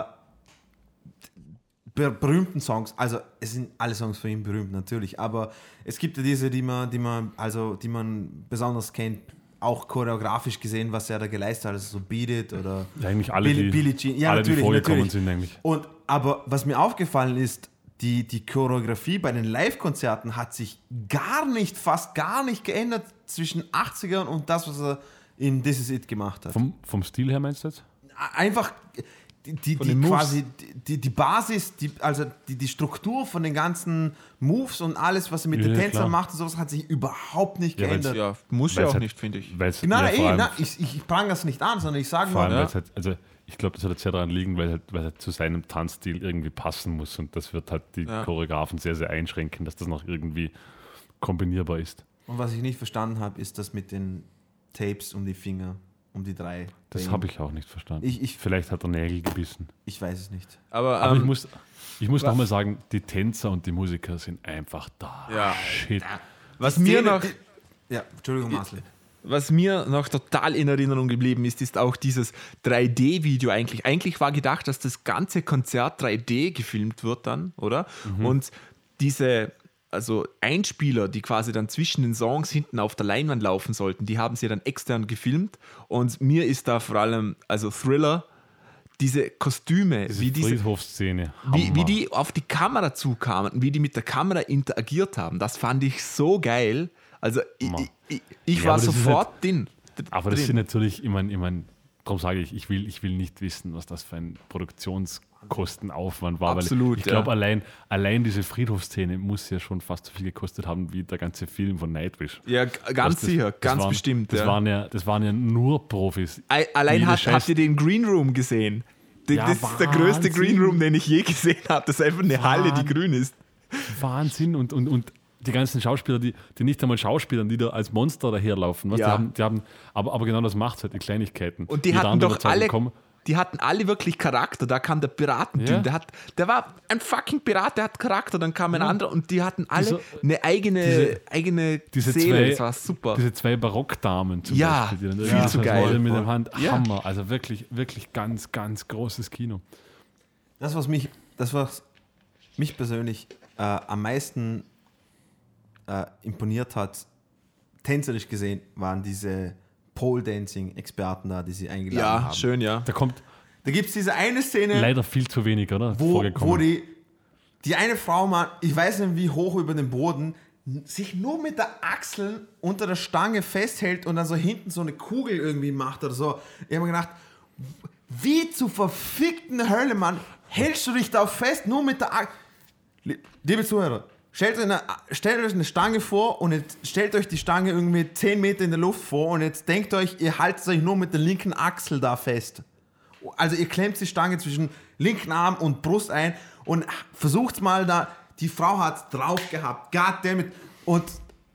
ber berühmten Songs, also es sind alle Songs von ihm berühmt natürlich, aber es gibt ja diese, die man, die man, also die man besonders kennt, auch choreografisch gesehen, was er da geleistet hat, also so Beat It oder Ja, eigentlich alle, Billie, die, Billie Jean. Ja, alle, die natürlich, vorgekommen natürlich. sind eigentlich. Und, aber was mir aufgefallen ist, die, die Choreografie bei den Live-Konzerten hat sich gar nicht, fast gar nicht geändert zwischen achtzigern und das, was er in This Is It gemacht hat. Vom, vom Stil her meinst du jetzt? Einfach die, die, Von die den Moves. quasi die, die Basis, die, also die, die Struktur von den ganzen Moves und alles, was er mit Ja, den Tänzern klar. macht und sowas, hat sich überhaupt nicht Ja, weil's- geändert. Ja, muss ja Weil's auch halt- nicht, finde ich. Weil's, Nein, ja, nein, vor eh, allem, nein, ich, ich prangere das nicht an, sondern ich sage vor nur, allem Ja. weil's halt, also ich glaube, das wird sehr daran liegen, weil halt, weil halt zu seinem Tanzstil irgendwie passen muss und das wird halt die Ja. Choreografen sehr, sehr einschränken, dass das noch irgendwie kombinierbar ist. und was ich nicht verstanden habe, ist das mit den Tapes um die Finger, um die drei. Das habe ich auch nicht verstanden. Ich- ich- Vielleicht hat er Nägel gebissen. Ich weiß es nicht. Aber, Aber ähm, ich muss, ich muss wa- nochmal sagen, die Tänzer und die Musiker sind einfach da. Ja. Shit. was mir Szene- noch... die- Ja, Entschuldigung, Marcel. Was mir noch total in Erinnerung geblieben ist, ist auch dieses drei D-Video eigentlich. Eigentlich war gedacht, dass das ganze Konzert drei D gefilmt wird dann, oder? Und diese also Einspieler, die quasi dann zwischen den Songs hinten auf der Leinwand laufen sollten, die haben sie dann extern gefilmt. Und mir ist da vor allem, also Thriller, diese Kostüme, Diese wie diese Friedhofsszene. wie, Hammer. wie die auf die Kamera zukamen, wie die mit der Kamera interagiert haben, das fand ich so geil. Also ich, Hammer. ich, ich Ja, war aber das ist sofort drin. Aber das drin. sind natürlich, ich meine, ich mein, darum sage ich, ich will, ich will nicht wissen, was das für ein Produktionskostenaufwand war. Absolut, weil ich glaube, ja. allein, allein diese Friedhofsszene muss ja schon fast so viel gekostet haben wie der ganze Film von Nightwish. Ja, g- ganz Was das- sicher, das ganz waren, bestimmt. Das, ja. waren ja, das waren ja nur Profis. Ei- Allein Jede hat, Scheiß- habt ihr den Green Room gesehen? Die, Ja, das ist der größte Wahnsinn. Green Room, den ich je gesehen habe. Das ist einfach eine Halle, die Wahnsinn. grün ist. Wahnsinn und, und, und die ganzen Schauspieler, die, die nicht einmal Schauspielern, die da als Monster daherlaufen. Was, Ja. die haben, die haben, aber, aber genau das macht halt, die Kleinigkeiten. Und die Jeder hatten andere doch Zeit alle, bekommen. die hatten alle wirklich Charakter. Da kam der Piratentyp, Ja. der, hat, der war ein fucking Pirat, der hat Charakter. Dann kam ein Ja. anderer und die hatten alle Diese- eine eigene, diese- eigene Diese Seele. zwei, Das war super. Diese zwei Barockdamen zum Ja, Beispiel. Die dann viel irgendwas zu geil. wollen Mit Voll. der Hand. Ja. Hammer. Also wirklich, wirklich ganz, ganz großes Kino. Das, was mich, das, was mich persönlich äh, am meisten äh, imponiert hat, tänzerisch gesehen, waren diese Pole-Dancing-Experten da, die sie eingeladen ja, haben. schön, ja. Da kommt Da gibt es diese eine Szene, leider viel zu wenig, oder? wo, Vorgekommen. wo die, die eine Frau, mal, ich weiß nicht wie hoch über dem Boden, sich nur mit der Achsel unter der Stange festhält und dann so hinten so eine Kugel irgendwie macht oder so. Ich habe mir gedacht, wie zu verfickten Hölle, Mann, hältst du dich da fest, nur mit der Achsel? Liebe Zuhörer, stellt euch, eine, stellt euch eine Stange vor und jetzt stellt euch die Stange irgendwie zehn Meter in der Luft vor und jetzt denkt euch, ihr haltet euch nur mit der linken Achsel da fest. Also ihr klemmt die Stange zwischen linken Arm und Brust ein und versucht mal da, die Frau hat drauf gehabt, goddammit. Und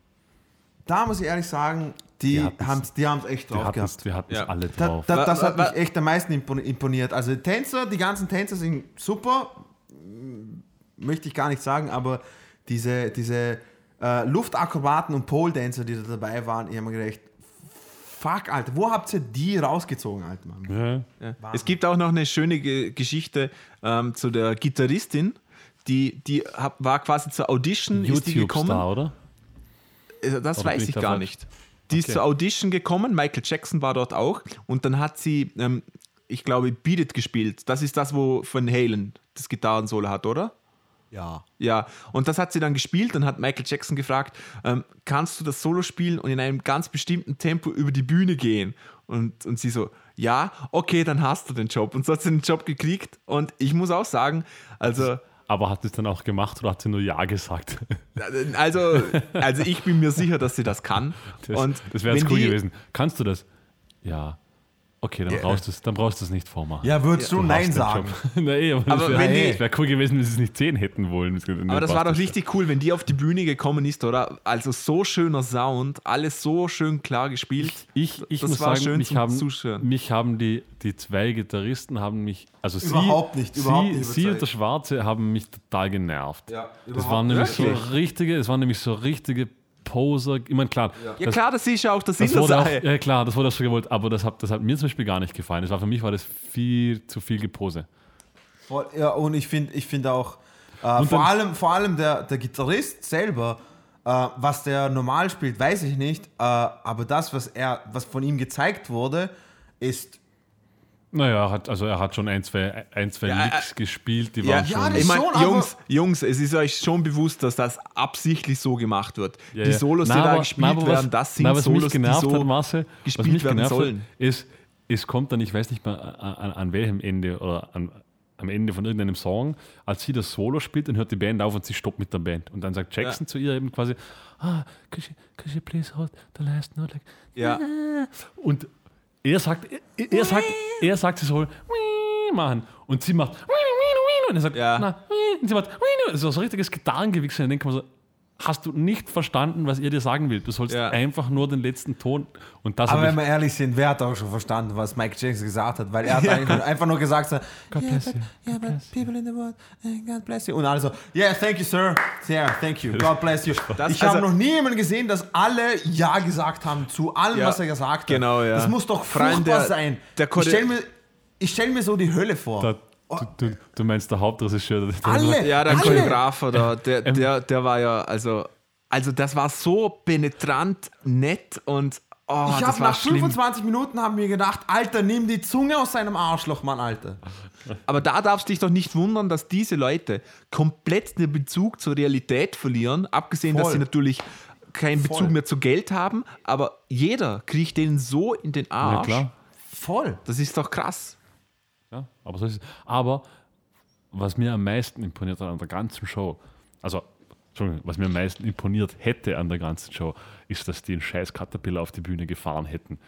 da muss ich ehrlich sagen, die Die hatten's. haben es die haben's echt wir drauf hatten es gehabt. wir hatten's Ja. alle Da, drauf. da, das Wa- hat wa- mich echt am meisten impon- imponiert. Also die Tänzer, die ganzen Tänzer sind super, m- möchte ich gar nicht sagen, aber diese, diese äh, Luftakrobaten und Pole-Dancer, die da dabei waren, ich habe mir gedacht, fuck, Alter, wo habt ihr die rausgezogen, Alter, Mann? Ja. Ja. Es gibt auch noch eine schöne Ge Geschichte ähm, zu der Gitarristin, die, die hab, war quasi zur Audition, ist die gekommen. YouTube-Star, oder? Äh, Das Oder weiß bin ich ich da gar falsch? nicht. Die ist Okay. zur Audition gekommen, Michael Jackson war dort auch und dann hat sie, ähm, ich glaube, Beat It gespielt. Das ist das, wo Van Halen das Gitarrensolo hat, oder? Ja. Ja, und das hat sie dann gespielt. Dann hat Michael Jackson gefragt, ähm, kannst du das Solo spielen und in einem ganz bestimmten Tempo über die Bühne gehen? Und, und sie so, ja, okay, dann hast du den Job. Und so hat sie den Job gekriegt. Und ich muss auch sagen, also aber hat es dann auch gemacht oder hat sie nur Ja gesagt? Also, also ich bin mir sicher, dass sie das kann. Das, Und das wäre jetzt wenn cool die- gewesen. Kannst du das? Ja. Okay, dann, Ja. brauchst du's, dann brauchst du es nicht vormachen. Ja, würdest du Du Nein hast den sagen? Job. Nein, aber, Aber das wenn wäre die- wär cool gewesen, wenn sie es nicht sehen hätten wollen. Aber das war doch richtig cool, wenn die auf die Bühne gekommen ist, oder? Also so schöner Sound, alles so schön klar gespielt. Ich, ich Das muss war sagen, schön mich zum haben, Zuschauen. mich haben die, die zwei Gitarristen haben mich, also Überhaupt sie, nicht, überhaupt sie, nicht sie überzeugt. und der Schwarze haben mich total genervt. Ja, das überhaupt waren nämlich so Wirklich? richtige, das waren nämlich so richtige Poser. Ich meine, klar, Ja das, klar, das ist ja auch das Sinn das der wurde auch, Sache. ja klar, das wurde auch so gewollt, aber das hat, das hat mir zum Beispiel gar nicht gefallen. Das war, für mich war das viel zu viel Gepose. Voll, ja, und ich finde ich find auch, äh, Und vor dann- allem, vor allem der, der Gitarrist selber, äh, was der normal spielt, weiß ich nicht, äh, aber das, was, er, was von ihm gezeigt wurde, ist Naja, er hat, also er hat schon ein, zwei, ein, zwei Ja, Licks gespielt, die Ja, waren ja, schon... das ich meine, schon, aber- Jungs, Jungs, es ist euch schon bewusst, dass das absichtlich so gemacht wird. Ja, die ja. Solos, die Na, da aber- gespielt na, aber was- werden, das sind na, was Solos, mich genervt die so hat, Marcel, was gespielt mich werden genervt sollen. hat, ist, es kommt dann, ich weiß nicht mehr an, an, an welchem Ende oder an, am Ende von irgendeinem Song, als sie das Solo spielt, dann hört die Band auf und sie stoppt mit der Band. Und dann sagt Jackson Ja. zu ihr eben quasi, ah, could you, could you please hold the last note? Like, Ja. und er sagt, er, er sagt, er sagt, sie soll machen. Und sie macht und er sagt, Ja. na, und sie macht das ist so ein richtiges Gitarrengewichse. Und dann denkt man so, hast du nicht verstanden, was ihr dir sagen will. Du sollst Ja. einfach nur den letzten Ton. Und das Aber hab wenn ich, wir ehrlich sind, wer hat auch schon verstanden, was Mike Jackson gesagt hat? Weil er hat eigentlich einfach nur gesagt, so, God yeah, bless but, you. yeah, God but bless people in the world, eh, God bless you. Und alle so, yeah, thank you, sir. Yeah, thank you. God bless you. Das- ich habe also- noch nie jemanden gesehen, dass alle Ja gesagt haben zu allem, Ja, was er gesagt hat. genau, ja. Das muss doch Vor allem furchtbar der- sein. der ich Chore- stelle mir, ich stell mir so die Hölle vor. da, du, du, du meinst der Hauptregisseur. Der, der Alle! Ja, der Alle! Choreografer da, der, Ähm, der, der war ja, also, also das war so penetrant nett und oh, Ich das habe war nach schlimm. fünfundzwanzig Minuten haben mir gedacht, Alter, nimm die Zunge aus seinem Arschloch, Mann, Alter. Aber da darfst du dich doch nicht wundern, dass diese Leute komplett den Bezug zur Realität verlieren, abgesehen, dass Voll. sie natürlich keinen Bezug Voll. mehr zu Geld haben, aber jeder kriegt denen so in den ja, Arsch. klar. Voll. Das ist doch krass. Ja, aber, so ist es. Aber was mir am meisten imponiert hat an der ganzen Show, also Entschuldigung, was mir am meisten imponiert hätte an der ganzen Show, ist, dass die einen scheiß Caterpillar auf die Bühne gefahren hätten.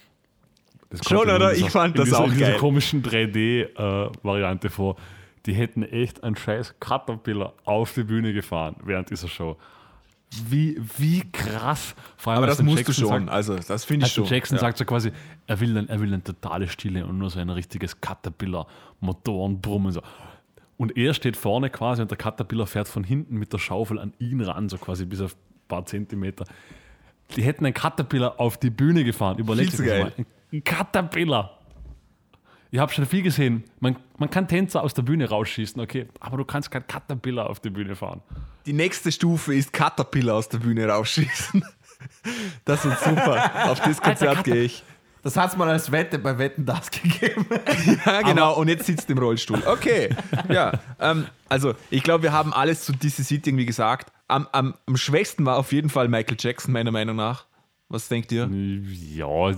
Das kommt Schon, ja oder? in dieser- Ich fand in das dieser, auch in dieser geil. komischen drei D-Variante vor. Die hätten echt einen scheiß Caterpillar auf die Bühne gefahren während dieser Show. Wie, wie krass. Vor allem, Aber als das der musst du Jackson schon. sagt, Also, das finde ich als der schon. Jackson Ja. sagt so quasi, er will, dann, er will eine totale Stille und nur so ein richtiges Caterpillar, Motoren brummen so. Und er steht vorne quasi und der Caterpillar fährt von hinten mit der Schaufel an ihn ran, so quasi bis auf ein paar Zentimeter. Die hätten einen Caterpillar auf die Bühne gefahren. Überlegt Viel zu euch das geil. mal. Ein Caterpillar. Ich habe schon viel gesehen. Man, man kann Tänzer aus der Bühne rausschießen, okay, aber du kannst kein Caterpillar auf die Bühne fahren. Die nächste Stufe ist Caterpillar aus der Bühne rausschießen. Das wird super. Auf das Konzert gehe ich. Das hat es mal als Wette bei Wetten das gegeben. Ja, genau. Und jetzt sitzt im Rollstuhl. Okay. Ja. Ähm, also, ich glaube, wir haben alles zu This Is It irgendwie gesagt. Am, am, am schwächsten war auf jeden Fall Michael Jackson, meiner Meinung nach. Was denkt ihr? Ja,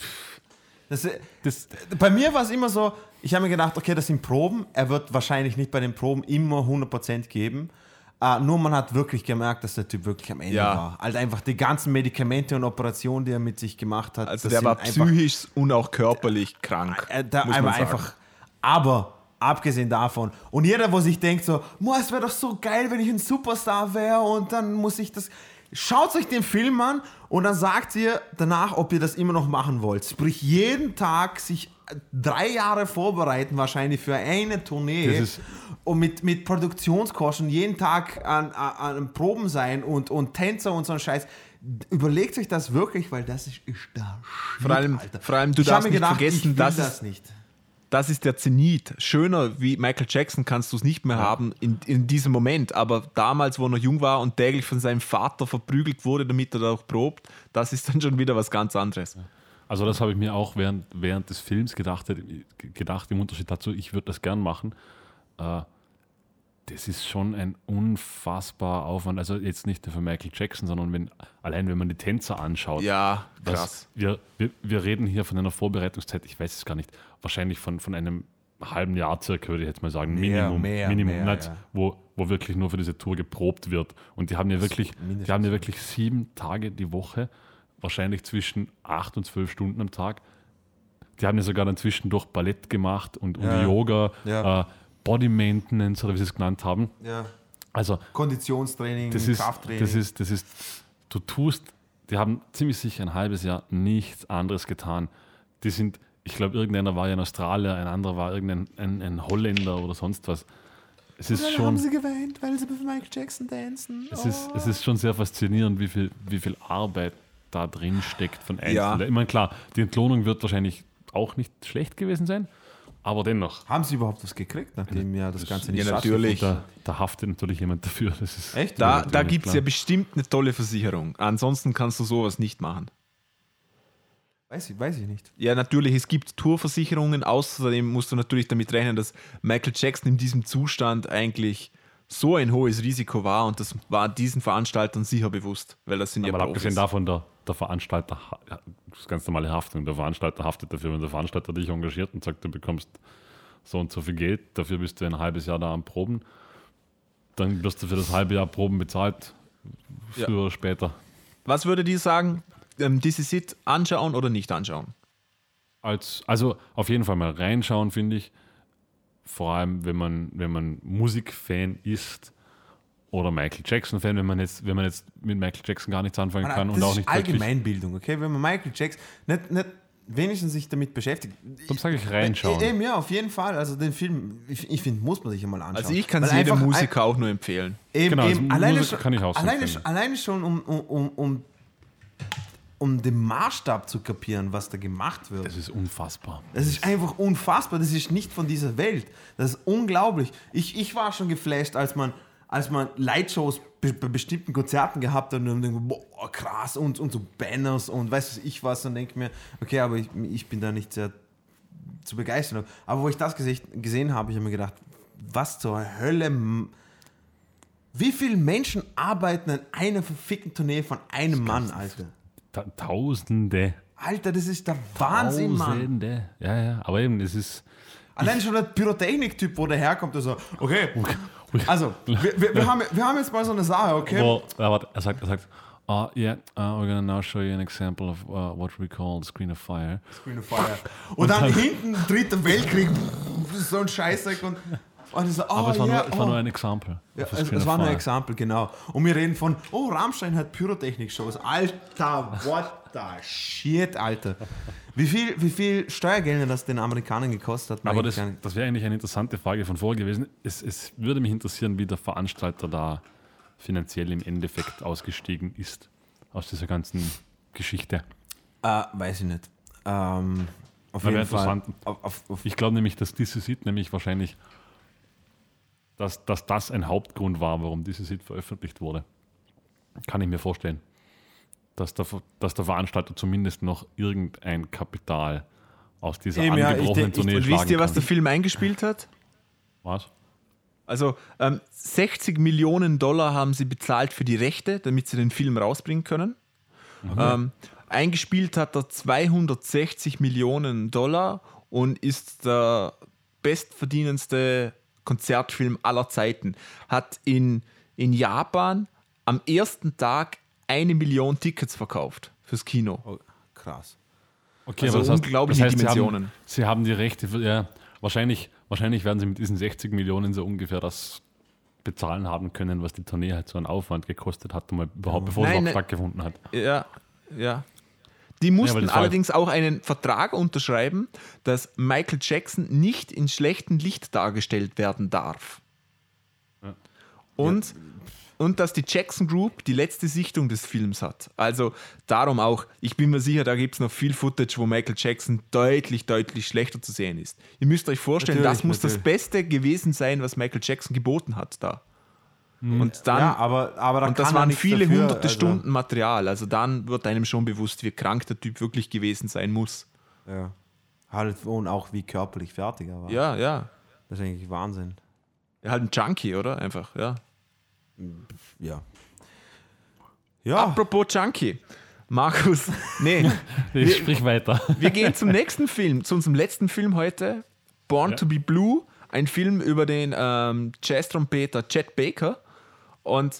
Das, das, bei mir war es immer so, ich habe mir gedacht, okay, das sind Proben. Er wird wahrscheinlich nicht bei den Proben immer hundert Prozent geben. Uh, nur man hat wirklich gemerkt, dass der Typ wirklich am Ende Ja. war. Also einfach die ganzen Medikamente und Operationen, die er mit sich gemacht hat. Also, das der sind war einfach, psychisch und auch körperlich krank. äh, da muss man einmal sagen. einfach. Aber abgesehen davon, und jeder, wo sich denkt so, "Moa, es wäre doch so geil, wenn ich ein Superstar wäre und dann muss ich das. Schaut euch den Film an und dann sagt ihr danach, ob ihr das immer noch machen wollt. Sprich, jeden Tag sich drei Jahre vorbereiten, wahrscheinlich für eine Tournee Das ist- und mit, mit Produktionskosten jeden Tag an, an, an Proben sein und, und Tänzer und so ein Scheiß. Überlegt euch das wirklich, weil das ist, ist der Shit, Vor allem- Alter. vor allem, du ich hab darfst mir nicht gedacht, vergessen, ich will das das ist- nicht. Das ist der Zenit. Schöner wie Michael Jackson kannst du es nicht mehr haben in, in diesem Moment. Aber damals, wo er noch jung war und täglich von seinem Vater verprügelt wurde, damit er da auch probt, das ist dann schon wieder was ganz anderes. Also das habe ich mir auch während, während des Films gedacht, gedacht, im Unterschied dazu, ich würde das gern machen. Äh, das ist schon ein unfassbar Aufwand. Also jetzt nicht nur für Michael Jackson, sondern wenn, allein wenn man die Tänzer anschaut. Ja, das, krass. wir, wir, wir reden hier von einer Vorbereitungszeit, ich weiß es gar nicht, wahrscheinlich von, von einem halben Jahr circa, würde ich jetzt mal sagen. Mehr, Minimum. mehr, Minimum mehr, nicht, ja. wo wo wirklich nur für diese Tour geprobt wird. Und die haben ja wirklich, die haben ja wirklich sieben Tage die Woche, wahrscheinlich zwischen acht und zwölf Stunden am Tag. Die haben ja sogar dann zwischendurch Ballett gemacht und, und Ja. Yoga, Ja. äh, Body Maintenance oder wie sie es genannt haben. Ja. Also Konditionstraining, das ist, Krafttraining. das ist, das ist, du tust, die haben ziemlich sicher ein halbes Jahr nichts anderes getan. Die sind, ich glaube, irgendeiner war ja in Australien, ein anderer war irgendein ein, ein Holländer oder sonst was. Es ist schon, haben sie geweint, weil sie mit Michael Jackson tanzen. es ist, es ist schon sehr faszinierend, wie viel, wie viel Arbeit da drin steckt von Einzelnen. Ja. Ich meine, klar, die Entlohnung wird wahrscheinlich auch nicht schlecht gewesen sein, aber dennoch. Haben sie überhaupt was gekriegt, nachdem ja das Ganze nicht ja, stattgefunden natürlich. Da, da haftet natürlich jemand dafür. Das ist Echt? Da, Ja, da natürlich, gibt es klar. ja bestimmt eine tolle Versicherung. Ansonsten kannst du sowas nicht machen. Weiß ich, weiß ich nicht. Ja, natürlich, es gibt Tourversicherungen. Außerdem musst du natürlich damit rechnen, dass Michael Jackson in diesem Zustand eigentlich so ein hohes Risiko war und das war diesen Veranstaltern sicher bewusst, weil das sind ja Mal Profis. abgesehen davon, der, der Veranstalter, ha- ja, das ist ganz normale Haftung, der Veranstalter haftet dafür, wenn der Veranstalter dich engagiert und sagt, du bekommst so und so viel Geld, dafür bist du ein halbes Jahr da am Proben, dann wirst du für das halbe Jahr Proben bezahlt, Ja. früher oder später. Was würdet ihr sagen, ähm, This Is It anschauen oder nicht anschauen? Als, also auf jeden Fall mal reinschauen, finde ich, vor allem wenn man, wenn man Musikfan ist oder Michael Jackson-Fan, wenn man jetzt, wenn man jetzt mit Michael Jackson gar nichts anfangen kann das und auch ist nicht wirklich, Allgemeinbildung, okay? Wenn man Michael Jackson nicht, nicht wenigstens sich damit beschäftigt. darum sage ich reinschauen. Eben, ja, auf jeden Fall. Also den Film, ich, ich finde, muss man sich einmal anschauen. Also ich kann Weil es jedem einfach Musiker auch nur empfehlen. Eben, Genau, eben, also alleine, Musik schon, kann ich auch so alleine, empfehlen. schon- alleine schon, um, um, um, um, um den Maßstab zu kapieren, was da gemacht wird. Das ist unfassbar. Das ist einfach unfassbar. Das ist nicht von dieser Welt. Das ist unglaublich. Ich, ich war schon geflasht, als man, als man Lightshows bei bei bestimmten Konzerten gehabt hat und dann denkt, boah, krass, und, und so Banners und weiß ich was, und denke mir, okay, aber ich, ich bin da nicht sehr zu begeistern. Aber wo ich das gesicht, gesehen habe, ich habe mir gedacht, was zur Hölle, m- wie viele Menschen arbeiten an einer verfickten Tournee von einem Mann, Alter? Ta Tausende. Alter, das ist der Wahnsinn, Mann. Tausende. Ja, ja, aber eben, das ist. Allein schon der Pyrotechnik-Typ, wo der herkommt, der so, okay, also, wir, wir, wir, haben, wir haben jetzt mal so eine Sache, okay? Wo, ja, warte, er sagt, er sagt, uh, yeah, uh, we're gonna now show you an example of uh, what we call the screen of fire. Screen of Fire. Und dann hinten, dritter Weltkrieg, so ein Scheißdreck und, und ich so, oh, Aber es war, yeah, nur, es war oh. nur ein Example. Ja, of a es, screen es of war nur ein fire. Exempel, genau. Und wir reden von, oh, Rammstein hat Pyrotechnik-Shows. Alter, what the shit, Alter. Wie viel, wie viel Steuergelder das den Amerikanern gekostet hat, mag Aber ich das, gar nicht. das wäre eigentlich eine interessante Frage von vorher gewesen. Es, es würde mich interessieren, wie der Veranstalter da finanziell im Endeffekt ausgestiegen ist aus dieser ganzen Geschichte. Äh, weiß ich nicht. Ähm, auf Na, wäre jeden Fall. interessant. Auf, auf, auf, Ich glaube nämlich, dass This Is It nämlich wahrscheinlich, dass, dass das ein Hauptgrund war, warum This Is It veröffentlicht wurde. Kann ich mir vorstellen. Dass der, dass der Veranstalter zumindest noch irgendein Kapital aus dieser Eben, ja, ich angebrochenen denk- ich- Tournee Und schlagen wisst ihr, was kann. der Film eingespielt hat? Was? Also ähm, sechzig Millionen Dollar haben sie bezahlt für die Rechte, damit sie den Film rausbringen können. Ähm, eingespielt hat er zweihundertsechzig Millionen Dollar und ist der bestverdienendste Konzertfilm aller Zeiten. Hat in, in Japan am ersten Tag eine Million Tickets verkauft fürs Kino. oh, krass. Okay, Also aber das heißt, unglaubliche das heißt, Dimensionen. Sie haben, sie haben die Rechte, für, ja, wahrscheinlich, wahrscheinlich werden sie mit diesen sechzig Millionen so ungefähr das bezahlen haben können, was die Tournee halt so einen Aufwand gekostet hat, um überhaupt, bevor Nein, es nein. überhaupt stattgefunden hat. Ja, ja. Die weil mussten das war- allerdings auch einen Vertrag unterschreiben, dass Michael Jackson nicht in schlechtem Licht dargestellt werden darf. Ja. Und, und dass die Jackson Group die letzte Sichtung des Films hat. Also darum auch, ich bin mir sicher, da gibt es noch viel Footage, wo Michael Jackson deutlich, deutlich schlechter zu sehen ist. Ihr müsst euch vorstellen, Natürlich, das muss das natürlich. Beste gewesen sein, was Michael Jackson geboten hat da. Und dann, ja, aber, aber da und das kann er waren nichts viele dafür, hunderte also- Stunden Material. Also dann wird einem schon bewusst, wie krank der Typ wirklich gewesen sein muss. Ja. Halt, und auch wie körperlich fertig er war. Ja, ja. Das ist eigentlich Wahnsinn. Er halt ein Junkie, oder? Einfach, ja. Ja. Ja. Apropos Junkie. Markus, nee, Ich Wir- sprich weiter. wir gehen zum nächsten Film, zu unserem letzten Film heute. Born Ja. to be Blue. ein Film über den ähm, Jazz-Trompeter Chet Baker. Und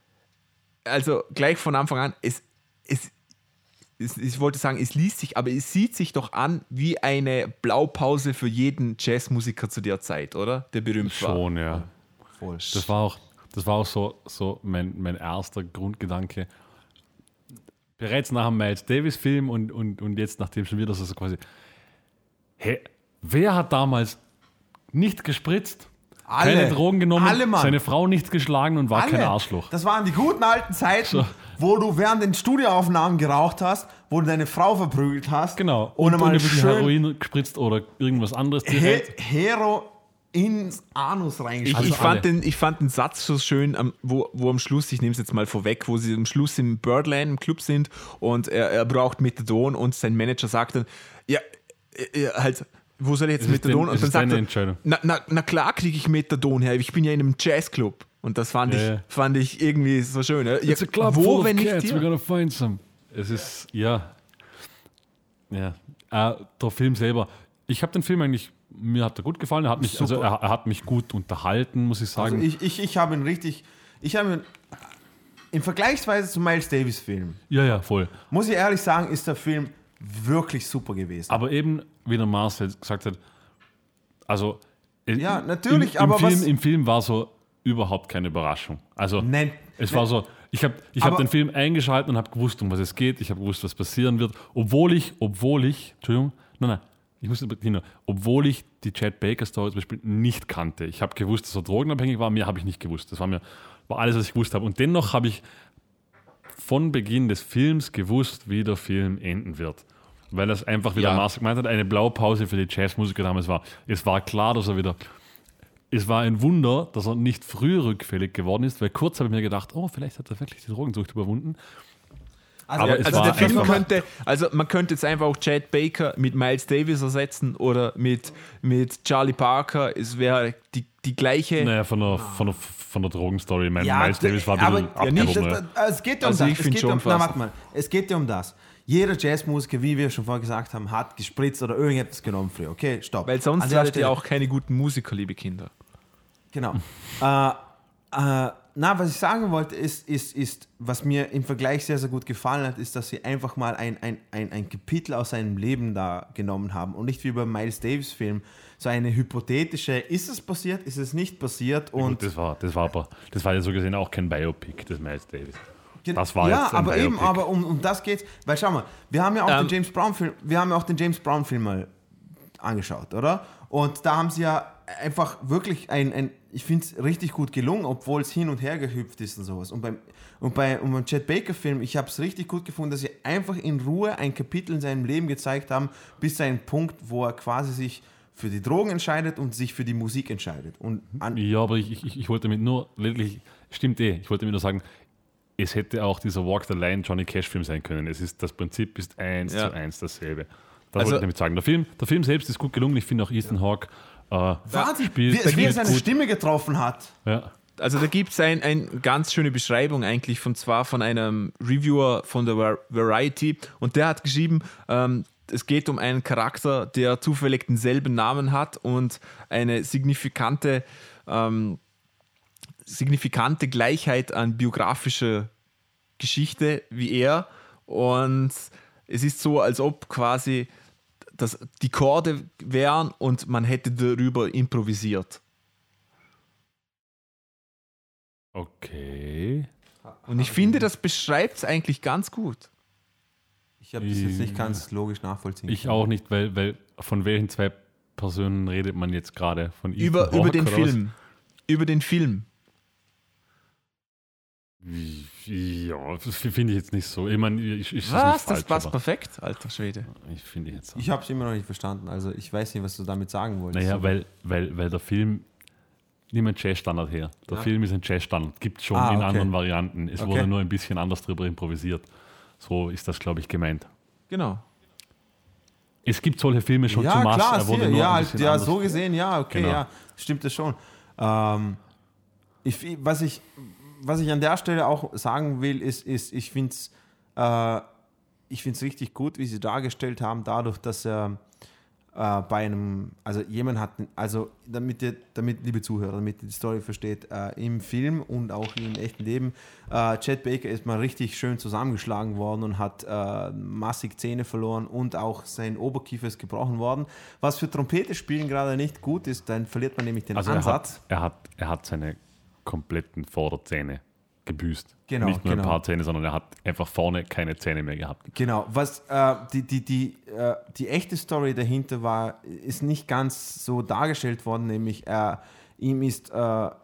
also gleich von Anfang an, es, es, es, ich wollte sagen, es liest sich, aber es sieht sich doch an wie eine Blaupause für jeden Jazzmusiker zu der Zeit, oder? Der berühmt war. Schon, ja. Voll. Das war auch, das war auch so, so mein, mein erster Grundgedanke. Bereits nach dem Miles Davis-Film und, und, und jetzt nachdem schon wieder so, so quasi, hey, wer hat damals nicht gespritzt, Alle. keine Drogen genommen, Alle, Mann. seine Frau nicht geschlagen und war Alle. kein Arschloch? Das waren die guten alten Zeiten, So. wo du während den Studioaufnahmen geraucht hast, wo du deine Frau verprügelt hast. Genau. Ohne und, mal und ein bisschen schön Heroin gespritzt oder irgendwas anderes He direkt. Hero ins Anus Ich, reingeschrieben. Also ich, fand alle. den, ich fand den Satz so schön, am- wo, wo am Schluss, ich nehme es jetzt mal vorweg, wo sie am Schluss im Birdland im Club sind und er, er braucht Methadon und sein Manager sagt dann, ja, äh, äh, halt, wo soll ich jetzt Es ist Methadon? den- und es dann ist sagt deine er, Entscheidung. na, na, na klar kriege ich Methadon her, ich bin ja in einem Jazzclub. Und das fand, Ja, ich, ja. fand ich irgendwie so schön. Ja, It's a club wo, full of wenn nicht cats, we're hier? gonna find some. Es ist, ja. Ja. Äh, der Film selber. Ich habe den Film eigentlich, mir hat er gut gefallen. Er hat mich, also er, er hat mich gut unterhalten, muss ich Also sagen. ich, ich, ich habe ihn richtig, ich habe ihn, im Vergleichsweise zum Miles Davis Film, ja, ja, voll. muss ich ehrlich sagen, ist der Film wirklich super gewesen. Aber eben, wie der Marcel gesagt hat, also Ja, natürlich, im, im aber Film, was- im Film war so überhaupt keine Überraschung. Also Nein, es nein. war so, ich habe ich Aber- hab den Film eingeschaltet und habe gewusst, um was es geht. Ich habe gewusst, was passieren wird, obwohl ich, obwohl ich, Entschuldigung, nein, nein, ich muss Tino, obwohl ich die Chet Baker Story zum Beispiel nicht kannte. Ich habe gewusst, dass er drogenabhängig war, mehr habe ich nicht gewusst. Das war mir war alles, was ich gewusst habe. Und dennoch habe ich von Beginn des Films gewusst, wie der Film enden wird. Weil das einfach, wie Ja. der Marcel gemeint hat, eine Blaupause für die Jazzmusiker damals war. Es war klar, dass er wieder. Es war ein Wunder, dass er nicht früh rückfällig geworden ist, weil kurz habe ich mir gedacht, oh, vielleicht hat er wirklich die Drogensucht überwunden. Also, aber Ja, es also war der Film einfach- könnte, also man könnte jetzt einfach auch Chet Baker mit Miles Davis ersetzen oder mit, mit Charlie Parker. Es wäre die, die gleiche. Naja, von der, von der, von der Drogenstory. Mein ja, Miles Davis war ein aber bisschen ja, nicht, abgehoben. das, ne? das, es geht ja um Also das. ich Es find geht schon um, na, fast. warte mal. Es geht ja um das. Jeder Jazzmusiker, wie wir schon vorher gesagt haben, hat gespritzt oder irgendetwas genommen früher. Okay, stopp. Weil sonst An der werdet ihr Stelle- auch keine guten Musiker, liebe Kinder. Genau. äh, äh, na, was ich sagen wollte, ist, ist, ist, was mir im Vergleich sehr, sehr gut gefallen hat, ist, dass sie einfach mal ein, ein, ein, ein Kapitel aus seinem Leben da genommen haben und nicht wie beim Miles Davis Film so eine hypothetische, ist es passiert, ist es nicht passiert und Gut, das war, das war aber, das war ja so gesehen auch kein Biopic des Miles Davis. Gen- Das war ja, jetzt ein aber eben, Biopic. aber um, um das geht's, weil schau mal, wir haben ja auch Ähm, den James Brown Film, wir haben ja auch den James Brown Film mal angeschaut, oder? Und da haben sie ja einfach wirklich ein, ein ich finde es richtig gut gelungen, obwohl es hin und her gehüpft ist und sowas. Und beim, und bei, und beim Chet Baker Film, ich habe es richtig gut gefunden, dass sie einfach in Ruhe ein Kapitel in seinem Leben gezeigt haben, bis zu einem Punkt, wo er quasi sich für die Drogen entscheidet und sich für die Musik entscheidet. Und an, Ja, aber ich, ich, ich wollte damit nur, wirklich, stimmt eh, ich wollte damit nur sagen, es hätte auch dieser Walk the Line Johnny Cash Film sein können. Es ist, das Prinzip ist eins Ja. zu eins dasselbe. Das Also- wollte ich damit sagen. Der Film, der Film selbst ist gut gelungen. Ich finde auch Ethan Hawke äh, Wahnsinn, spielt, wie, wie er spielt seine gut. Stimme getroffen hat. Ja. Also da gibt es eine ein ganz schöne Beschreibung eigentlich, von zwar von einem Reviewer von der Var- Variety, und der hat geschrieben, ähm, es geht um einen Charakter, der zufällig denselben Namen hat und eine signifikante, ähm, signifikante Gleichheit an biografischer Geschichte wie er, und es ist so, als ob quasi das die Chorde wären und man hätte darüber improvisiert. Okay. Und ich finde, das beschreibt es eigentlich ganz gut. Ich habe das jetzt nicht ganz logisch nachvollziehen Ich können. auch nicht, weil, weil von welchen zwei Personen redet man jetzt gerade? Von Ethan Über, Hawke über den oder was? Film. Über den Film. Ja, das finde ich jetzt nicht so. Ich meine, ich, ich, Was? Ist Das nicht passt falsch, perfekt, alter Schwede. aber ich finde jetzt. Ich habe es immer noch nicht verstanden. Also ich weiß nicht, was du damit sagen wolltest. Naja, weil, weil, weil der Film nimmt einen Jazzstandard her. Der Ja. Film ist ein Jazzstandard. Gibt schon Ah, in okay. anderen Varianten. Es Okay. wurde nur ein bisschen anders drüber improvisiert. So ist das, glaube ich, gemeint. Genau. Es gibt solche Filme schon ja, zu Masse. klar, er wurde sicher, nur ja, ein halt, bisschen ja, anders. so gesehen, ja, okay, Genau. ja, stimmt das schon. Ähm, ich, was, ich, was ich an der Stelle auch sagen will, ist, ist ich finde es äh, ich find's richtig gut, wie sie dargestellt haben, dadurch, dass er, äh, bei einem, also jemand hat, also damit ihr, damit, liebe Zuhörer, damit ihr die Story versteht, äh, im Film und auch im echten Leben, äh, Chet Baker ist mal richtig schön zusammengeschlagen worden und hat äh, massig Zähne verloren und auch sein Oberkiefer ist gebrochen worden, was für Trompete spielen gerade nicht gut ist, dann verliert man nämlich den Also Ansatz. Er hat, er, hat, er hat seine kompletten Vorderzähne gebüßt. Genau, Nicht nur genau. ein paar Zähne, sondern er hat einfach vorne keine Zähne mehr gehabt. Genau, was äh, die, die, die, äh, die echte Story dahinter war, ist nicht ganz so dargestellt worden, nämlich äh, ihm ist äh, äh,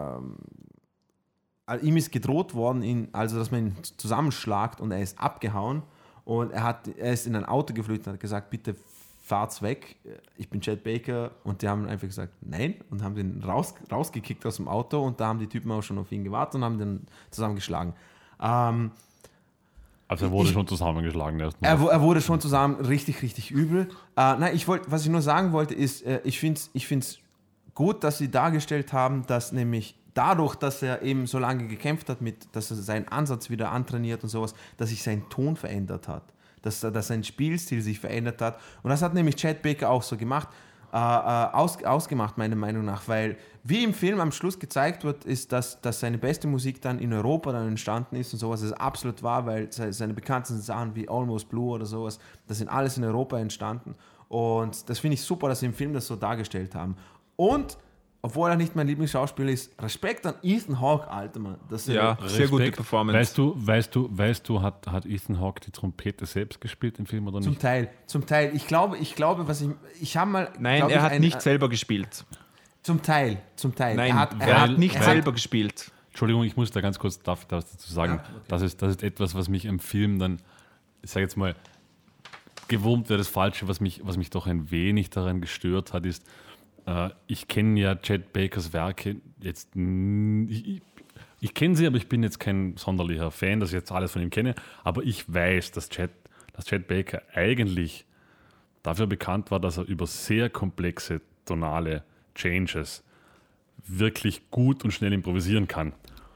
ihm ist gedroht worden, ihn, also dass man ihn zusammenschlagt und er ist abgehauen und er, hat, er ist in ein Auto geflüchtet und hat gesagt, bitte fahrt's weg, ich bin Chet Baker und die haben einfach gesagt, nein und haben den raus, rausgekickt aus dem Auto und da haben die Typen auch schon auf ihn gewartet und haben den zusammengeschlagen. Ähm, Also er wurde ich, schon zusammengeschlagen. Erst er, er wurde schon zusammen richtig, richtig übel. Äh, nein, ich wollte, was ich nur sagen wollte, ist, äh, ich finde es ich find's gut, dass sie dargestellt haben, dass nämlich dadurch, dass er eben so lange gekämpft hat, mit, dass er seinen Ansatz wieder antrainiert und sowas, dass sich sein Ton verändert hat. Dass, dass sein Spielstil sich verändert hat. Und das hat nämlich Chet Baker auch so gemacht, äh, aus, ausgemacht, meiner Meinung nach. Weil, wie im Film am Schluss gezeigt wird, ist, dass, dass seine beste Musik dann in Europa dann entstanden ist und sowas. Das ist absolut wahr, weil seine bekanntesten Sachen wie Almost Blue oder sowas, das sind alles in Europa entstanden. Und das finde ich super, dass sie im Film das so dargestellt haben. Und obwohl er nicht mein Lieblingsschauspieler ist, Respekt an Ethan Hawke, Alter Mann. Das ist Ja, sehr gute Respekt. Performance. Weißt du, weißt du, weißt du, hat, hat Ethan Hawke die Trompete selbst gespielt im Film oder Zum nicht? Teil, zum Teil. Ich glaube, ich glaube, was ich, ich habe mal. Nein, glaub er ich, hat ein, nicht selber gespielt. Zum Teil, zum Teil. Nein, er hat, er er hat nicht er selber gespielt. Entschuldigung, ich muss da ganz kurz darf, darf dazu sagen, Ja, okay. das, ist, das ist etwas, was mich im Film dann, ich sage jetzt mal, gewurmt wäre das Falsche, was mich, was mich doch ein wenig daran gestört hat, ist, äh, ich kenne ja Chet Bakers Werke jetzt, n- ich, ich, ich kenne sie, aber ich bin jetzt kein sonderlicher Fan, dass ich jetzt alles von ihm kenne, aber ich weiß, dass Chet, dass Chet Baker eigentlich dafür bekannt war, dass er über sehr komplexe tonale Changes wirklich gut und schnell improvisieren kann.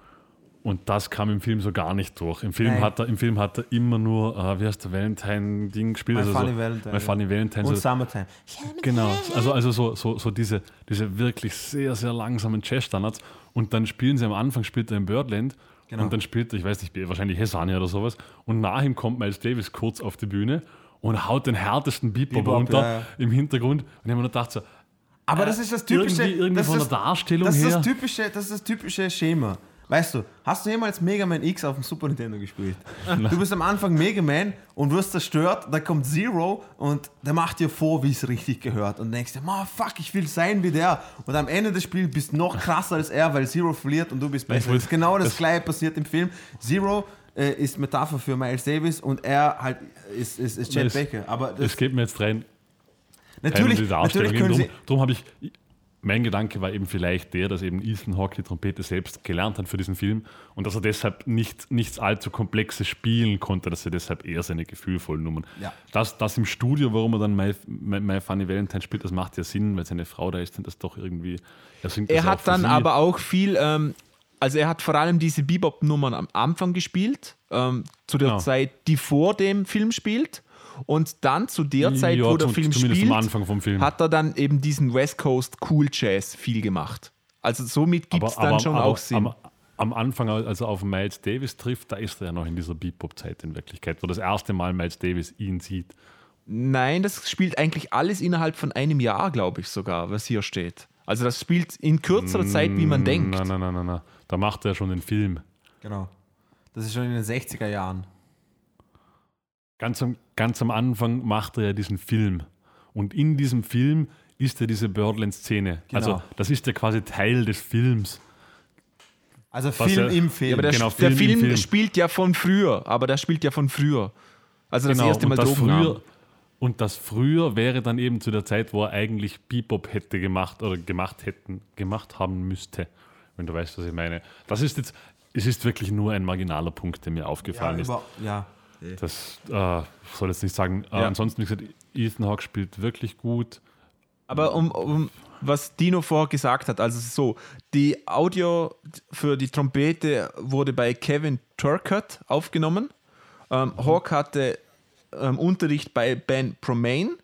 Und das kam im Film so gar nicht durch. Im Film, Nein. hat er, im Film hat er immer nur, äh, wie heißt der Valentine-Ding gespielt? My also Funny so, Valentine, My ja. Funny Valentine. Und So, Summertime. genau, also, also so, so, so diese, diese wirklich sehr, sehr langsamen Jazz-Standards. Und dann spielen sie am Anfang, spielt er in Birdland. Genau. Und dann spielt er, ich weiß nicht, wahrscheinlich Hesania oder sowas. Und nach ihm kommt Miles Davis kurz auf die Bühne und haut den härtesten Bebop Bebop, runter ja, ja. im Hintergrund. Und ich habe mir nur gedacht so, Aber das ist das typische. irgendwie, irgendwie das von ist der das, Darstellung das ist her. das typische, das ist das typische Schema. Weißt du, hast du jemals Mega Man X auf dem Super Nintendo gespielt? Du bist am Anfang Mega Man und wirst zerstört, dann kommt Zero und der macht dir vor, wie es richtig gehört. Und denkst dir, oh, fuck, ich will sein wie der. Und am Ende des Spiels bist du noch krasser als er, weil Zero verliert und du bist besser. wollte- Das ist genau das, das- Gleiche passiert im Film. Zero äh, ist Metapher für Miles Davis und er halt ist, ist, ist Chet Es- Baker. Aber das, Es geht mir jetzt rein, natürlich, die Darstellung. natürlich können Drum, sie... drum habe ich, mein Gedanke war eben vielleicht der, dass eben Ethan Hawke die Trompete selbst gelernt hat für diesen Film und dass er deshalb nicht, nichts allzu Komplexes spielen konnte, dass er deshalb eher seine gefühlvollen Nummern. Ja. Das, das im Studio, warum er dann My, My, My Funny Valentine spielt, das macht ja Sinn, weil seine Frau da ist und das doch irgendwie. Er, singt das Er auch hat für dann sie. aber auch viel, ähm, also er hat vor allem diese Bebop-Nummern am Anfang gespielt, ähm, zu der Genau. Zeit, die vor dem Film spielt. Und dann zu der Zeit, Ja, wo der zum- Film zumindest spielt, am Anfang vom Film. hat er dann eben diesen West Coast Cool Jazz viel gemacht. Also somit gibt es aber, dann aber, schon aber auch Sinn. Am, am Anfang, als er auf Miles Davis trifft, da ist er ja noch in dieser Bebop-Zeit in Wirklichkeit, wo das erste Mal Miles Davis ihn sieht. Nein, das spielt eigentlich alles innerhalb von einem Jahr, glaube ich sogar, was hier steht. Also das spielt in kürzerer Zeit, wie man denkt. Nein, nein, nein, nein, nein. Da macht er ja schon den Film. Genau. Das ist schon in den sechziger Jahren. Ganz am, ganz am Anfang macht er ja diesen Film. Und in diesem Film ist ja diese Birdland-Szene. Genau. Also das ist ja quasi Teil des Films. Also Was Film ja- im Film. Ja, aber der, Genau, der Film Film, im Film. spielt ja von früher, aber der spielt ja von früher. Also das Genau, erste Mal und das Drogen früher, nahm. Und das früher wäre dann eben zu der Zeit, wo er eigentlich Bebop hätte gemacht oder gemacht hätten, gemacht haben müsste. Wenn du weißt, was ich meine. Das ist jetzt, es ist wirklich nur ein marginaler Punkt, der mir ja, aufgefallen ist. über, ja. Das äh, soll jetzt nicht sagen. Äh, Ja. Ansonsten, wie gesagt, Ethan Hawke spielt wirklich gut. Aber um, um was Dino vorher gesagt hat, also es ist so, die Audio für die Trompete wurde bei Kevin Turcotte aufgenommen. Ähm, Hawke hatte ähm, Unterricht bei Ben Promain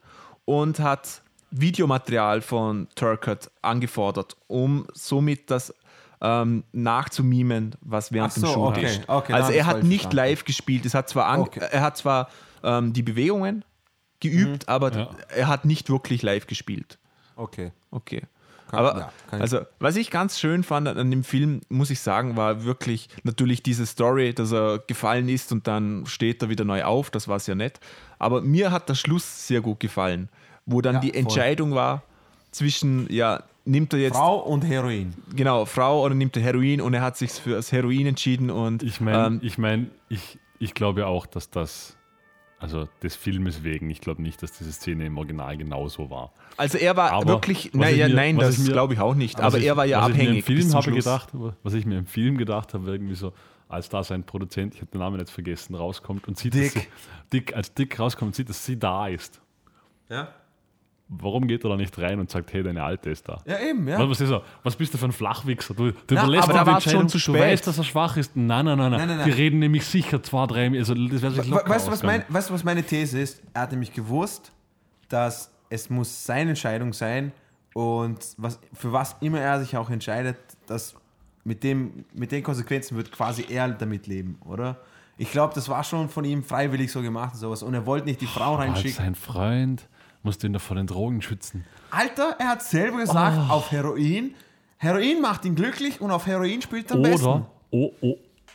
und hat Videomaterial von Turcotte angefordert, um somit das ähm, nachzumimen, was während Ach so, dem Shoot okay, ist. okay, also dann er ist hat falsch nicht verstanden. live gespielt, es hat zwar, an, Okay. er hat zwar ähm, die Bewegungen geübt, aber Ja. er hat nicht wirklich live gespielt. Okay. Okay. Kann- Aber ja, kann ich- also, was ich ganz schön fand an dem Film, muss ich sagen, war wirklich natürlich diese Story, dass er gefallen ist und dann steht er wieder neu auf. Das war sehr nett. Aber mir hat der Schluss sehr gut gefallen, wo dann Ja, die voll. Entscheidung war zwischen, ja, nimmt er jetzt Frau und Heroin. genau Frau oder nimmt er Heroin, und er hat sich für das Heroin entschieden und Ich meine, ähm, ich, mein, ich, ich glaube auch, dass das, also des Filmes wegen, ich glaube nicht, dass diese Szene im Original genauso war. also er war Aber wirklich, was ich naja, mir- nein, was das ich mir- glaube ich auch nicht, Was aber ich, er war ja was abhängig. Ich mir im bis Film zum habe Schluss. gedacht, was ich mir im Film gedacht habe, irgendwie so, als da sein Produzent, ich habe den Namen jetzt vergessen, rauskommt und sieht, Dick. dass sie, Dick, als Dick rauskommt und sieht, dass sie da ist. Ja? Warum geht er da nicht rein und sagt, hey, deine Alte ist da? Ja, eben, ja. Was, was, ist er? Was bist du für ein Flachwichser? Du, du Na, überlässt aber ihm da die war's schon Entscheidung, zu Du spät. weißt, dass er schwach ist. Nein, nein, nein, nein. Nein, nein, Die nein. reden nämlich sicher zwei, drei, also das wäre sich We- locker Weißt du, was, ausgegangen. mein, weißt du, was meine These ist? Er hat nämlich gewusst, dass es muss seine Entscheidung sein und was, für was immer er sich auch entscheidet, dass mit, dem, mit den Konsequenzen wird quasi er damit leben, oder? Ich glaube, das war schon von ihm freiwillig so gemacht und sowas. Und er wollte nicht die Frau Aber als reinschicken. sein Freund musst du ihn doch vor den Drogen schützen. Alter, er hat selber gesagt, Oh. auf Heroin. Heroin macht ihn glücklich und auf Heroin spielt er am besten. Oder, o, o,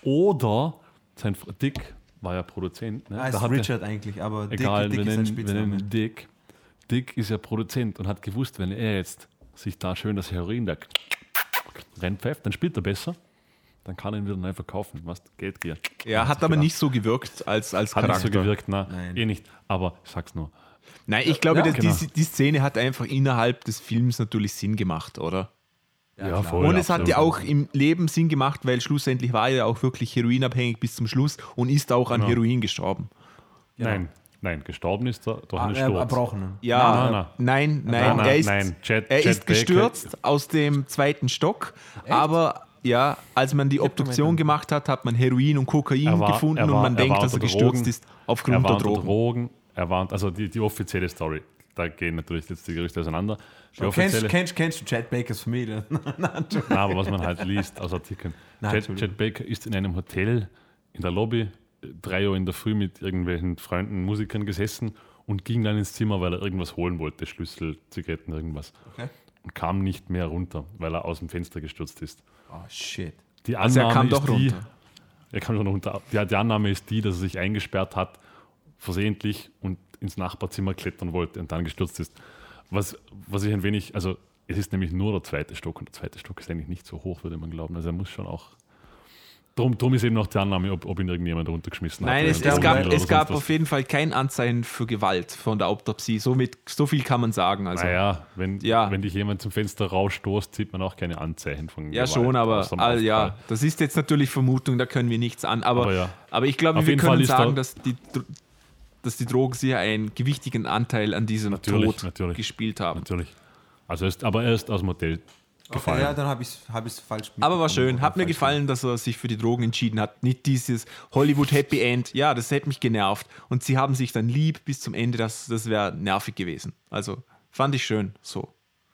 oder sein Fr- Dick war ja Produzent. Ne? Ah, ist Da hat er- Richard eigentlich, aber Dick, Egal, Dick wir ist sein nennen, wir Spitzname. nennen ihn Dick. Dick ist ja Produzent und hat gewusst, wenn er jetzt sich da schön das Heroin da reinpfeift, dann spielt er besser. Dann kann er ihn wieder neu verkaufen. Was? Geldgier. Ja, hat aber nicht so gewirkt als, als Hat Charakter. nicht so gewirkt, na, Nein. eh nicht. Aber ich sag's nur. Nein, ich glaube, Ja, dass genau. die, die Szene hat einfach innerhalb des Films natürlich Sinn gemacht, oder? Ja, klar. voll. Und es hat ja absolut. auch im Leben Sinn gemacht, weil schlussendlich war er ja auch wirklich heroinabhängig bis zum Schluss und ist auch an Genau. Heroin gestorben. Nein, nein, gestorben ist er durch Ah, einen er Sturz. erbrochen. Ja, Nein, nein, nein, nein, Nein, nein, er ist, nein. Jet- er Jet ist Baker- gestürzt aus dem zweiten Stock, aber ja, als man die Obduktion gemacht hat, hat man Heroin und Kokain Er war- gefunden er war- und man er denkt, war dass er unter gestürzt Drogen. ist Er aufgrund war der unter Drogen. Drogen. Er war, also die, die offizielle Story, da gehen natürlich jetzt die Gerüchte auseinander. Die Kennst, offizielle, kennst, kennst du Chad Bakers Familie? Nein, aber was man halt liest aus Artikeln. Nein, Jet, Entschuldigung. Jet Baker ist in einem Hotel in der Lobby drei Uhr in der Früh mit irgendwelchen Freunden, Musikern gesessen und ging dann ins Zimmer, weil er irgendwas holen wollte, Schlüssel, Zigaretten, irgendwas. Okay. Und kam nicht mehr runter, weil er aus dem Fenster gestürzt ist. Oh, shit. Die Also er Annahme kam doch ist die, runter. Er kam schon runter. Die, die Annahme ist die, dass er sich eingesperrt hat, versehentlich und ins Nachbarzimmer klettern wollte und dann gestürzt ist. Was, was ich ein wenig, also es ist nämlich nur der zweite Stock und der zweite Stock ist eigentlich nicht so hoch, würde man glauben. Also er muss schon auch. Drum, drum ist eben noch die Annahme, ob, ob ihn irgendjemand runtergeschmissen Nein, hat. es, oder es ein gab, Drogendealer es oder gab sonst auf jeden Fall kein Anzeichen für Gewalt von der Autopsie. Somit, so viel kann man sagen. was. Also, Naja, wenn, Ja. wenn dich jemand zum Fenster rausstoßt, sieht man auch keine Anzeichen von ja, Gewalt. schon, aber außer dem ah, ja, Aufprall. das ist jetzt natürlich Vermutung, da können wir nichts an. Aber, Aber aber, ja. ich glaube, Auf wir jeden Fall können ist sagen, da- dass die, Dr- dass die Drogen sicher einen gewichtigen Anteil an diesem Natürlich, Tod natürlich. gespielt haben. Natürlich. Also er ist, aber er ist aus dem Hotel gefallen. Okay, ja, dann habe ich es hab ich's falsch Aber war mitbekommen schön, oder hat mir falsch gefallen, dass er sich für die Drogen entschieden hat. Nicht dieses Hollywood Happy End. Ja, das hätte mich genervt. Und sie haben sich dann lieb bis zum Ende. Das, das wäre nervig gewesen. Also fand ich schön so.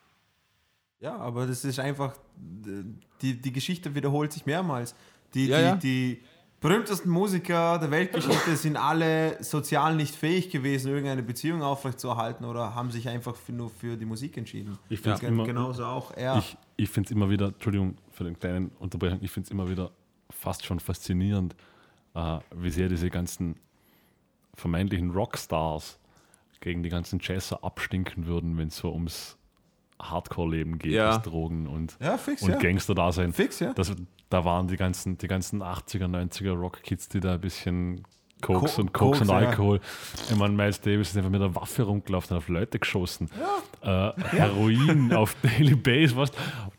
Ja, aber das ist einfach, die, die Geschichte wiederholt sich mehrmals. Die, Ja, die, ja. die berühmtesten Musiker der Weltgeschichte sind alle sozial nicht fähig gewesen, irgendeine Beziehung aufrechtzuerhalten oder haben sich einfach für, nur für die Musik entschieden. Ich find's Ja, immer- genauso auch er. Ich, ich finde es immer wieder, Entschuldigung für den kleinen Unterbrechung, ich finde es immer wieder fast schon faszinierend, äh, wie sehr diese ganzen vermeintlichen Rockstars gegen die ganzen Jazzer abstinken würden, wenn es so ums Hardcore-Leben geht, Ja. das Drogen und, Ja, fix, und ja. Gangster-Dasein. Fix, ja. Das, da waren die ganzen, die ganzen achtziger, neunziger Rock-Kids, die da ein bisschen Koks Ko- und Koks Koks, und ja. Alkohol. Ich meine, Miles Davis ist einfach mit einer Waffe rumgelaufen und auf Leute geschossen. Äh, Heroin auf Daily Basis, was?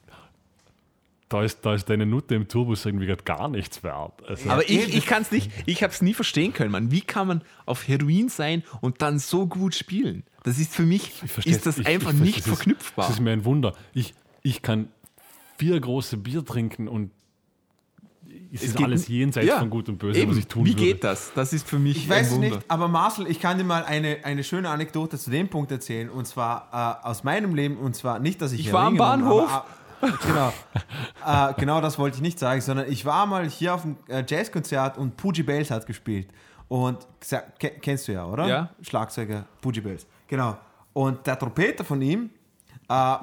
Da ist, da ist deine Nutte im Turbus irgendwie grad gar nichts wert. Also, Aber ich, eben. ich kann es nicht, ich habe es nie verstehen können, Mann. Wie kann man auf Heroin sein und dann so gut spielen? Das ist für mich, ich versteh's- ist das ich- einfach ich- nicht das ist- verknüpfbar. Das ist mir ein Wunder. Ich, ich kann vier große Bier trinken und es ist alles jenseits ja, von Gut und Böse, eben. was ich tun Wie würde. geht das? Das ist für mich Ich weiß ein Wunder. nicht, aber Marcel, ich kann dir mal eine, eine schöne Anekdote zu dem Punkt erzählen, und zwar äh, aus meinem Leben, und zwar nicht, dass ich... Ich war am Bahnhof. Habe, aber, genau, äh, genau das wollte ich nicht sagen, sondern ich war mal hier auf einem äh, Jazzkonzert und Poogie Bells hat gespielt. Und kennst du ja, oder? Ja. Schlagzeuger Poogie Bells. Genau. Und der Trompeter von ihm, äh,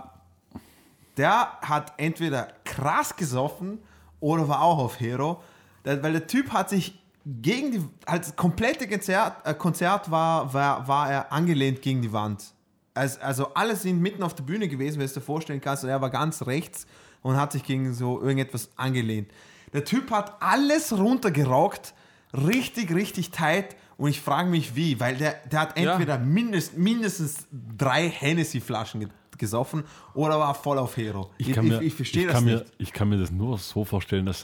der hat entweder krass gesoffen oder war auch auf Hero, weil der Typ hat sich gegen die, als komplette Konzert, äh, Konzert war, war, war er angelehnt gegen die Wand. Also, also alle sind mitten auf der Bühne gewesen, wenn du dir vorstellen kannst, und er war ganz rechts und hat sich gegen so irgendetwas angelehnt. Der Typ hat alles runtergerockt, richtig, richtig tight, und ich frage mich wie, weil der, der hat entweder ja. mindest, mindestens drei Hennessy-Flaschen getrunken, gesoffen oder war voll auf Hero. Ich, ich, kann ich, mir, ich verstehe ich das kann nicht. Mir, ich kann mir das nur so vorstellen, dass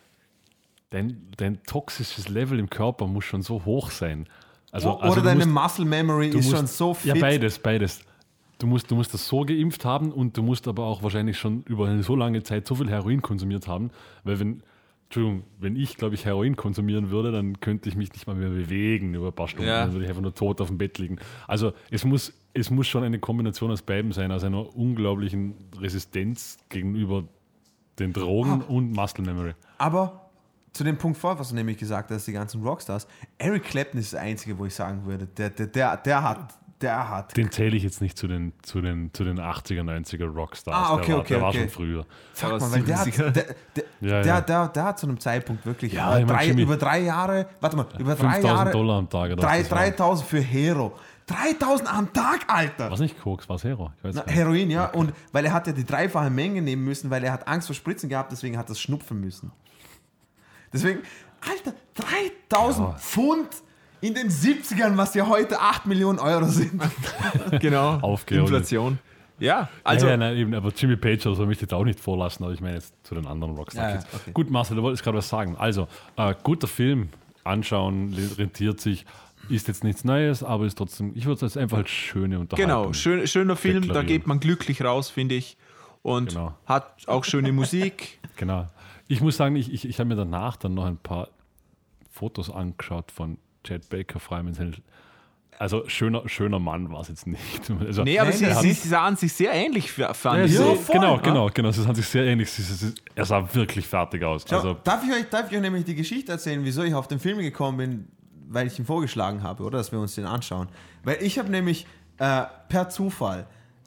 dein, dein toxisches Level im Körper muss schon so hoch sein. Also, oder also deine musst, Muscle Memory ist musst, schon so fit. Ja, beides, beides. Du musst, du musst das so geimpft haben, und du musst aber auch wahrscheinlich schon über eine so lange Zeit so viel Heroin konsumiert haben, weil wenn, Entschuldigung, wenn ich, glaube ich, Heroin konsumieren würde, dann könnte ich mich nicht mal mehr bewegen über ein paar Stunden, ja. dann würde ich einfach nur tot auf dem Bett liegen. Also es muss, es muss schon eine Kombination aus beiden sein, aus einer unglaublichen Resistenz gegenüber den Drogen ah. und Muscle Memory. Aber zu dem Punkt vor, was du nämlich gesagt hast, die ganzen Rockstars, Eric Clapton ist der Einzige, wo ich sagen würde, der, der, der, der hat... Der hat. Den zähle ich jetzt nicht zu den, zu den, zu den achtziger, neunziger Rockstars. Ah, okay, der war, okay, der war okay. schon früher. Sag mal, weil der hat, der, der, ja, der, ja. der, der hat zu einem Zeitpunkt wirklich ja, über, drei, Jimmy, über drei Jahre, warte mal, über drei fünftausend Jahre, Dollar am Tag. Oder drei, dreitausend für Hero. dreitausend am Tag, Alter! Was nicht Koks, was Hero? Ich weiß Na, Heroin, ja. Okay. Und weil er hat ja die dreifache Menge nehmen müssen, weil er hat Angst vor Spritzen gehabt, deswegen hat er es schnupfen müssen. Deswegen, Alter, dreitausend ja. Pfund in den siebzigern, was ja heute acht Millionen Euro sind. Genau, Aufgehört. Inflation. Ja, also... Ja, ja, nein, eben, aber Jimmy Page oder so möchte ich jetzt auch nicht vorlassen, aber ich meine jetzt zu den anderen Rockstars. Ja, ja, okay. Gut, Marcel, du wolltest gerade was sagen. Also, äh, guter Film, anschauen, rentiert sich, ist jetzt nichts Neues, aber ist trotzdem, ich würde es einfach als schöne Unterhaltung. Genau, schön, schöner Film, da geht man glücklich raus, finde ich. Und genau. hat auch schöne Musik. Genau. Ich muss sagen, ich, ich, ich habe mir danach dann noch ein paar Fotos angeschaut von Chet Baker, Freimann. Also schöner, schöner Mann war es jetzt nicht. Also, nee, aber nee, sie, nee, sie, sie sahen sich sehr ähnlich, fand ja, ich. sie, Ja, voll, genau, ja. genau, genau. Sie sahen sich sehr ähnlich. Sie, sie, sie, er sah wirklich fertig aus. Schau, also, darf, ich euch, darf ich euch nämlich die Geschichte erzählen, wieso ich auf den Film gekommen bin, weil ich ihn vorgeschlagen habe, oder? Dass wir uns den anschauen. Weil ich habe nämlich äh, per Zufall,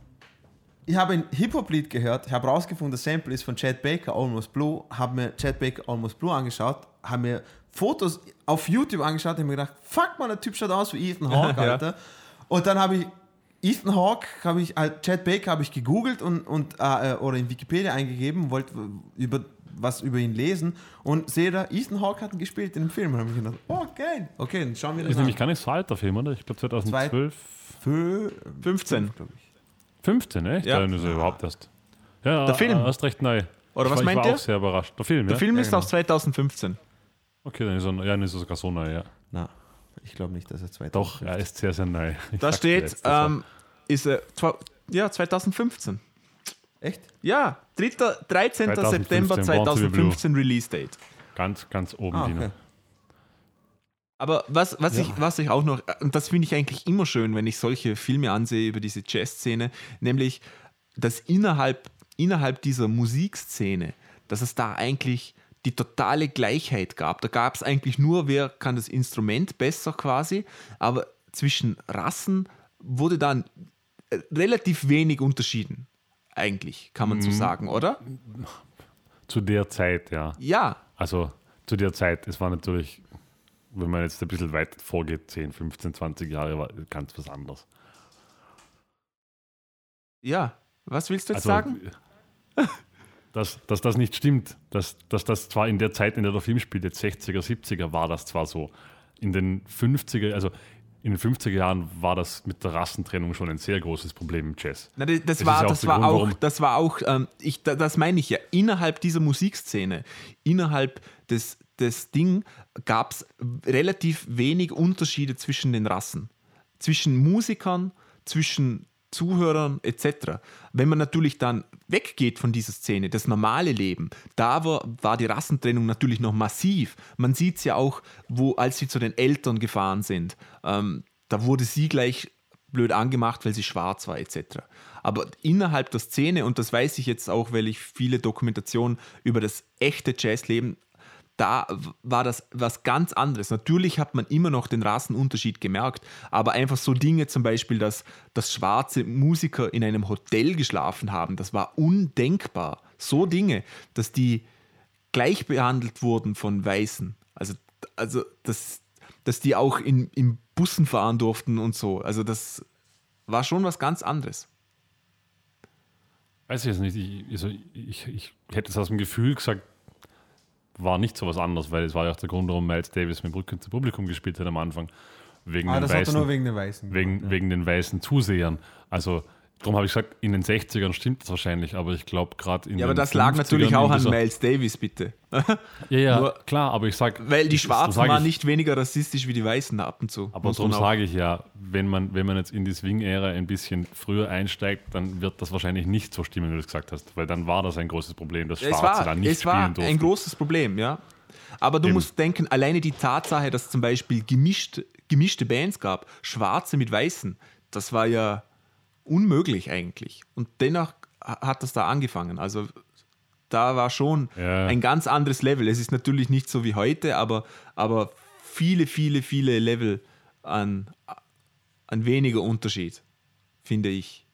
ich habe ein Hip-Hop-Lied gehört, habe rausgefunden, das Sample ist von Chet Baker, Almost Blue, habe mir Chet Baker, Almost Blue angeschaut, habe mir Fotos auf YouTube angeschaut und habe mir gedacht, fuck man, der Typ schaut aus wie Ethan Hawke, Alter. Ja. Und dann habe ich Ethan Hawke, habe ich, halt Chet Baker habe ich gegoogelt und, und äh, oder in Wikipedia eingegeben, wollte über, was über ihn lesen und sehe da, Ethan Hawke hat ihn gespielt in dem Film. Und habe ich gedacht, oh geil, okay, dann schauen wir das ist an. nämlich gar nicht so alt, der Film, oder? Ich glaube zweitausendzwölf. fünfzehn. fünfzehn, echt? Ja. Dann ist er überhaupt erst. Ja, der Film. Erst recht neu. Oder ich was war, meint ich war ihr? auch sehr überrascht. Der Film, Der ja? Film Ja, ist genau. aus zweitausendfünfzehn. Okay, dann ist er, ja, dann ist er sogar so neu, ja. Na, ich glaube nicht, dass er zweitausend. Doch, er ist sehr, sehr neu. Ich Da sag's dir steht, jetzt, das war- ähm, ist er, zwar- ja, zweitausendfünfzehn. Echt? Ja, dritter dreizehnter September zweitausendfünfzehn, Born to be zweitausendfünfzehn Release Date. ganz, ganz oben, Ah, Dino. okay. Aber was, was, Ja. ich, was ich auch noch, und das finde ich eigentlich immer schön, wenn ich solche Filme ansehe über diese Jazz-Szene, nämlich, dass innerhalb, innerhalb dieser Musikszene, dass es da eigentlich die totale Gleichheit gab. Da gab es eigentlich nur, wer kann das Instrument besser quasi, aber zwischen Rassen wurde dann relativ wenig unterschieden. Eigentlich, kann man so sagen, oder? Zu der Zeit, ja. Ja, Also zu der Zeit, es war natürlich, wenn man jetzt ein bisschen weit vorgeht, zehn, fünfzehn, zwanzig Jahre, war ganz was anderes. ja. Was willst du jetzt Also, sagen? Dass, dass das nicht stimmt, dass, dass das zwar in der Zeit, in der der Film spielt, jetzt sechziger, siebziger, war das zwar so. In den fünfziger, also in den fünfziger Jahren war das mit der Rassentrennung schon ein sehr großes Problem im Jazz. Na, das, das, Das war, ist ja auch das, der war Grund, auch, warum- das war auch, ähm, ich, da- das meine ich ja, innerhalb dieser Musikszene, innerhalb des, des Ding gab es relativ wenig Unterschiede zwischen den Rassen. Zwischen Musikern, zwischen, Zuhörern et cetera. Wenn man natürlich dann weggeht von dieser Szene, das normale Leben, da war, war die Rassentrennung natürlich noch massiv. Man sieht es ja auch, wo, als sie zu den Eltern gefahren sind, ähm, da wurde sie gleich blöd angemacht, weil sie schwarz war et cetera. Aber innerhalb der Szene, und das weiß ich jetzt auch, weil ich viele Dokumentationen über das echte Jazzleben, da war das was ganz anderes. Natürlich hat man immer noch den Rassenunterschied gemerkt, aber einfach so Dinge zum Beispiel, dass, dass schwarze Musiker in einem Hotel geschlafen haben, das war undenkbar. So Dinge, dass die gleich behandelt wurden von Weißen. Also, also dass, dass die auch in, in Bussen fahren durften und so. Also das war schon was ganz anderes. Weiß ich jetzt nicht. Ich, also ich, ich hätte es aus dem Gefühl gesagt, war nicht so was anderes, weil es war ja auch der Grund, warum Miles Davis mit Brücke zum Publikum gespielt hat am Anfang. Wegen Ah, den das weißen, hat er nur wegen den Weißen. wegen, gemacht, wegen den weißen Zusehern. Also darum habe ich gesagt, in den sechzigern stimmt das wahrscheinlich, aber ich glaube gerade in Ja, aber den das lag natürlich fünfzigern auch in an dieser- Miles Davis, bitte. Ja, ja, Nur- klar, aber ich sage... Weil die Schwarzen waren nicht. nicht weniger rassistisch wie die Weißen ab und zu. Aber Muss darum man auch- sage ich ja, wenn man, wenn man jetzt in die Swing-Ära ein bisschen früher einsteigt, dann wird das wahrscheinlich nicht so stimmen, wie du es gesagt hast, weil dann war das ein großes Problem, dass Es Schwarze war, da nicht es war spielen durften. ein großes Problem, ja. Aber du Eben. musst denken, alleine die Tatsache, dass es zum Beispiel gemischt, gemischte Bands gab, Schwarze mit Weißen, das war ja unmöglich eigentlich. Und dennoch hat das da angefangen. Also da war schon Ja. ein ganz anderes Level. Es ist natürlich nicht so wie heute, aber, aber viele, viele, viele Level an, an weniger Unterschied, finde ich.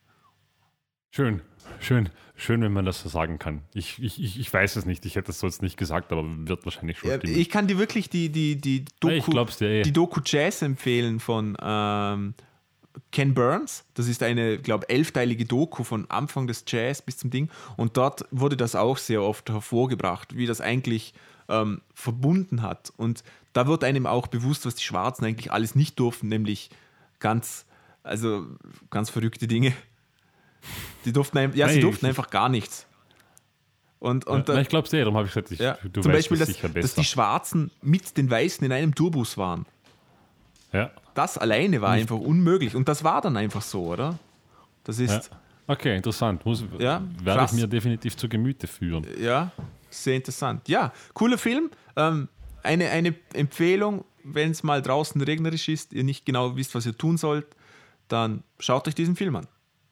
Schön, schön, schön, wenn man das so sagen kann. Ich, ich, ich, ich weiß es nicht, ich hätte es so jetzt nicht gesagt, aber wird wahrscheinlich schon Ja, stimmen. ich kann dir wirklich die, die, die, Ja, ich Doku, glaub's dir eh. die Doku Jazz empfehlen von ähm, Ken Burns. Das ist eine, glaube ich, elfteilige Doku von Anfang des Jazz bis zum Ding. Und dort wurde das auch sehr oft hervorgebracht, wie das eigentlich ähm, verbunden hat. Und da wird einem auch bewusst, was die Schwarzen eigentlich alles nicht durften, nämlich ganz, also ganz verrückte Dinge. Die durften, ein- ja, sie Nein, durften ich- einfach gar nichts. Und, und ja, da- ich glaube es dir, darum habe ich gesagt, ich, ja, du zum weißt Beispiel, es dass, sicher dass besser. die Schwarzen mit den Weißen in einem Tourbus waren. Ja, Das alleine war einfach unmöglich. Und das war dann einfach so, oder? Das ja. ist, Okay, interessant. Muss, Ja, werde krass. ich mir definitiv zu Gemüte führen. ja, sehr interessant. Ja, cooler Film. Ähm, eine, eine Empfehlung, wenn es mal draußen regnerisch ist, ihr nicht genau wisst, was ihr tun sollt, dann schaut euch diesen Film an.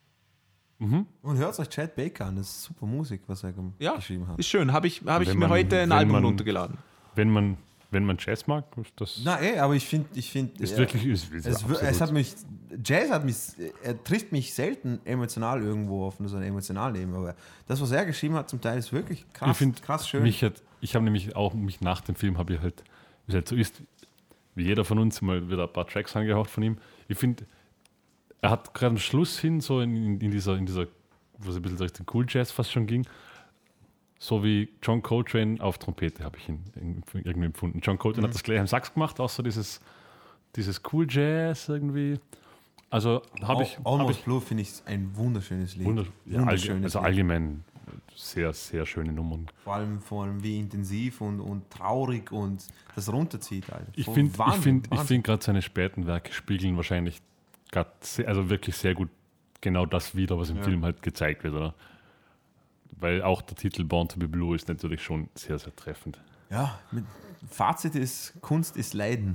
Und hört euch Chad Baker an, das ist super Musik, was er gem- Ja, geschrieben hat. ist schön. Habe ich, hab ich Wenn mir man- heute ein wenn Album man- runtergeladen. Wenn man, wenn man Jazz mag, ist das Na ey, aber ich finde, ich finde, ist ja, wirklich ist, ist es, wir- absolut- es hat mich, Jazz hat mich, er trifft mich selten emotional irgendwo auf so ein Emotionalleben, aber das, was er geschrieben hat, zum Teil ist wirklich krass, ich finde krass schön. Mich hat, ich habe nämlich auch mich nach dem Film habe ich halt, wie es halt so ist, wie jeder von uns mal wieder ein paar Tracks angehaucht von ihm. Ich finde, er hat gerade am Schluss hin so in, in, in dieser in dieser wo es ein bisschen Richtung Cool Jazz fast schon ging, so wie John Coltrane auf Trompete habe ich ihn irgendwie empfunden. John Coltrane Mhm. hat das gleich am Sax gemacht, auch so dieses dieses Cool Jazz irgendwie. Also habe ich, hab Almost ich Blue finde ich ein wunderschönes Lied. Wunder, ja, allge- Wunderschönes also Lied. allgemein sehr, sehr schöne Nummern. Vor allem, vor allem wie intensiv und, und traurig und das runterzieht. Alter. Ich Voll finde ich Wahnsinn, find, ich Wahnsinn. find gerade seine späten Werke spiegeln wahrscheinlich grad sehr, also wirklich sehr gut genau das wieder, was im Ja. Film halt gezeigt wird, oder? Weil auch der Titel Born to be Blue ist natürlich schon sehr, sehr treffend. Ja, mit, Fazit ist, Kunst ist Leiden.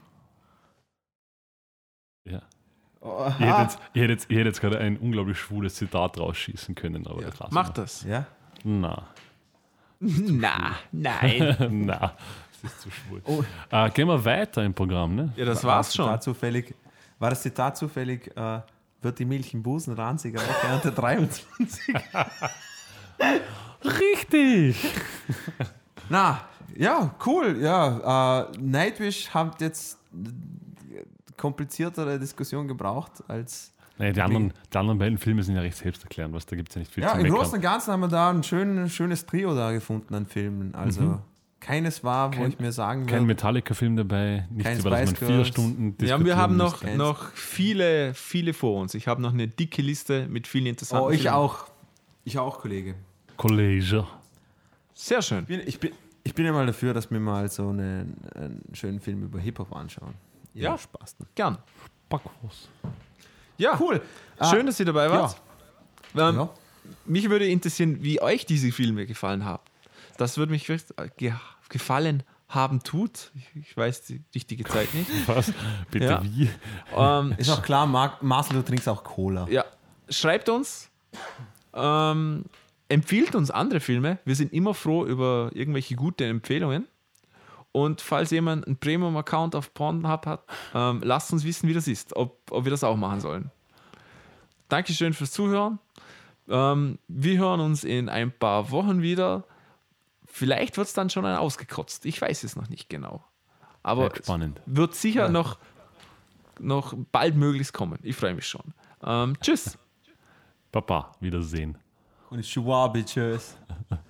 Ja. Oh, Ich hätte jetzt, ich hätte jetzt, ich hätte jetzt gerade ein unglaublich schwules Zitat rausschießen können, aber das lassen Mach wir. das. Ja? Na, Na, nein. na, das ist zu schwul. Oh. Äh, gehen wir weiter im Programm, ne? Ja, das War war's das schon. Zitat Zufällig, war das Zitat zufällig, äh, wird die Milch im Busen ranziger Woche unter dreiundzwanzig? Richtig! Na, ja, cool. Ja, äh, Nightwish hat jetzt kompliziertere Diskussion gebraucht als. Nee, die, anderen, die anderen beiden Filme sind ja recht selbsterklärend, was, da gibt es ja nicht viel Ja, zu im meckern. Großen und Ganzen haben wir da ein schön, schönes Trio da gefunden an Filmen. Also keines war, wo Kein- ich mir sagen Kein würde. Metallica-Film dabei, nichts, Kein über das man Spice vier Girls. Stunden Ja, diskutieren und wir haben noch, müsste. noch viele, viele vor uns. Ich habe noch eine dicke Liste mit vielen interessanten Oh, ich Filmen. auch. Ich auch, Kollege. College. Sehr schön. Ich bin, ich bin, ich bin ja mal dafür, dass wir mal so einen, einen schönen Film über Hip-Hop anschauen. Ja. Spaß. Ne? Gern. Backwurst. Ja, Cool. Schön, Ah, dass ihr dabei wart. Ähm, ja. Mich würde interessieren, wie euch diese Filme gefallen haben. Das würde mich wirklich ge gefallen haben tut. Ich, ich weiß die richtige Zeit nicht. Was? Bitte Ja. wie? Ähm, Ist auch klar, Mar Marcel, du trinkst auch Cola. ja, schreibt uns, ähm, empfiehlt uns andere Filme. Wir sind immer froh über irgendwelche gute Empfehlungen. Und falls jemand einen Premium-Account auf Pornhub hat, ähm, lasst uns wissen, wie das ist, ob, ob wir das auch machen sollen. Dankeschön fürs Zuhören. Ähm, wir hören uns in ein paar Wochen wieder. Vielleicht wird es dann schon ein ausgekotzt. Ich weiß es noch nicht genau. Aber Bleibt spannend. es wird sicher ja. noch, noch bald möglichst kommen. Ich freue mich schon. Ähm, tschüss. Papa, Wiedersehen. Und Schwa, Bitches.